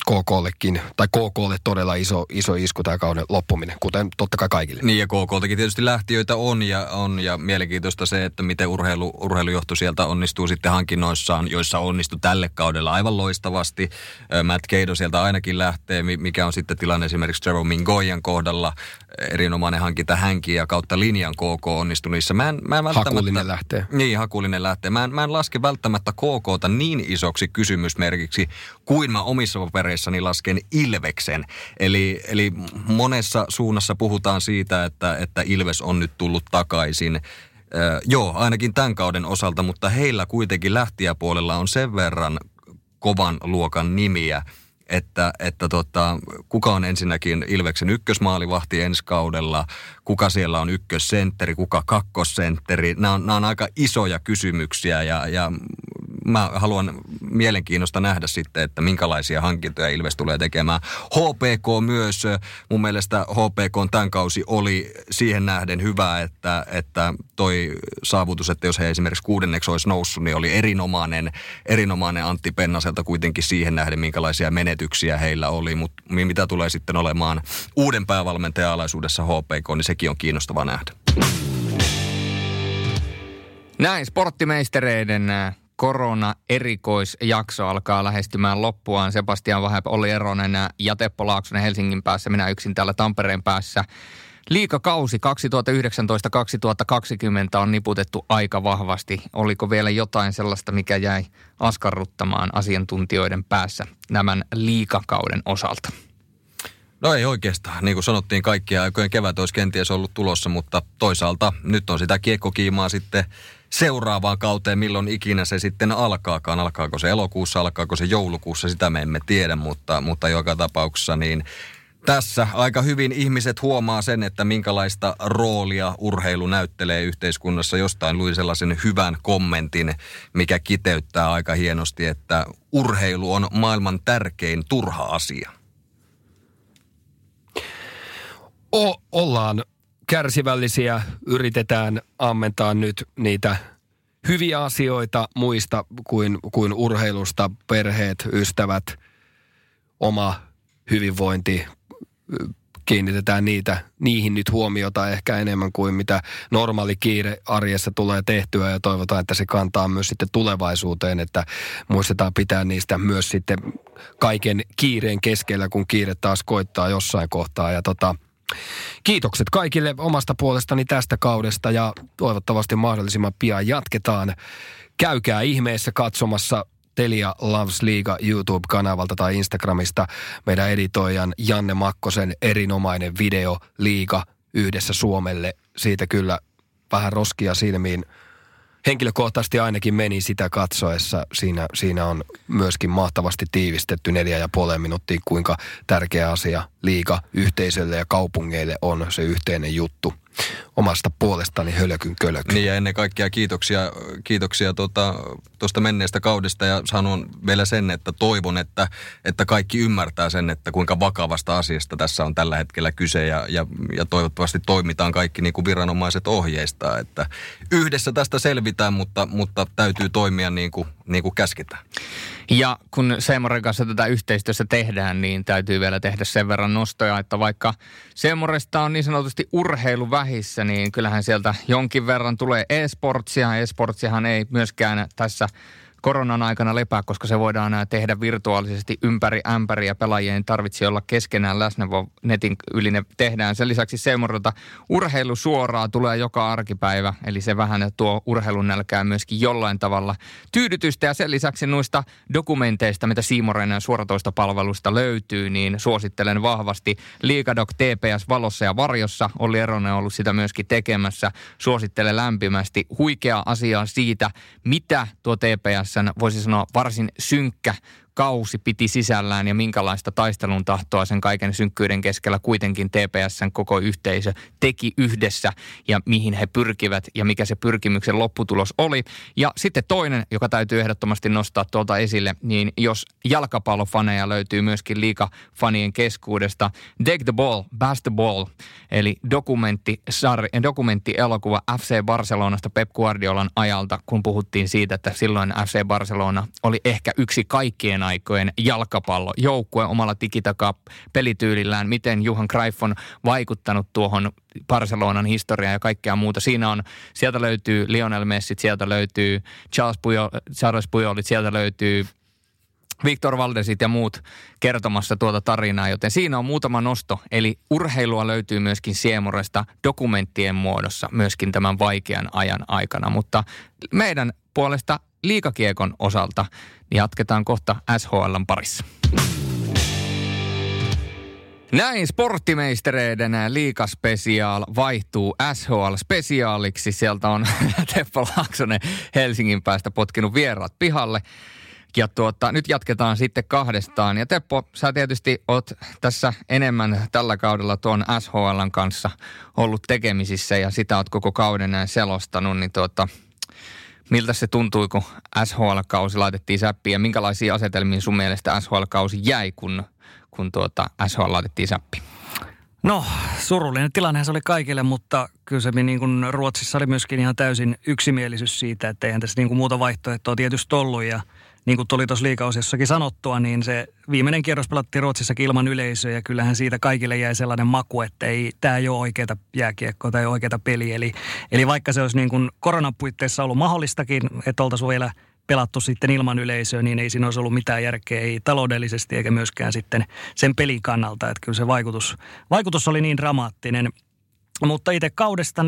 KK:lle todella iso isku tämä kauden loppuminen, kuten totta kai kaikille. Niin ja KK:ltakin tietysti lähtiöitä on ja mielenkiintoista se, että miten urheilujohto sieltä onnistuu sitten hankinnoissaan, joissa onnistui tälle kaudella aivan loistavasti. Matt Cato sieltä ainakin lähtee, mikä on sitten tilanne esimerkiksi Trevor Mingoyan kohdalla. Erinomainen hankinta hänkin ja kautta linjan KK onnistui niissä. Mä en Hakulinen lähtee. Niin, Hakulinen lähtee. Mä en laske välttämättä KK:ta niin isoksi kysymysmerkiksi kuin mä omissa papereissani lasken Ilveksen. Eli monessa suunnassa puhutaan siitä, että Ilves on nyt tullut takaisin. Joo, ainakin tämän kauden osalta, mutta heillä kuitenkin lähtijäpuolella on sen verran kovan luokan nimiä, että kuka on ensinnäkin Ilveksen ykkösmaalivahti ensi kaudella, kuka siellä on ykkössentteri, kuka kakkosentteri. Nämä on aika isoja kysymyksiä ja mä haluan mielenkiinnosta nähdä sitten, että minkälaisia hankintoja Ilves tulee tekemään. HPK myös, mun mielestä HPK tämän kausi oli siihen nähden hyvä, että toi saavutus, että jos he esimerkiksi 6. olisi noussut, niin oli erinomainen Antti Pennaselta kuitenkin siihen nähden, minkälaisia menetyksiä heillä oli. Mutta mitä tulee sitten olemaan uuden päävalmentajan alaisuudessa HPK, niin sekin on kiinnostavaa nähdä. Näin sporttimeistereiden korona-erikoisjakso alkaa lähestymään loppuaan. Sebastian Vahep, Olli Eronen ja Teppo Laaksonen Helsingin päässä, minä yksin täällä Tampereen päässä. Liigakausi 2019-2020 on niputettu aika vahvasti. Oliko vielä jotain sellaista, mikä jäi askarruttamaan asiantuntijoiden päässä tämän liigakauden osalta? No ei oikeastaan. Niin kuin sanottiin, kaikkia aikojen kevät olisi kenties ollut tulossa, mutta toisaalta nyt on sitä kiekkokiimaa sitten seuraavaan kauteen, milloin ikinä se sitten alkaakaan. Alkaako se elokuussa, alkaako se joulukuussa, sitä me emme tiedä, mutta joka tapauksessa niin tässä aika hyvin ihmiset huomaa sen, että minkälaista roolia urheilu näyttelee yhteiskunnassa. Jostain luin sellaisen hyvän kommentin, mikä kiteyttää aika hienosti, että urheilu on maailman tärkein turha asia. Ollaan kärsivällisiä, yritetään ammentaa nyt niitä hyviä asioita muista kuin urheilusta, perheet, ystävät, oma hyvinvointi. Kiinnitetään niihin nyt huomiota ehkä enemmän kuin mitä normaali kiire arjessa tulee tehtyä ja toivotaan, että se kantaa myös sitten tulevaisuuteen, että muistetaan pitää niistä myös sitten kaiken kiireen keskellä, kun kiire taas koittaa jossain kohtaa ja kiitokset kaikille omasta puolestani tästä kaudesta ja toivottavasti mahdollisimman pian jatketaan. Käykää ihmeessä katsomassa Telia Loves Liiga YouTube-kanavalta tai Instagramista meidän editoijan Janne Makkosen erinomainen video Liiga yhdessä Suomelle. Siitä kyllä vähän roskia silmiin. Henkilökohtaisesti ainakin meni sitä katsoessa. Siinä on myöskin mahtavasti tiivistetty 4,5 minuuttia, kuinka tärkeä asia Liiga yhteisölle ja kaupungeille on se yhteinen juttu. Omasta puolestani hölökyn kölökyn. Niin ja ennen kaikkea kiitoksia tuosta menneestä kaudesta ja sanon vielä sen, että toivon, että kaikki ymmärtää sen, että kuinka vakavasta asiasta tässä on tällä hetkellä kyse ja toivottavasti toimitaan kaikki niin kuin viranomaiset ohjeistaa, että yhdessä tästä selvitään, mutta täytyy toimia niin kuin käsketään. Ja kun Seemoren kanssa tätä yhteistyössä tehdään, niin täytyy vielä tehdä sen verran nostoja, että vaikka Seemoresta on niin sanotusti urheilu vähissä, niin kyllähän sieltä jonkin verran tulee e-sportsia. E-sportsiahan ei myöskään tässä koronan aikana lepää, koska se voidaan tehdä virtuaalisesti ympäri ämpäriä. Pelaajien ei tarvitse olla keskenään läsnä, vaan netin yli ne tehdään. Sen lisäksi Seemorelta urheilu suoraa tulee joka arkipäivä, eli se vähän tuo urheilun nälkää myöskin jollain tavalla tyydytystä. Ja sen lisäksi noista dokumenteista, mitä Seemoren suoratoista palvelusta löytyy, niin suosittelen vahvasti Liigadoc TPS valossa ja varjossa. Olli Eronen on ollut sitä myöskin tekemässä. Suosittelen lämpimästi huikeaa asiaa siitä, mitä tuo TPS voisi sanoa varsin synkkä kausi piti sisällään ja minkälaista taistelun tahtoa sen kaiken synkkyyden keskellä kuitenkin TPS:n koko yhteisö teki yhdessä ja mihin he pyrkivät ja mikä se pyrkimyksen lopputulos oli. Ja sitten toinen, joka täytyy ehdottomasti nostaa tuolta esille, niin jos jalkapallofaneja löytyy myöskin liigafanien keskuudesta, Take the Ball, Pass the Ball, eli dokumenttielokuva FC Barcelonasta Pep Guardiolan ajalta, kun puhuttiin siitä, että silloin FC Barcelona oli ehkä yksi kaikkien aikojen jalkapallojoukkue omalla tiki-taka-pelityylillään, miten Johan Cruyff on vaikuttanut tuohon Barcelonan historiaan ja kaikkea muuta. Sieltä löytyy Lionel Messit, sieltä löytyy Charles Pujolit, sieltä löytyy Victor Valdesit ja muut kertomassa tuota tarinaa, joten siinä on muutama nosto. Eli urheilua löytyy myöskin Seemoresta dokumenttien muodossa myöskin tämän vaikean ajan aikana, mutta meidän puolesta liigakiekon osalta jatketaan kohta SHL:n parissa. Näin sporttimeistereiden liigaspesiaal vaihtuu SHL-spesiaaliksi. Sieltä on Teppo Laaksonen Helsingin päästä potkinut vieraat pihalle. Ja nyt jatketaan sitten kahdestaan. Ja Teppo, sä tietysti oot tässä enemmän tällä kaudella tuon SHL:n kanssa ollut tekemisissä ja sitä oot koko kauden näin selostanut, niin miltä se tuntui, kun SHL-kausi laitettiin säppiin ja minkälaisia asetelmiin sun mielestä SHL-kausi jäi, kun SHL laitettiin säppiin? No, surullinen tilanne se oli kaikille, mutta kyllä se niin kuin Ruotsissa oli myöskin ihan täysin yksimielisyys siitä, että eihän tässä niin kuin muuta vaihtoehtoa tietysti ollut. Ja niin kuin tuli tuossa liigaosiossakin sanottua, niin se viimeinen kierros pelattiin Ruotsissakin ilman yleisöä ja kyllähän siitä kaikille jäi sellainen maku, että tämä ei ole oikeaa jääkiekkoa, tämä ei ole oikeaa peliä. Eli vaikka se olisi niin kuin koronan puitteissa ollut mahdollistakin, että oltaisiin vielä pelattu sitten ilman yleisöä, niin ei siinä olisi ollut mitään järkeä, ei taloudellisesti eikä myöskään sitten sen pelin kannalta. Että kyllä se vaikutus oli niin dramaattinen. Mutta itse kaudesta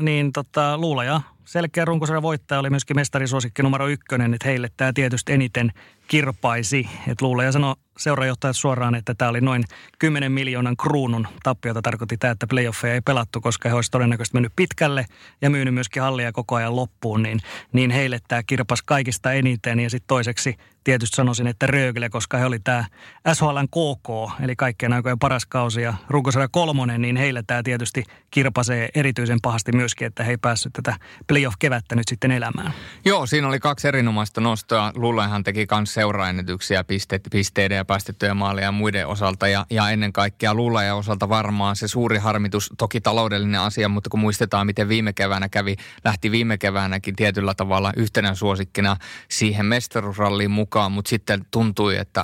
Luulaja, selkeä runkosarjan voittaja, oli myöskin mestarisuosikki numero 1, että heille tämä tietysti eniten kirpaisi. Että Luulaja sanoi seurajohtajat suoraan, että tämä oli noin 10 miljoonan kruunun tappiota. Tarkoitti tämä, että playoffeja ei pelattu, koska he olisivat todennäköisesti mennyt pitkälle ja myynyt myöskin hallia koko ajan loppuun. Niin heille tämä kirpasi kaikista eniten. Ja sitten toiseksi tietysti sanoisin, että Rögle, koska he oli tämä SHL:n KK, eli kaikkien aikojen paras kausi ja runkosarja 3, niin heille tämä tietysti kirpasee erityisen pahasti myöskin, että he ei päässyt tätä playoff-kevättä nyt sitten elämään. Joo, siinä oli 2 erinomaista nostoa. Luulajahan teki myös seuraennätyksiä pisteiden ja päästettyjä maaleja ja muiden osalta. Ja ennen kaikkea Luulajan osalta varmaan se suuri harmitus, toki taloudellinen asia, mutta kun muistetaan, miten viime keväänä lähti viime keväänäkin tietyllä tavalla yhtenä suosikkina siihen mestaruusralliin mukaan, mutta sitten tuntui, että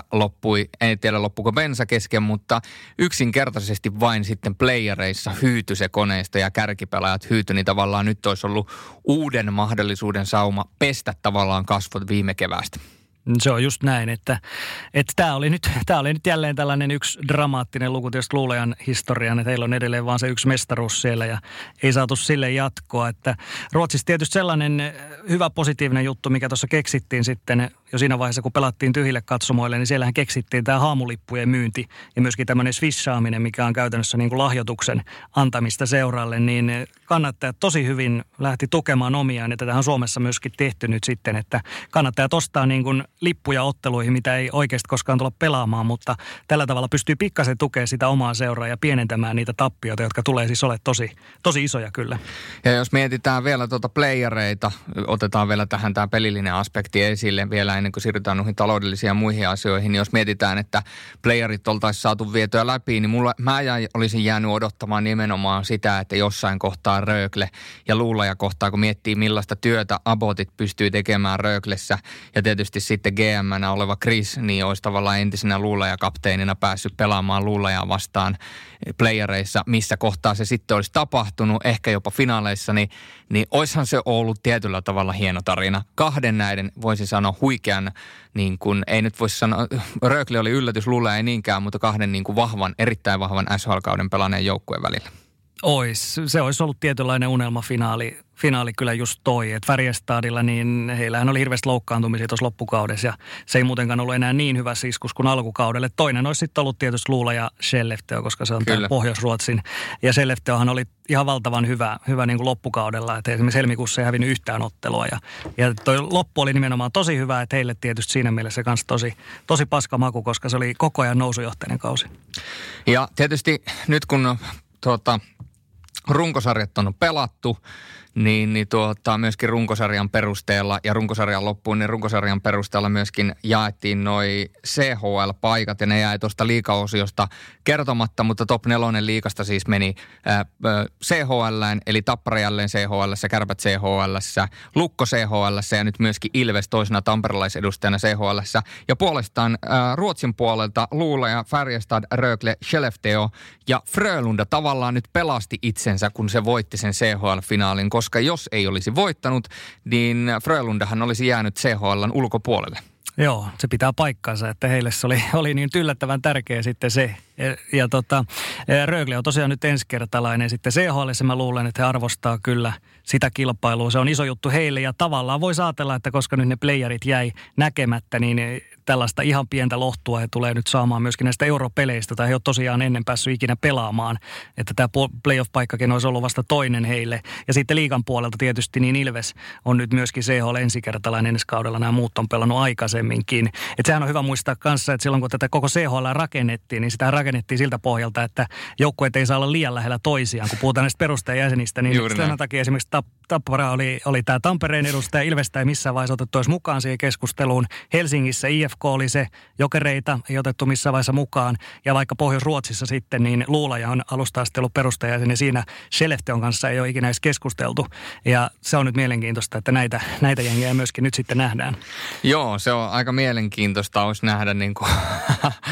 en tiedä loppuiko bensa kesken, mutta yksinkertaisesti vain sitten playereissa hyytyi se koneisto ja kärkipelaajat hyytyi, niin tavallaan nyt olisi ollut uuden mahdollisuuden sauma pestä tavallaan kasvot viime keväästä. Se on just näin, että tämä oli nyt jälleen tällainen yksi dramaattinen luku tietysti Luulajan historian, että heillä on edelleen vaan se yksi mestaruus siellä ja ei saatu sille jatkoa. Että Ruotsissa tietysti sellainen hyvä positiivinen juttu, mikä tuossa keksittiin sitten jo siinä vaiheessa, kun pelattiin tyhjille katsomoille, niin siellähän keksittiin tämä haamulippujen myynti ja myöskin tämmöinen swishaaminen, mikä on käytännössä niin kuin lahjoituksen antamista seuralle, niin kannattajat tosi hyvin lähti tukemaan omiaan, ja tätähän on Suomessa myöskin tehty nyt sitten, että kannattajat ostaa niin kuin lippuja otteluihin, mitä ei oikeasti koskaan tulla pelaamaan, mutta tällä tavalla pystyy pikkasen tukemaan sitä omaa seuraa ja pienentämään niitä tappioita, jotka tulee siis ole tosi isoja kyllä. Ja jos mietitään vielä playereita, otetaan vielä tähän tämä pelillinen aspekti esille vielä ennen kuin siirrytään noihin taloudellisiin ja muihin asioihin, niin jos mietitään, että playerit oltaisiin saatu vietyä läpi, niin mä olisin jäänyt odottamaan nimenomaan sitä, että jossain kohtaa Rögle ja Luulaja kohtaa, kun miettii millaista työtä abotit pystyy tekemään Röglessä ja tietysti sitten GM-nä oleva Chris, niin olisi tavallaan entisenä Luulaja-kapteenina päässyt pelaamaan Luulajaa vastaan playereissa, missä kohtaa se sitten olisi tapahtunut, ehkä jopa finaaleissa, niin oishan se ollut tietyllä tavalla hieno tarina. 2 näiden voisi sanoa huikean, niin kuin, ei nyt voisi sanoa, Rögle oli yllätys, Luulaja ei niinkään, mutta 2 niin kuin erittäin vahvan SHL-kauden pelanneen joukkueen välillä. Se olisi ollut tietynlainen unelmafinaali kyllä just toi, että Färjestadilla niin heillähän oli hirveästi loukkaantumisia tuossa loppukaudessa ja se ei muutenkaan ollut enää niin hyvässä iskus kuin alkukaudelle. Toinen olisi sitten ollut tietysti Luulaja Skellefteå, koska se on tämä Pohjois-Ruotsin ja Skellefteåhan oli ihan valtavan hyvä niin kuin loppukaudella, että esimerkiksi helmikuussa ei hävinnyt yhtään ottelua ja toi loppu oli nimenomaan tosi hyvä, että heille tietysti siinä mielessä kanssa tosi paska maku, koska se oli koko ajan nousujohtainen kausi. Ja tietysti nyt kun runkosarjat on pelattu, niin myöskin runkosarjan perusteella ja runkosarjan loppuun, niin runkosarjan perusteella myöskin jaettiin noi CHL-paikat ja ne jäi tuosta liigaosiosta kertomatta, mutta top 4 liigasta siis meni CHL:ään, eli Tappara jälleen CHL:ssä, Kärpät CHL:ssä, Lukko CHL:ssä ja nyt myöskin Ilves toisena tamperelaisedustajana CHL:ssä. Ja puolestaan Ruotsin puolelta Luulaja, Färjestad, Rögle, Skellefteå ja Frölunda tavallaan nyt pelasti itsensä, kun se voitti sen CHL-finaalin, koska jos ei olisi voittanut, niin Frölundahan olisi jäänyt CHL:n ulkopuolelle. Joo, se pitää paikkansa, että heille se oli niin yllättävän tärkeä sitten se. Ja Rögle on tosiaan nyt ensikertalainen sitten CHL:ssä. Mä luulen, että he arvostaa kyllä sitä kilpailua. Se on iso juttu heille ja tavallaan voi ajatella, että koska nyt ne playerit jäi näkemättä, niin tällaista ihan pientä lohtua he tulee nyt saamaan myöskin näistä europeleistä, tai he on tosiaan ennen päässyt ikinä pelaamaan, että tämä playoff-paikkakin olisi ollut vasta toinen heille. Ja sitten liigan puolelta tietysti niin Ilves on nyt myöskin CHL ensikertalainen ensi kaudella, nämä muut on pelannut aikaisemminkin. Että sehän on hyvä muistaa kanssa, että silloin kun tätä koko CHL rakennettiin, niin sitä rakennettiin siltä pohjalta, että joukkueet ei saa olla liian lähellä toisiaan, kun puhutaan näistä perustajajäsenistä, niin tämän takia esimerkiksi Tappara oli tämä Tampereen edustaja, Ilvestä ei missään vaiheessa otettu edes mukaan siihen keskusteluun. Helsingissä IFK oli se, Jokereita ei otettu missään vaiheessa mukaan. Ja vaikka Pohjois-Ruotsissa sitten, niin Luulaja on alusta asti ollut perustajajäsen ja siinä Skellefteån kanssa ei ole ikinä edes keskusteltu. Ja se on nyt mielenkiintoista, että näitä jengiä myöskin nyt sitten nähdään. Joo, se on aika mielenkiintoista olisi nähdä niin kuin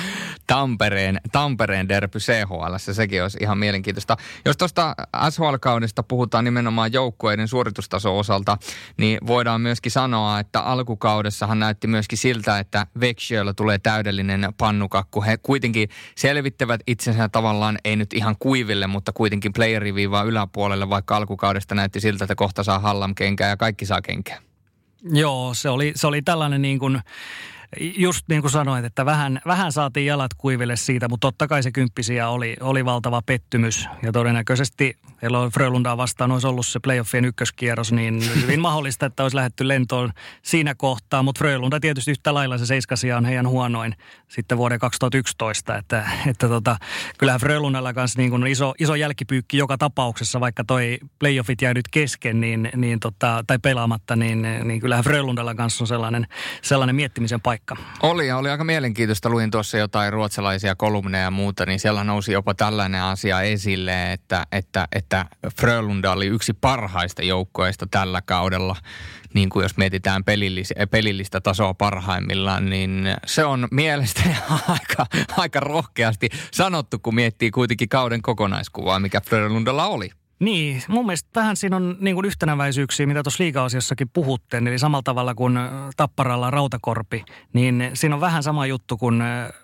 Tampereen derby CHL:ssä, sekin olisi ihan mielenkiintoista. Jos tuosta SHL-kaudesta puhutaan nimenomaan joukkueiden suoritustason osalta, niin voidaan myöskin sanoa, että alkukaudessahan näytti myöskin siltä, että Växjöllä tulee täydellinen pannukakku. He kuitenkin selvittävät itsensä tavallaan, ei nyt ihan kuiville, mutta kuitenkin playeriviivaa yläpuolelle, vaikka alkukaudesta näytti siltä, että kohta saa Hallam-kenkää ja kaikki saa kenkää. Joo, se oli tällainen niin kuin, just niin kuin sanoit, että vähän saatiin jalat kuiville siitä, mutta totta kai se 10 oli valtava pettymys. Ja todennäköisesti Frölundaa vastaan olisi ollut se playoffien ykköskierros, niin hyvin mahdollista, että olisi lähdetty lentoon siinä kohtaa. Mutta Frölunda tietysti yhtä lailla se 7 on heidän huonoin sitten vuoden 2011. Että kyllähän Frölundalla kanssa niin kuin iso jälkipyykki joka tapauksessa, vaikka toi playoffit jäi nyt kesken tai pelaamatta, niin kyllähän Frölundalla kanssa on sellainen miettimisen paikka. Oli aika mielenkiintoista. Luin tuossa jotain ruotsalaisia kolumneja ja muuta, niin siellä nousi jopa tällainen asia esille, että Frölunda oli yksi parhaista joukkueista tällä kaudella. Niin kuin jos mietitään pelillistä tasoa parhaimmillaan, niin se on mielestäni aika rohkeasti sanottu, kun miettii kuitenkin kauden kokonaiskuvaa, mikä Frölundalla oli. Niin, mun mielestä vähän siinä on niin kuin yhtenäväisyyksiä, mitä tuossa liiga-osiossakin puhuttiin. Eli samalla tavalla kuin Tapparalla Rautakorpi, niin siinä on vähän sama juttu kuin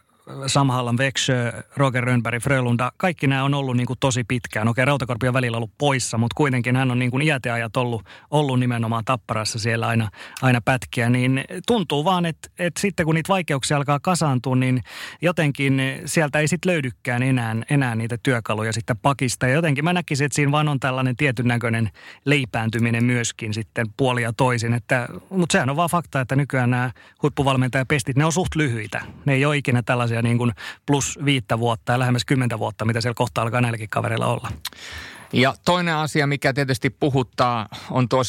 Sam Hallam, Växjö, Roger Rönnberg, Frölunda. Kaikki nämä on ollut niin kuin tosi pitkään. Okei, Rautakorpi on välillä ollut poissa, mutta kuitenkin hän on niin kuin iät ja ajat ollut nimenomaan Tapparassa siellä aina pätkiä. Niin tuntuu vaan, että sitten kun niitä vaikeuksia alkaa kasaantua, niin jotenkin sieltä ei sitten löydykään enää niitä työkaluja sitten pakista. Ja jotenkin mä näkisin, että siinä vaan on tällainen tietyn näköinen leipääntyminen myöskin sitten puoli ja toisin. Mutta sehän on vaan fakta, että nykyään nämä huippuvalmentajapestit, ne on suht lyhyitä. Ne ei ole ikinä tällaisia niin kuin plus 5 vuotta ja lähemmäs 10 vuotta, mitä siellä kohta alkaa näilläkin kavereilla olla. Ja toinen asia, mikä tietysti puhuttaa, on tuo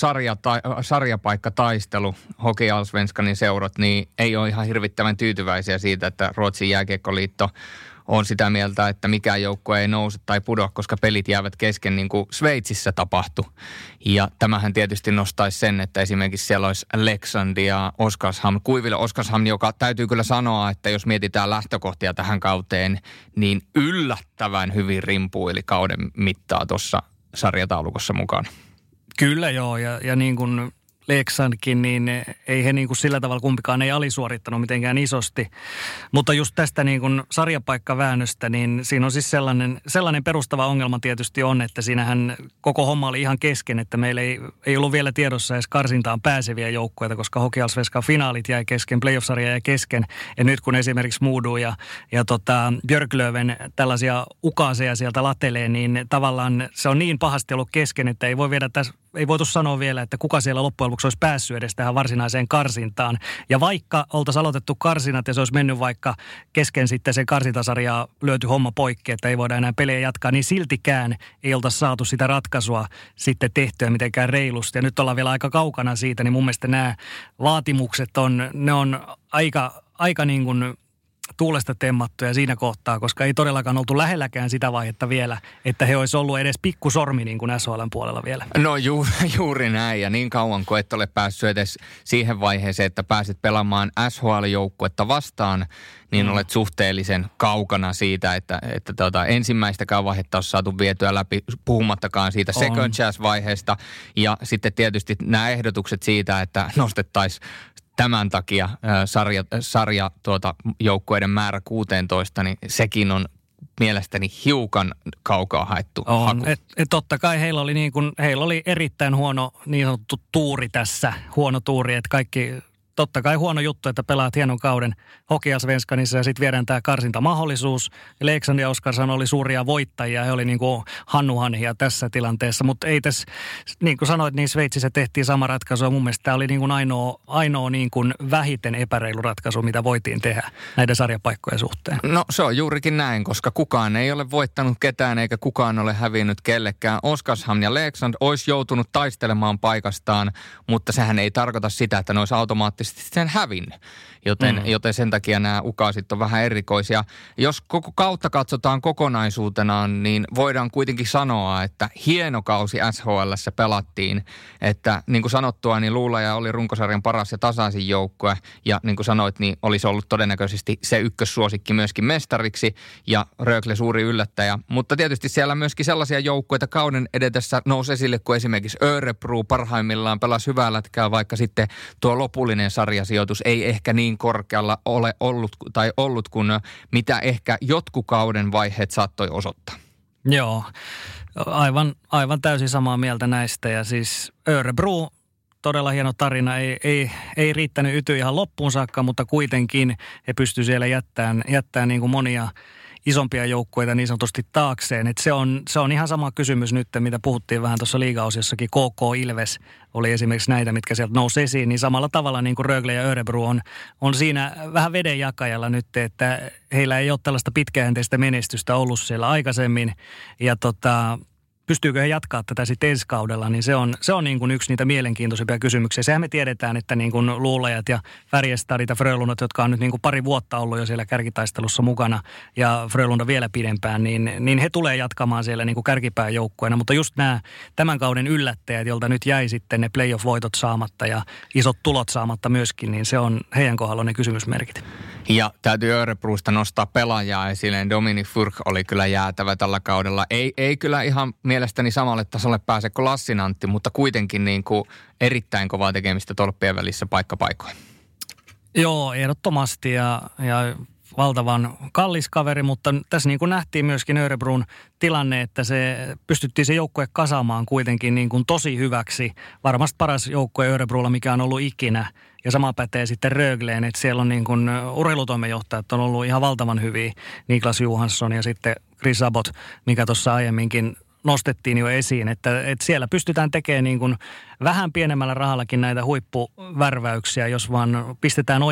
sarjapaikkataistelu. Hockey Allsvenskanin seurat, niin ei ole ihan hirvittävän tyytyväisiä siitä, että Ruotsin jääkiekkoliitto on sitä mieltä, että mikään joukkue ei nouse tai pudoa, koska pelit jäävät kesken niin kuin Sveitsissä tapahtui. Ja tämähän tietysti nostaisi sen, että esimerkiksi siellä olisi Leksand ja Oskarshamn. Kuiville Oskarshamn, joka täytyy kyllä sanoa, että jos mietitään lähtökohtia tähän kauteen, niin yllättävän hyvin rimpuili kauden mittaa tuossa sarjataulukossa mukana. Kyllä joo, ja niin kuin Leksandkin, niin ei he niin kuin sillä tavalla kumpikaan ei alisuorittanut mitenkään isosti. Mutta just tästä niin kuin sarjapaikkaväännöstä, niin siinä on siis sellainen perustava ongelma tietysti on, että siinähän koko homma oli ihan kesken, että meillä ei ollut vielä tiedossa edes karsintaan pääseviä joukkueita, koska Hockey Allsvenskan finaalit jäi kesken, playoff-sarja jäi kesken. Ja nyt kun esimerkiksi Modo ja Björklöven tällaisia ukaaseja sieltä latelee, niin tavallaan se on niin pahasti ollut kesken, että ei voitu sanoa vielä, että kuka siellä loppujen lopuksi olisi päässyt edes tähän varsinaiseen karsintaan. Ja vaikka oltaisiin aloitettu karsinat ja se olisi mennyt vaikka kesken sitten sen karsintasarjaa lyöty homma poikki, että ei voida enää pelejä jatkaa, niin siltikään ei oltaisi saatu sitä ratkaisua sitten tehtyä mitenkään reilusti. Ja nyt ollaan vielä aika kaukana siitä, niin mun mielestä nämä vaatimukset on aika niin kuin tuulesta temmattuja siinä kohtaa, koska ei todellakaan oltu lähelläkään sitä vaihetta vielä, että he olisi ollut edes pikkusormi niin kuin SHL:n puolella vielä. No juuri näin, ja niin kauan kuin et ole päässyt edes siihen vaiheeseen, että pääsit pelaamaan SHL-joukkuetta vastaan, niin olet suhteellisen kaukana siitä, että ensimmäistäkään vaihetta on saatu vietyä läpi, puhumattakaan siitä second chance-vaiheesta. Ja sitten tietysti nämä ehdotukset siitä, että nostettaisiin tämän takia joukkueiden määrä 16, niin sekin on mielestäni hiukan kaukaa haettu haku. Totta kai heillä oli erittäin huono niin sanottu tuuri tässä, huono tuuri, että kaikki. Totta kai huono juttu, että pelaat hienon kauden Hockey Allsvenskanissa ja sitten viedään tämä karsintamahdollisuus. Leksand ja Oskarshamn oli suuria voittajia, he oli niin kuin hannuhanhia tässä tilanteessa. Mutta ei tässä, niin kuin sanoit, niin Sveitsissä tehtiin sama ratkaisu. Mun mielestä tämä oli niin kuin ainoa niin kuin vähiten epäreilu ratkaisu, mitä voitiin tehdä näiden sarjapaikkojen suhteen. No se on juurikin näin, koska kukaan ei ole voittanut ketään eikä kukaan ole hävinnyt kellekään. Oskarshamn ja Leksand olisi joutunut taistelemaan paikastaan, mutta sehän ei tarkoita sitä, että ne olisi automaattisesti sen hävinnyt. joten sen takia nämä ukaasit on vähän erikoisia. Jos koko kautta katsotaan kokonaisuutenaan, niin voidaan kuitenkin sanoa, että hieno kausi SHL:ssä pelattiin. Että niin kuin sanottua, niin Luulaja oli runkosarjan paras ja tasaisin joukkue. Ja niin kuin sanoit, niin olisi ollut todennäköisesti se ykkössuosikki myöskin mestariksi ja Rögle suuri yllättäjä. Mutta tietysti siellä myöskin sellaisia joukkueita kauden edetessä nousi esille, kuin esimerkiksi Örebro parhaimmillaan pelasi hyvää lätkää, vaikka sitten tuo lopullinen sarjasijoitus ei ehkä niin korkealla ole ollut kuin mitä ehkä jotkut kauden vaiheet saattoi osoittaa. Joo, aivan täysin samaa mieltä näistä ja siis Örebro, todella hieno tarina, ei riittänyt Yty ihan loppuun saakka, mutta kuitenkin he pystyivät siellä jättämään niin kuin monia isompia joukkueita niin sanotusti taakseen. Et se on ihan sama kysymys nyt, mitä puhuttiin vähän tuossa liigaosiossakin. KK Ilves oli esimerkiksi näitä, mitkä sieltä nousi esiin, niin samalla tavalla niin kuin Rögle ja Örebro on siinä vähän vedenjakajalla nyt, että heillä ei ole tällaista pitkäjänteistä menestystä ollut siellä aikaisemmin ja pystyykö he jatkaa tätä sitten ensi kaudella, niin se on niin kuin yksi niitä mielenkiintoisimpia kysymyksiä. Sehän me tiedetään, että niin kuin Luulajat ja Färjestadit ja Frölundat, jotka on nyt niin kuin pari vuotta ollut jo siellä kärkitaistelussa mukana ja Frölunda vielä pidempään, niin he tulee jatkamaan siellä niin kuin kärkipääjoukkueena. Mutta just nämä tämän kauden yllättäjät, joilta nyt jäi sitten ne playoff-voitot saamatta ja isot tulot saamatta myöskin, niin se on heidän kohdalla ne kysymysmerkit. Ja täytyy Örebrosta nostaa pelaajaa esille. Dominic Furch oli kyllä jäätävä tällä kaudella. Ei kyllä ihan mielestäni samalle tasolle pääse kuin Lassinantti, mutta kuitenkin niin kuin erittäin kovaa tekemistä tolppien välissä paikkapaikoin. Joo, ehdottomasti ja valtavan kallis kaveri, mutta tässä niin kuin nähtiin myöskin Örebron tilanne, että pystyttiin se joukkue kasaamaan kuitenkin niin kuin tosi hyväksi. Varmasti paras joukkue Örebrolla, mikä on ollut ikinä. Ja sama pätee sitten Rögleen, että siellä on niin kuin urheilutoimenjohtajat on ollut ihan valtavan hyviä. Niklas Johansson ja sitten Chris Abbott, mikä tuossa aiemminkin nostettiin jo esiin, että siellä pystytään tekemään niin kuin vähän pienemmällä rahallakin näitä huippuvärväyksiä, jos vaan pistetään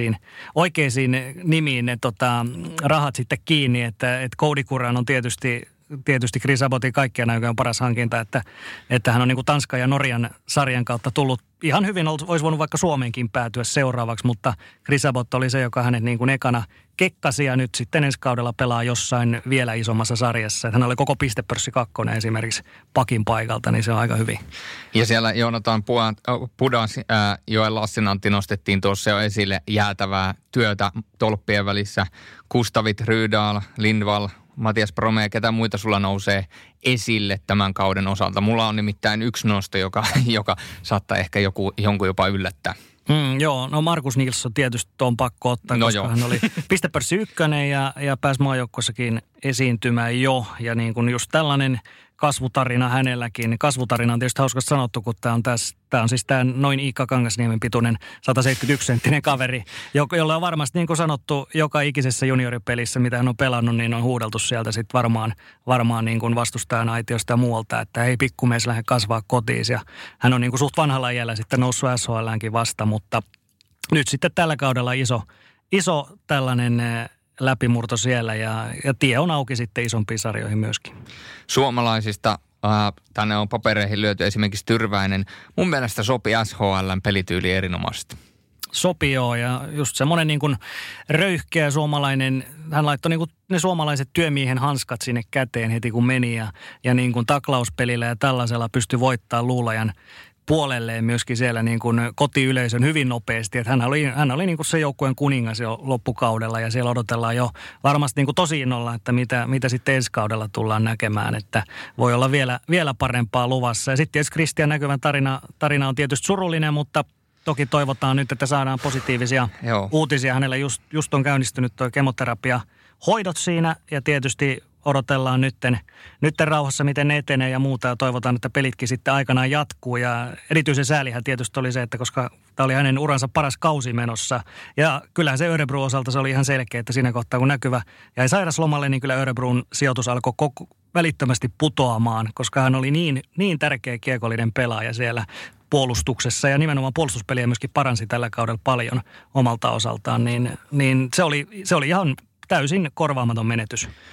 oikeisiin nimiin ne rahat sitten kiinni, että Cody Curran on tietysti Chris Abbottin kaikkien aikojen paras hankinta, että hän on niin kuin Tanskan ja Norjan sarjan kautta tullut ihan hyvin, olisi voinut vaikka Suomeenkin päätyä seuraavaksi, mutta Chris Abbott oli se, joka hänet niin kuin ekana kekkasi ja nyt sitten ensi kaudella pelaa jossain vielä isommassa sarjassa. Että hän oli koko pistepörssi 2 esimerkiksi pakin paikalta, niin se on aika hyvin. Ja siellä Jonathan Pudas, Joel Lassinantti nostettiin tuossa jo esille jäätävää työtä tolppien välissä. Kustavit, Rydahl, Lindvall, Matias Brome, ketä muita sulla nousee esille tämän kauden osalta? Mulla on nimittäin yksi nosto, joka saattaa ehkä jonkun jopa yllättää. Joo, no Markus Nilsson tietysti on pakko ottaa, koska hän oli pistepörssi 1 ja pääsi maajoukkueessakin esiintymään jo. Ja niin kuin just tällainen kasvutarina hänelläkin. Kasvutarina on tietysti hauskasti sanottu, kun tämä on siis tämä noin Iikka Kangasniemen pituinen 171-senttinen kaveri, jolla on varmasti niin kuin sanottu joka ikisessä junioripelissä, mitä hän on pelannut, niin on huudeltu sieltä sitten varmaan niin kuin vastustajan aitiosta ja muualta, että hei pikkumies lähde kasvaa kotiin. Ja hän on niin kuin suht vanhalla iällä sitten noussut SHL:äänkin vasta, mutta nyt sitten tällä kaudella iso tällainen läpimurto siellä ja tie on auki sitten isompiin sarjoihin myöskin. Suomalaisista tänne on papereihin lyöty esimerkiksi Tyrväinen. Mun mielestä sopi SHL:n pelityyli erinomaisesti. Sopi joo, ja just semmoinen niin kuin röyhkeä suomalainen, hän laittoi niin kuin ne suomalaiset työmiehen hanskat sinne käteen heti kun meni ja niin kuin taklauspelillä ja tällaisella pystyi voittamaan Luulajan puolelleen myöskin siellä niin kuin kotiyleisön hyvin nopeasti. Että hän oli niin kuin se joukkueen kuningas jo loppukaudella ja siellä odotellaan jo varmasti niin kuin tosi innolla, että mitä sitten ensi kaudella tullaan näkemään, että voi olla vielä parempaa luvassa. Ja sitten tietysti Kristian Näkyvän tarina on tietysti surullinen, mutta toki toivotaan nyt, että saadaan positiivisia uutisia. Hänellä just on käynnistynyt tuo kemoterapia hoidot siinä ja tietysti odotellaan nytten rauhassa, miten ne etenee ja muuta ja toivotaan, että pelitkin sitten aikanaan jatkuu. Ja erityisen säälihän tietysti oli se, että koska tämä oli hänen uransa paras kausi menossa. Ja kyllähän se Örebron osalta se oli ihan selkeä, että siinä kohtaa kun Näkyvä jäi sairaslomalle, niin kyllä Örebron sijoitus alkoi välittömästi putoamaan, koska hän oli niin tärkeä kiekollinen pelaaja siellä puolustuksessa ja nimenomaan puolustuspeliä myöskin paransi tällä kaudella paljon omalta osaltaan, niin se oli ihan täysin korvaamaton menetys.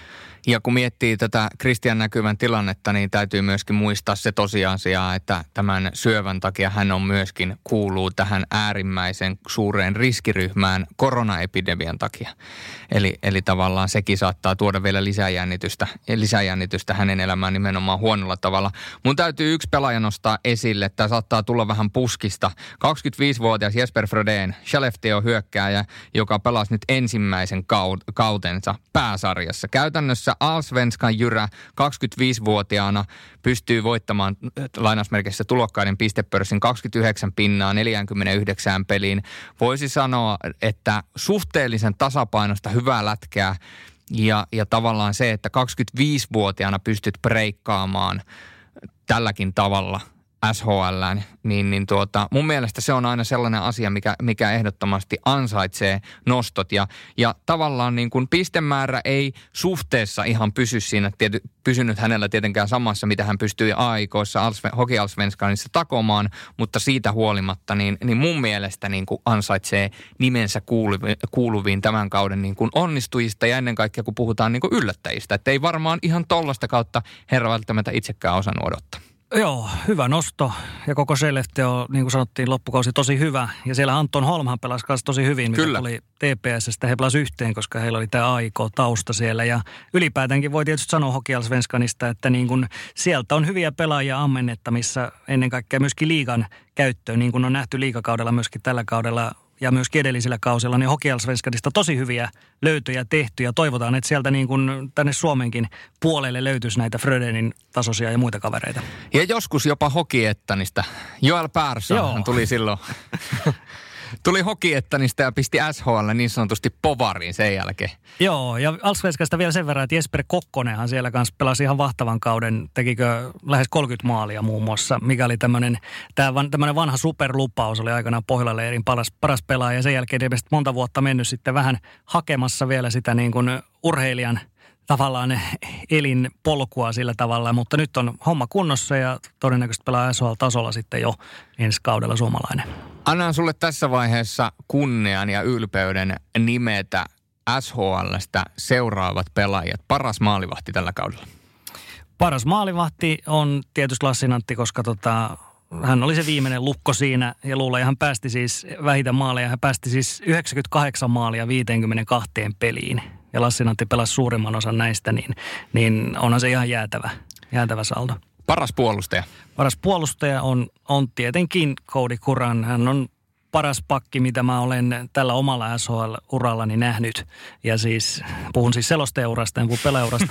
Ja kun miettii tätä Christian näkyvän tilannetta, niin täytyy myöskin muistaa se tosiasia, että tämän syövän takia hän on myöskin kuuluu tähän äärimmäisen suureen riskiryhmään koronaepidemian takia. Eli tavallaan sekin saattaa tuoda vielä lisäjännitystä hänen elämään nimenomaan huonolla tavalla. Mun täytyy yksi pelaaja nostaa esille. Tämä saattaa tulla vähän puskista. 25-vuotias Jesper Frodén, Skellefteå hyökkääjä, joka pelasi nyt ensimmäisen kautensa pääsarjassa. Käytännössä Allsvenskan jyrä 25-vuotiaana pystyy voittamaan lainausmerkeissä tulokkaiden pistepörssin 29 pinnaa 49 peliin. Voisi sanoa, että suhteellisen tasapainosta hyvää lätkää ja tavallaan se, että 25-vuotiaana pystyt breikkaamaan tälläkin tavalla SHL:ään, niin mun mielestä se on aina sellainen asia, mikä ehdottomasti ansaitsee nostot. Ja tavallaan niin kuin pistemäärä ei suhteessa ihan pysynyt hänellä tietenkään samassa, mitä hän pystyi AIK:ssa Hockey Allsvenskanissa takomaan, mutta siitä huolimatta niin mun mielestä niin kuin ansaitsee nimensä kuuluviin tämän kauden niin kuin onnistujista ja ennen kaikkea kun puhutaan niin kuin yllättäjistä. Että ei varmaan ihan tollaista kautta herra välttämättä itsekään osannut odottaa. Joo, hyvä nosto. Ja koko Skellefteå on, niin kuin sanottiin, loppukausi tosi hyvä. Ja siellä Anton Holmhan pelasi kanssa tosi hyvin, mikä tuli TPS:stä. He pelasi yhteen, koska heillä oli tämä AIK-tausta siellä. Ja ylipäätäänkin voi tietysti sanoa Hockey Allsvenskanista, että niin kuin sieltä on hyviä pelaajia ammennettamissa ennen kaikkea myöskin liigan käyttöön. Niin kuin on nähty liigakaudella myöskin tällä kaudella ja myöskin edellisillä kausilla, niin Hockey Allsvenskanista tosi hyviä löytöjä tehty. Ja toivotaan, että sieltä niin kuin tänne Suomenkin puolelle löytyisi näitä Frödenin tasoisia ja muita kavereita. Ja joskus jopa Hockeyettanista. Joel Persson tuli silloin. Tuli Hockeyettanista ja pisti SHL niin sanotusti povariin sen jälkeen. Joo, ja Allsvenskasta vielä sen verran, että Jesper Kokkonenhan siellä kanssa pelasi ihan vahtavan kauden. Tekikö lähes 30 maalia muun muassa, mikä oli tämmöinen vanha superlupaus, oli aikanaan Pohjola-leirin paras pelaaja. Ja sen jälkeen ei monta vuotta mennyt sitten vähän hakemassa vielä sitä niin kuin urheilijan tavallaan elinpolkua sillä tavalla, mutta nyt on homma kunnossa ja todennäköisesti pelaa SHL-tasolla sitten jo ensi kaudella suomalainen. Annan sulle tässä vaiheessa kunnian ja ylpeyden nimetä SHL:stä seuraavat pelaajat. Paras maalivahti tällä kaudella. Paras maalivahti on tietysti Lassi Nantti, koska hän oli se viimeinen lukko siinä ja luulen, hän päästi siis vähitä maaleja. Hän päästi siis 98 maalia 52 peliin. Ja Lassi Nantti pelasi suurimman osan näistä, niin onhan se ihan jäätävä saldo. Paras puolustaja? Paras puolustaja on tietenkin Cody Curran. Hän on paras pakki, mitä mä olen tällä omalla SHL-urallani nähnyt. Ja siis, puhun siis selostajaurasta, en puhu pelaajaurasta,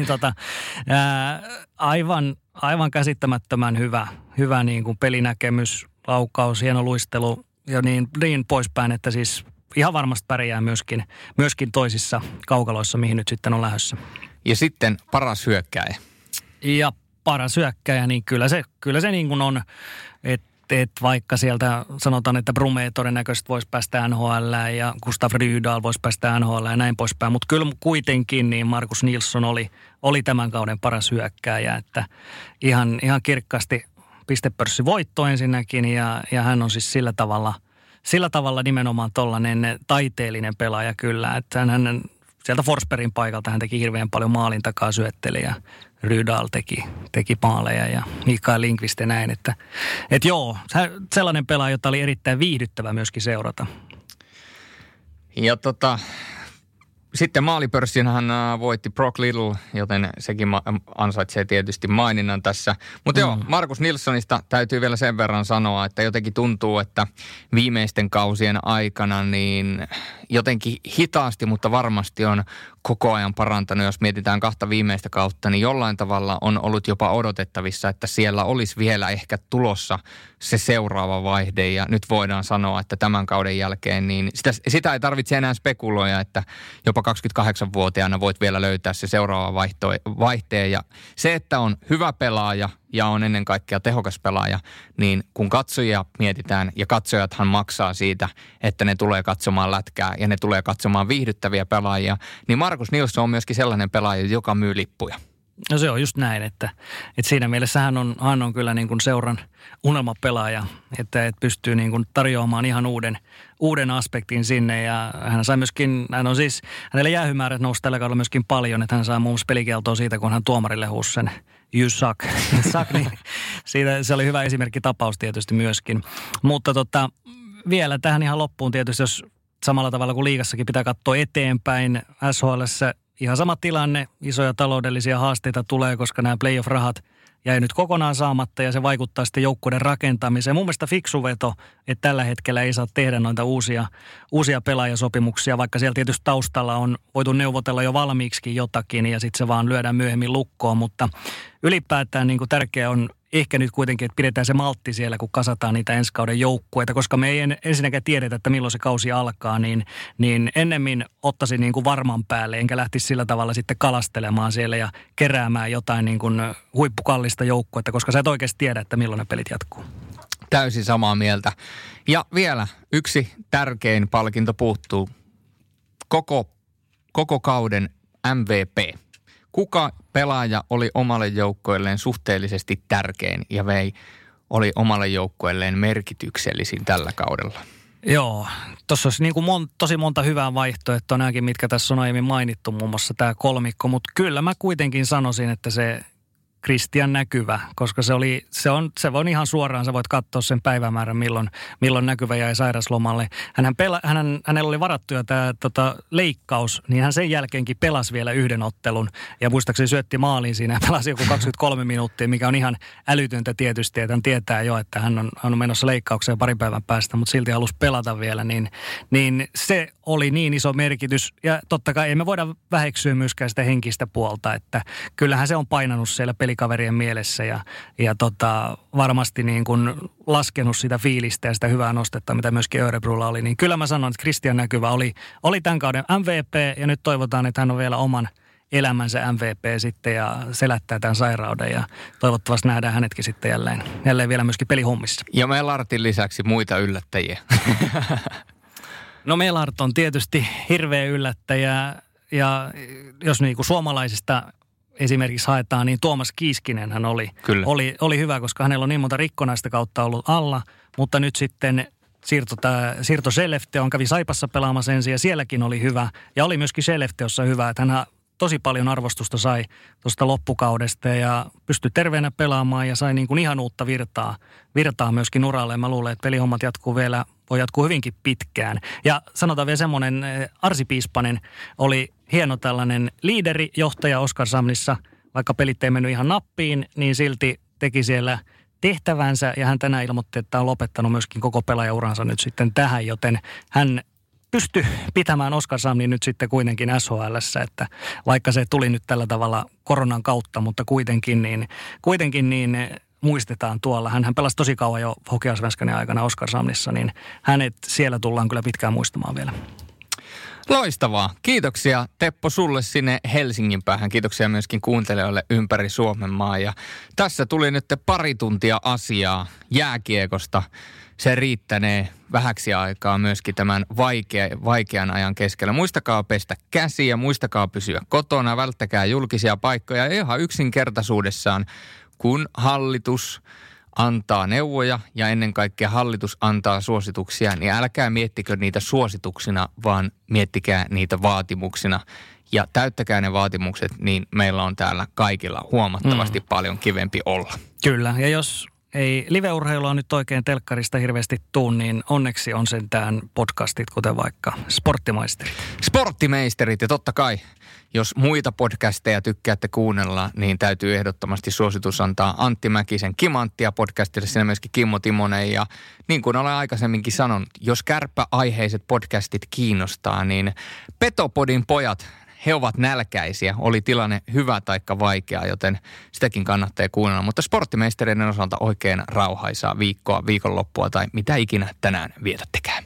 aivan käsittämättömän hyvä niin kuin pelinäkemys, laukaus, hieno luistelu ja niin poispäin, että siis ihan varmasti pärjää myöskin toisissa kaukaloissa, mihin nyt sitten on lähdössä. Ja sitten paras hyökkääjä. Ja paras hyökkääjä, niin kyllä se niin kuin on, että vaikka sieltä sanotaan, että Brume todennäköisesti voisi päästä NHL ja Gustav Rydahl voisi päästä NHL ja näin poispäin, mutta kyllä kuitenkin niin Markus Nilsson oli tämän kauden paras hyökkääjä, että ihan kirkkaasti pistepörssivoitto ensinnäkin ja hän on siis sillä tavalla nimenomaan tollainen taiteellinen pelaaja kyllä, että hän sieltä Forsbergin paikalta hän teki hirveän paljon maalin takaa syötteli ja Rydahl teki maaleja ja Mikael Lindqvist ja näin, että joo, sellainen pelaaja, jota oli erittäin viihdyttävä myöskin seurata. Ja sitten maalipörssin hän voitti Brock Little, joten sekin ansaitsee tietysti maininnan tässä. Mutta joo, Markus Nilssonista täytyy vielä sen verran sanoa, että jotenkin tuntuu, että viimeisten kausien aikana niin jotenkin hitaasti, mutta varmasti on koko ajan parantanut. Jos mietitään 2 viimeistä kautta, niin jollain tavalla on ollut jopa odotettavissa, että siellä olisi vielä ehkä tulossa se seuraava vaihde. Ja nyt voidaan sanoa, että tämän kauden jälkeen niin sitä ei tarvitse enää spekuloida, että jopa 28-vuotiaana voit vielä löytää se seuraava vaihteen. Ja se, että on hyvä pelaaja ja on ennen kaikkea tehokas pelaaja, niin kun katsojia mietitään ja katsojathan maksaa siitä, että ne tulee katsomaan lätkää ja ne tulee katsomaan viihdyttäviä pelaajia, niin Markus Nilsson on myöskin sellainen pelaaja, joka myy lippuja. No se on just näin, että siinä mielessä hän on kyllä niin kuin seuran unelmapelaaja, että pystyy niin kuin tarjoamaan ihan uuden aspektin sinne. Ja hänelle jäähymäärät nousi tällä kaudella myöskin paljon, että hän saa muun muassa pelikieltoa siitä, kun hän tuomarille huusi sen you suck, niin siitä se oli hyvä esimerkki tapaus tietysti myöskin. Mutta vielä tähän ihan loppuun tietysti, jos samalla tavalla kuin liigassakin pitää katsoa eteenpäin, SHL:ssä ihan sama tilanne, isoja taloudellisia haasteita tulee, koska nämä playoff-rahat jäi nyt kokonaan saamatta ja se vaikuttaa sitten joukkueiden rakentamiseen. Mun mielestä fiksu veto, että tällä hetkellä ei saa tehdä noita uusia pelaajasopimuksia, vaikka siellä tietysti taustalla on voitu neuvotella jo valmiiksi jotakin ja sitten se vaan lyödään myöhemmin lukkoon, mutta ylipäätään niin kuin tärkeää on ehkä nyt kuitenkin, että pidetään se maltti siellä, kun kasataan niitä ensi kauden joukkueita, koska me ei ensinnäkään tiedetä, että milloin se kausi alkaa, niin ennemmin ottaisin niin kuin varman päälle, enkä lähtisi sillä tavalla sitten kalastelemaan siellä ja keräämään jotain niin kuin huippukallista joukkuetta, koska sä et oikeasti tiedä, että milloin ne pelit jatkuu. Täysin samaa mieltä. Ja vielä yksi tärkein palkinto puuttuu. Koko kauden MVP. Kuka pelaaja oli omalle joukkoilleen suhteellisesti tärkein ja oli omalle joukkoilleen merkityksellisin tällä kaudella? Joo, tuossa olisi niin kuin tosi monta hyvää vaihtoehtoa, nämäkin mitkä tässä on aiemmin mainittu, muun muassa tämä kolmikko, mutta kyllä mä kuitenkin sanoisin, että se Christian Näkyvä, koska se voi ihan suoraan, sä voit katsoa sen päivämäärän, milloin Näkyvä jäi sairaslomalle. Hänellä oli varattu jo tämä leikkaus, niin hän sen jälkeenkin pelasi vielä yhden ottelun ja muistaakseni syötti maaliin siinä ja pelasi joku 23 minuuttia, mikä on ihan älytöntä tietysti, että hän tietää jo, että hän on menossa leikkaukseen pari päivän päästä, mutta silti halusi pelata vielä, niin se oli niin iso merkitys ja totta kai ei me voida väheksyä myöskään sitä henkistä puolta, että kyllähän se on painanut siellä pelikaverien mielessä ja varmasti niin kuin laskenut sitä fiilistä ja sitä hyvää nostetta, mitä myöskin Örebrolla oli. Niin kyllä mä sanon, että Christian Näkyvä oli tämän kauden MVP ja nyt toivotaan, että hän on vielä oman elämänsä MVP sitten ja selättää tämän sairauden ja toivottavasti nähdään hänetkin sitten jälleen vielä myöskin pelihommissa. Ja me Lartin lisäksi muita yllättäjiä. No Melart on tietysti hirveä yllättäjä ja jos niin kuin suomalaisista esimerkiksi haetaan, niin Tuomas Kiiskinen hän oli hyvä, koska hänellä on niin monta rikkonaista kautta ollut alla, mutta nyt sitten siirto Skellefteåon, kävi Saipassa pelaamassa ensin ja sielläkin oli hyvä ja oli myöskin Skellefteåssa hyvä, että hän tosi paljon arvostusta sai tuosta loppukaudesta ja pystyi terveenä pelaamaan ja sai niin kuin ihan uutta virtaa myöskin uralle. Mä luulen, että pelihommat voi jatkuu hyvinkin pitkään. Ja sanotaan vielä semmoinen, Arsi Piispanen oli hieno tällainen liideri, johtaja Oskarshamnissa, vaikka pelit ei mennyt ihan nappiin, niin silti teki siellä tehtävänsä ja hän tänään ilmoitti, että on lopettanut myöskin koko pelaajauransa nyt sitten tähän, joten hän pystyi pitämään Oskarshamnin nyt sitten kuitenkin SHL:ssä, että vaikka se tuli nyt tällä tavalla koronan kautta, mutta kuitenkin niin muistetaan tuolla. Hän pelasi tosi kauan jo Hockeyallsvenskanin aikana Oskarshamnissa, niin hänet siellä tullaan kyllä pitkään muistamaan vielä. Loistavaa. Kiitoksia Teppo sulle sinne Helsingin päähän. Kiitoksia myöskin kuuntelijoille ympäri Suomenmaa. Ja tässä tuli nyt pari tuntia asiaa jääkiekosta. Se riittänee vähäksi aikaa myöskin tämän vaikean ajan keskellä. Muistakaa pestä käsiä, muistakaa pysyä kotona, välttäkää julkisia paikkoja. Ja ihan yksinkertaisuudessaan, kun hallitus antaa neuvoja ja ennen kaikkea hallitus antaa suosituksia, niin älkää miettikö niitä suosituksina, vaan miettikää niitä vaatimuksina. Ja täyttäkää ne vaatimukset, niin meillä on täällä kaikilla huomattavasti paljon kivempi olla. Kyllä, ja jos ei live-urheilua nyt oikein telkkarista hirveästi tuu, niin onneksi on sentään podcastit, kuten vaikka Sporttimeisterit. Sporttimeisterit, ja totta kai, jos muita podcasteja tykkäätte kuunnella, niin täytyy ehdottomasti suositus antaa Antti Mäkisen Kimanttia podcastille, siinä myöskin Kimmo Timonen. Ja niin kuin olen aikaisemminkin sanonut, jos kärppäaiheiset podcastit kiinnostaa, niin Petopodin pojat, he ovat nälkäisiä, oli tilanne hyvä taikka vaikea, joten sitäkin kannattaa kuunnella. Mutta sporttimeistereiden osalta oikein rauhaisaa viikonloppua tai mitä ikinä tänään vietättekään.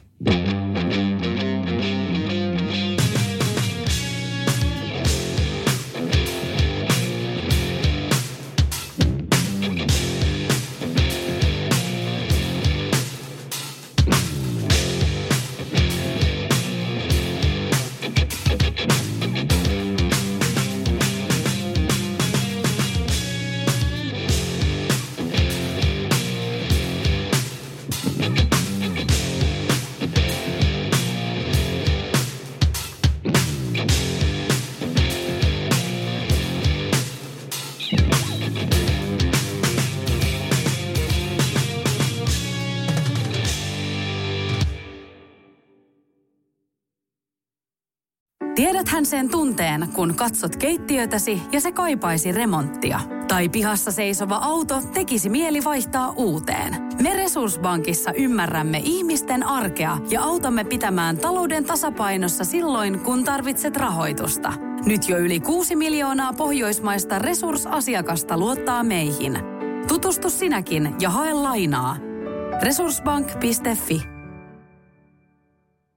Tiedän sen tunteen, kun katsot keittiötäsi ja se kaipaisi remonttia. Tai pihassa seisova auto tekisi mieli vaihtaa uuteen. Me Resurssbankissa ymmärrämme ihmisten arkea ja autamme pitämään talouden tasapainossa silloin, kun tarvitset rahoitusta. Nyt jo yli 6 miljoonaa pohjoismaista resursasiakasta luottaa meihin. Tutustu sinäkin ja hae lainaa. Resurssbank.fi